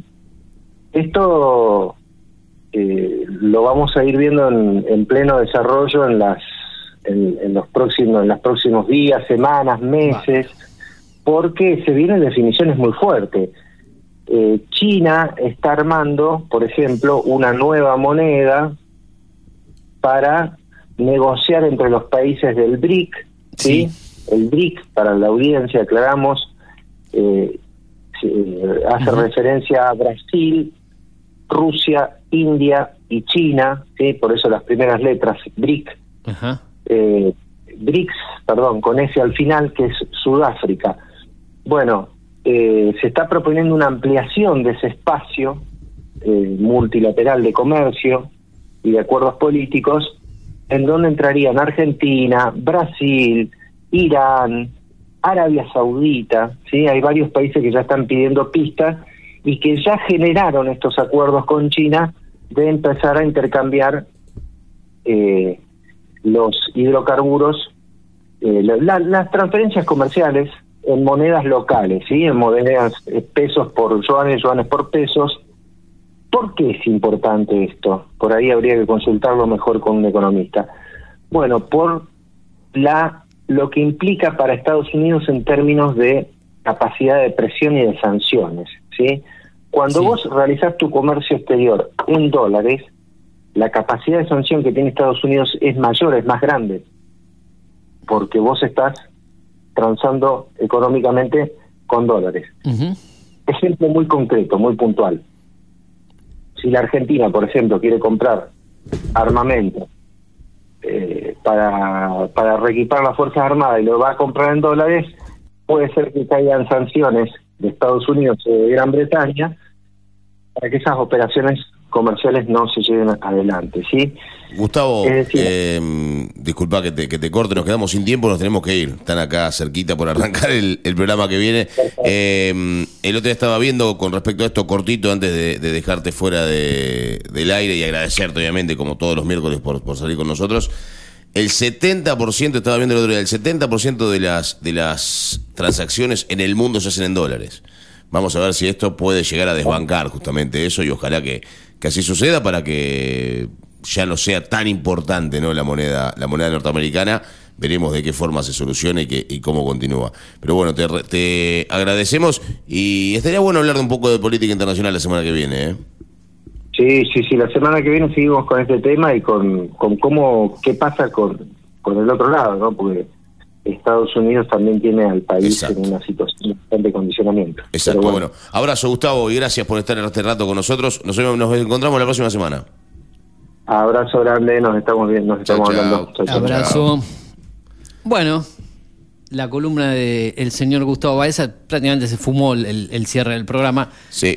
lo vamos a ir viendo en pleno desarrollo en los próximos días, semanas, meses, porque se vienen definiciones muy fuertes. China está armando, por ejemplo, una nueva moneda para negociar entre los países del BRIC, ¿sí? El BRIC, para la audiencia, aclaramos, hace referencia a Brasil, Rusia, India y China, ¿sí? Por eso las primeras letras, BRIC. BRICS, con S al final, que es Sudáfrica. Bueno, se está proponiendo una ampliación de ese espacio multilateral de comercio y de acuerdos políticos, en donde entrarían Argentina, Brasil, Irán, Arabia Saudita, ¿sí? Hay varios países que ya están pidiendo pistas y que ya generaron estos acuerdos con China de empezar a intercambiar los hidrocarburos, las transferencias comerciales en monedas locales, ¿sí? En monedas, pesos por yuanes, yuanes por pesos. ¿Por qué es importante esto? Por ahí habría que consultarlo mejor con un economista. Bueno, por lo que implica para Estados Unidos en términos de capacidad de presión y de sanciones, ¿sí? Cuando vos realizás tu comercio exterior en dólares, la capacidad de sanción que tiene Estados Unidos es mayor, es más grande, porque vos estás transando económicamente con dólares. Ejemplo muy concreto, muy puntual. Si la Argentina, por ejemplo, quiere comprar armamento para reequipar las Fuerzas Armadas y lo va a comprar en dólares, puede ser que caigan sanciones de Estados Unidos o de Gran Bretaña para que esas operaciones comerciales no se lleven adelante, ¿sí?
Gustavo, disculpa que te corte, nos quedamos sin tiempo, nos tenemos que ir. Están acá cerquita por arrancar el programa que viene. El otro día estaba viendo con respecto a esto cortito antes de dejarte fuera del aire y agradecerte obviamente como todos los miércoles por salir con nosotros. El 70%, estaba viendo el otro día, el 70% de las transacciones en el mundo se hacen en dólares. Vamos a ver si esto puede llegar a desbancar justamente eso y ojalá que así suceda para que ya no sea tan importante, ¿no? la moneda norteamericana. Veremos de qué forma se soluciona y cómo continúa. Pero bueno, te agradecemos y estaría bueno hablar de un poco de política internacional la semana que viene, ¿eh?
Sí, la semana que viene seguimos con este tema y con qué pasa con el otro lado, ¿no? Porque Estados Unidos también tiene al país
Exacto.
en una situación de condicionamiento.
Exacto,
Pero
bueno. Abrazo, Gustavo, y gracias por estar este rato con nosotros. Nos encontramos la próxima semana.
Abrazo grande, nos estamos viendo, nos estamos hablando. Chau, chau.
Abrazo. Bueno, la columna del señor Gustavo Baeza prácticamente se fumó el cierre del programa.
Sí.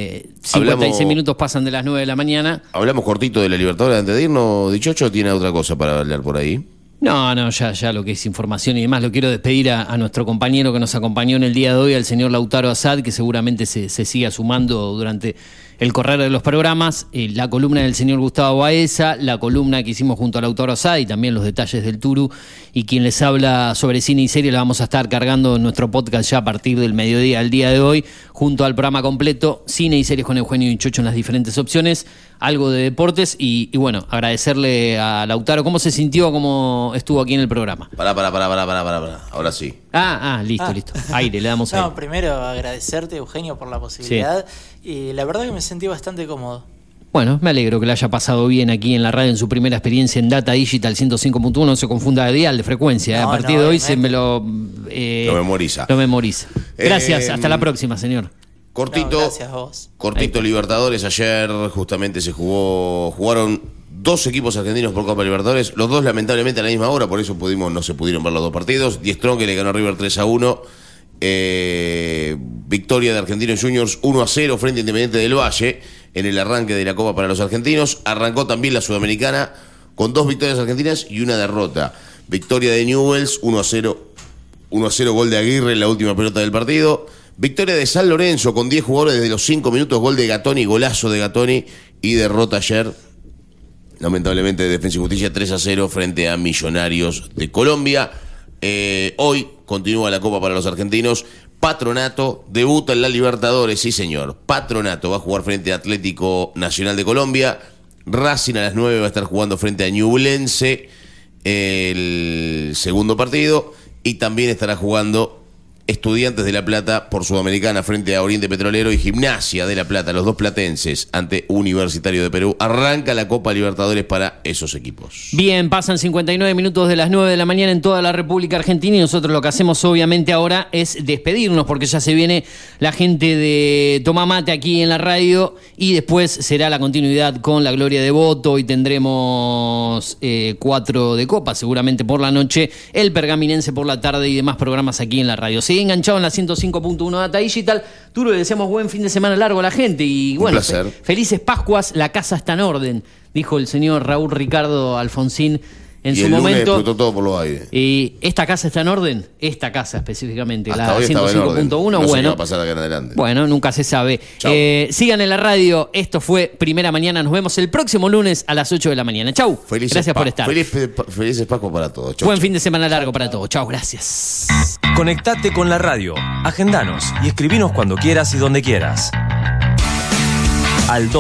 56 minutos pasan de las 9 de la mañana.
¿Hablamos cortito de la Libertadores antes de irnos, Dichocho, o tiene otra cosa para hablar por ahí?
No, ya lo que es información y demás. Lo quiero despedir a nuestro compañero que nos acompañó en el día de hoy, al señor Lautaro Assad, que seguramente se siga sumando durante el correr de los programas. La columna del señor Gustavo Baeza, la columna que hicimos junto a Lautaro Assad y también los detalles del Turu. Y quien les habla sobre cine y serie la vamos a estar cargando en nuestro podcast ya a partir del mediodía del día de hoy, junto al programa completo, Cine y Series con Eugenio Dichocho en las diferentes opciones, algo de deportes y bueno, agradecerle a Lautaro. ¿Cómo se sintió, cómo estuvo aquí en el programa?
Pará. Ahora sí.
Listo. Aire, le damos aire.
No, primero agradecerte, Eugenio, por la posibilidad. Y la verdad que me sentí bastante cómodo.
Bueno, me alegro que la haya pasado bien aquí en la radio en su primera experiencia en Data Digital 105.1. No se confunda de dial, de frecuencia. A partir de hoy se me lo
memoriza.
Lo memoriza. Gracias, hasta la próxima, señor.
Cortito,
gracias a vos.
Cortito Libertadores. Ayer justamente jugaron 2 equipos argentinos por Copa Libertadores, los 2 lamentablemente a la misma hora, por eso no se pudieron ver los 2 partidos. Die Strong, que le ganó a River 3-1. Victoria de Argentinos Juniors 1-0 frente a Independiente del Valle en el arranque de la Copa para los argentinos. Arrancó también la Sudamericana con 2 victorias argentinas y una derrota. Victoria de Newell's 1-0, gol de Aguirre en la última pelota del partido. Victoria de San Lorenzo con 10 jugadores desde los 5 minutos, gol de Gattoni, golazo de Gattoni, y derrota ayer, lamentablemente, de Defensa y Justicia 3-0 frente a Millonarios de Colombia. Hoy continúa la Copa para los argentinos. Patronato debuta en la Libertadores, sí señor. Patronato va a jugar frente a Atlético Nacional de Colombia. Racing a las 9 va a estar jugando frente a Ñublense el segundo partido. Y también estará jugando Estudiantes de La Plata por Sudamericana frente a Oriente Petrolero y Gimnasia de La Plata, los 2 platenses ante Universitario de Perú. Arranca la Copa Libertadores para esos equipos.
Bien, pasan 59 minutos de las 9 de la mañana en toda la República Argentina y nosotros lo que hacemos obviamente ahora es despedirnos porque ya se viene la gente de Tomá Mate aquí en la radio y después será la continuidad con la Gloria de Voto y tendremos 4 de Copa seguramente por la noche, el Pergaminense por la tarde y demás programas aquí en la radio. Sí, enganchado en la 105.1 Data Digital. Turo, le deseamos buen fin de semana largo a la gente y bueno, felices Pascuas, la casa está en orden, dijo el señor Raúl Ricardo Alfonsín en su momento.
Explotó todo por los aires.
Y esta casa está en orden, esta casa específicamente,
hasta
la 105.1.
No
bueno,
sé qué va a pasar acá en adelante.
Bueno, nunca se sabe. Sigan en la radio, esto fue Primera Mañana, nos vemos el próximo lunes a las 8 de la mañana. Chau, gracias por estar.
Felices Pascuas para todos.
Buen fin de semana largo para todos. Chau, gracias.
Conectate con la radio, agendanos y escribinos cuando quieras y donde quieras. Al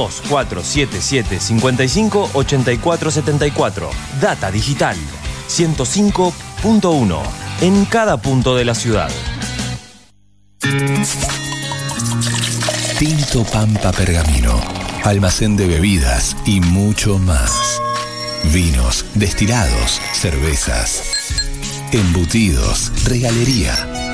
2477-558474. Data Digital 105.1 en cada punto de la ciudad.
Tinto Pampa Pergamino, almacén de bebidas y mucho más. Vinos, destilados, cervezas, embutidos, regalería.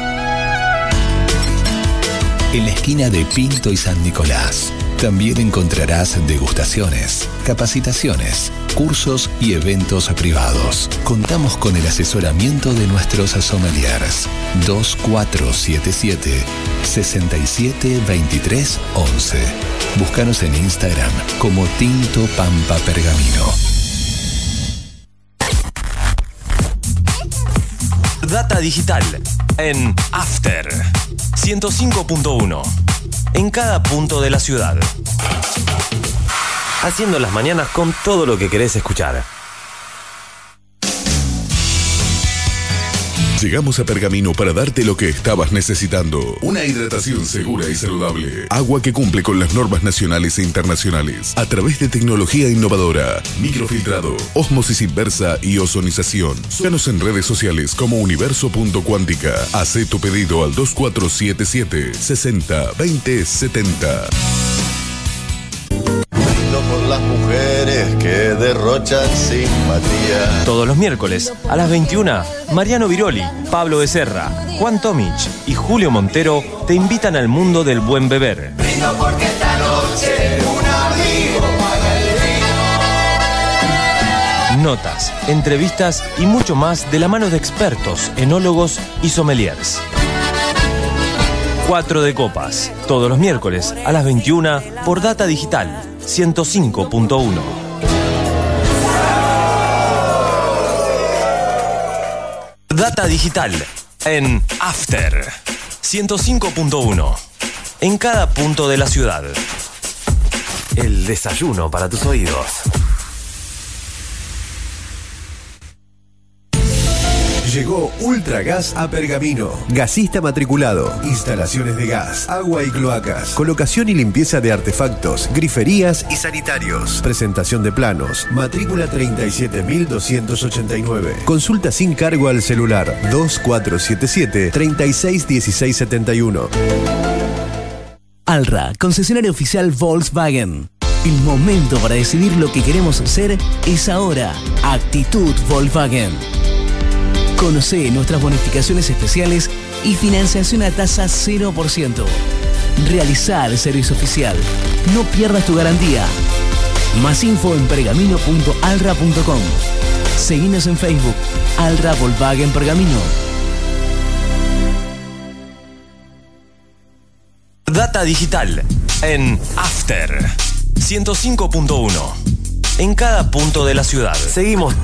En la esquina de Pinto y San Nicolás. También encontrarás degustaciones, capacitaciones, cursos y eventos privados. Contamos con el asesoramiento de nuestros sommeliers. 2477-672311. Búscanos en Instagram como Tinto Pampa Pergamino.
Data Digital en After 105.1 en cada punto de la ciudad. Haciendo las mañanas con todo lo que querés escuchar.
Llegamos a Pergamino para darte lo que estabas necesitando. Una hidratación segura y saludable. Agua que cumple con las normas nacionales e internacionales. A través de tecnología innovadora. Microfiltrado, ósmosis inversa y ozonización. Síganos en redes sociales como universo.cuántica. Hacé tu pedido al 2477-602070.
Brindo por las mujeres seres que derrochan simpatía.
Todos los miércoles a las 21, Mariano Viroli, Pablo Becerra, Juan Tomich y Julio Montero te invitan al mundo del buen beber.
Brindo porque esta noche un amigo paga el vino.
Notas, entrevistas y mucho más de la mano de expertos, enólogos y sommeliers. 4 de Copas, todos los miércoles a las 21 por Data Digital 105.1. Data Digital en After 105.1. En cada punto de la ciudad. El desayuno para tus oídos.
Llegó Ultragas a Pergamino. Gasista matriculado. Instalaciones de gas, agua y cloacas. Colocación y limpieza de artefactos, griferías y sanitarios. Presentación de planos. Matrícula 37.289. Consulta sin cargo al celular 2477 361671.
Alra, concesionario oficial Volkswagen. El momento para decidir lo que queremos ser es ahora. Actitud Volkswagen. Conoce nuestras bonificaciones especiales y financiación a tasa 0%. Realizar el servicio oficial. No pierdas tu garantía. Más info en pergamino.alra.com. Seguinos en Facebook. Alra Volkswagen Pergamino.
Data Digital en After 105.1. En cada punto de la ciudad. Seguimos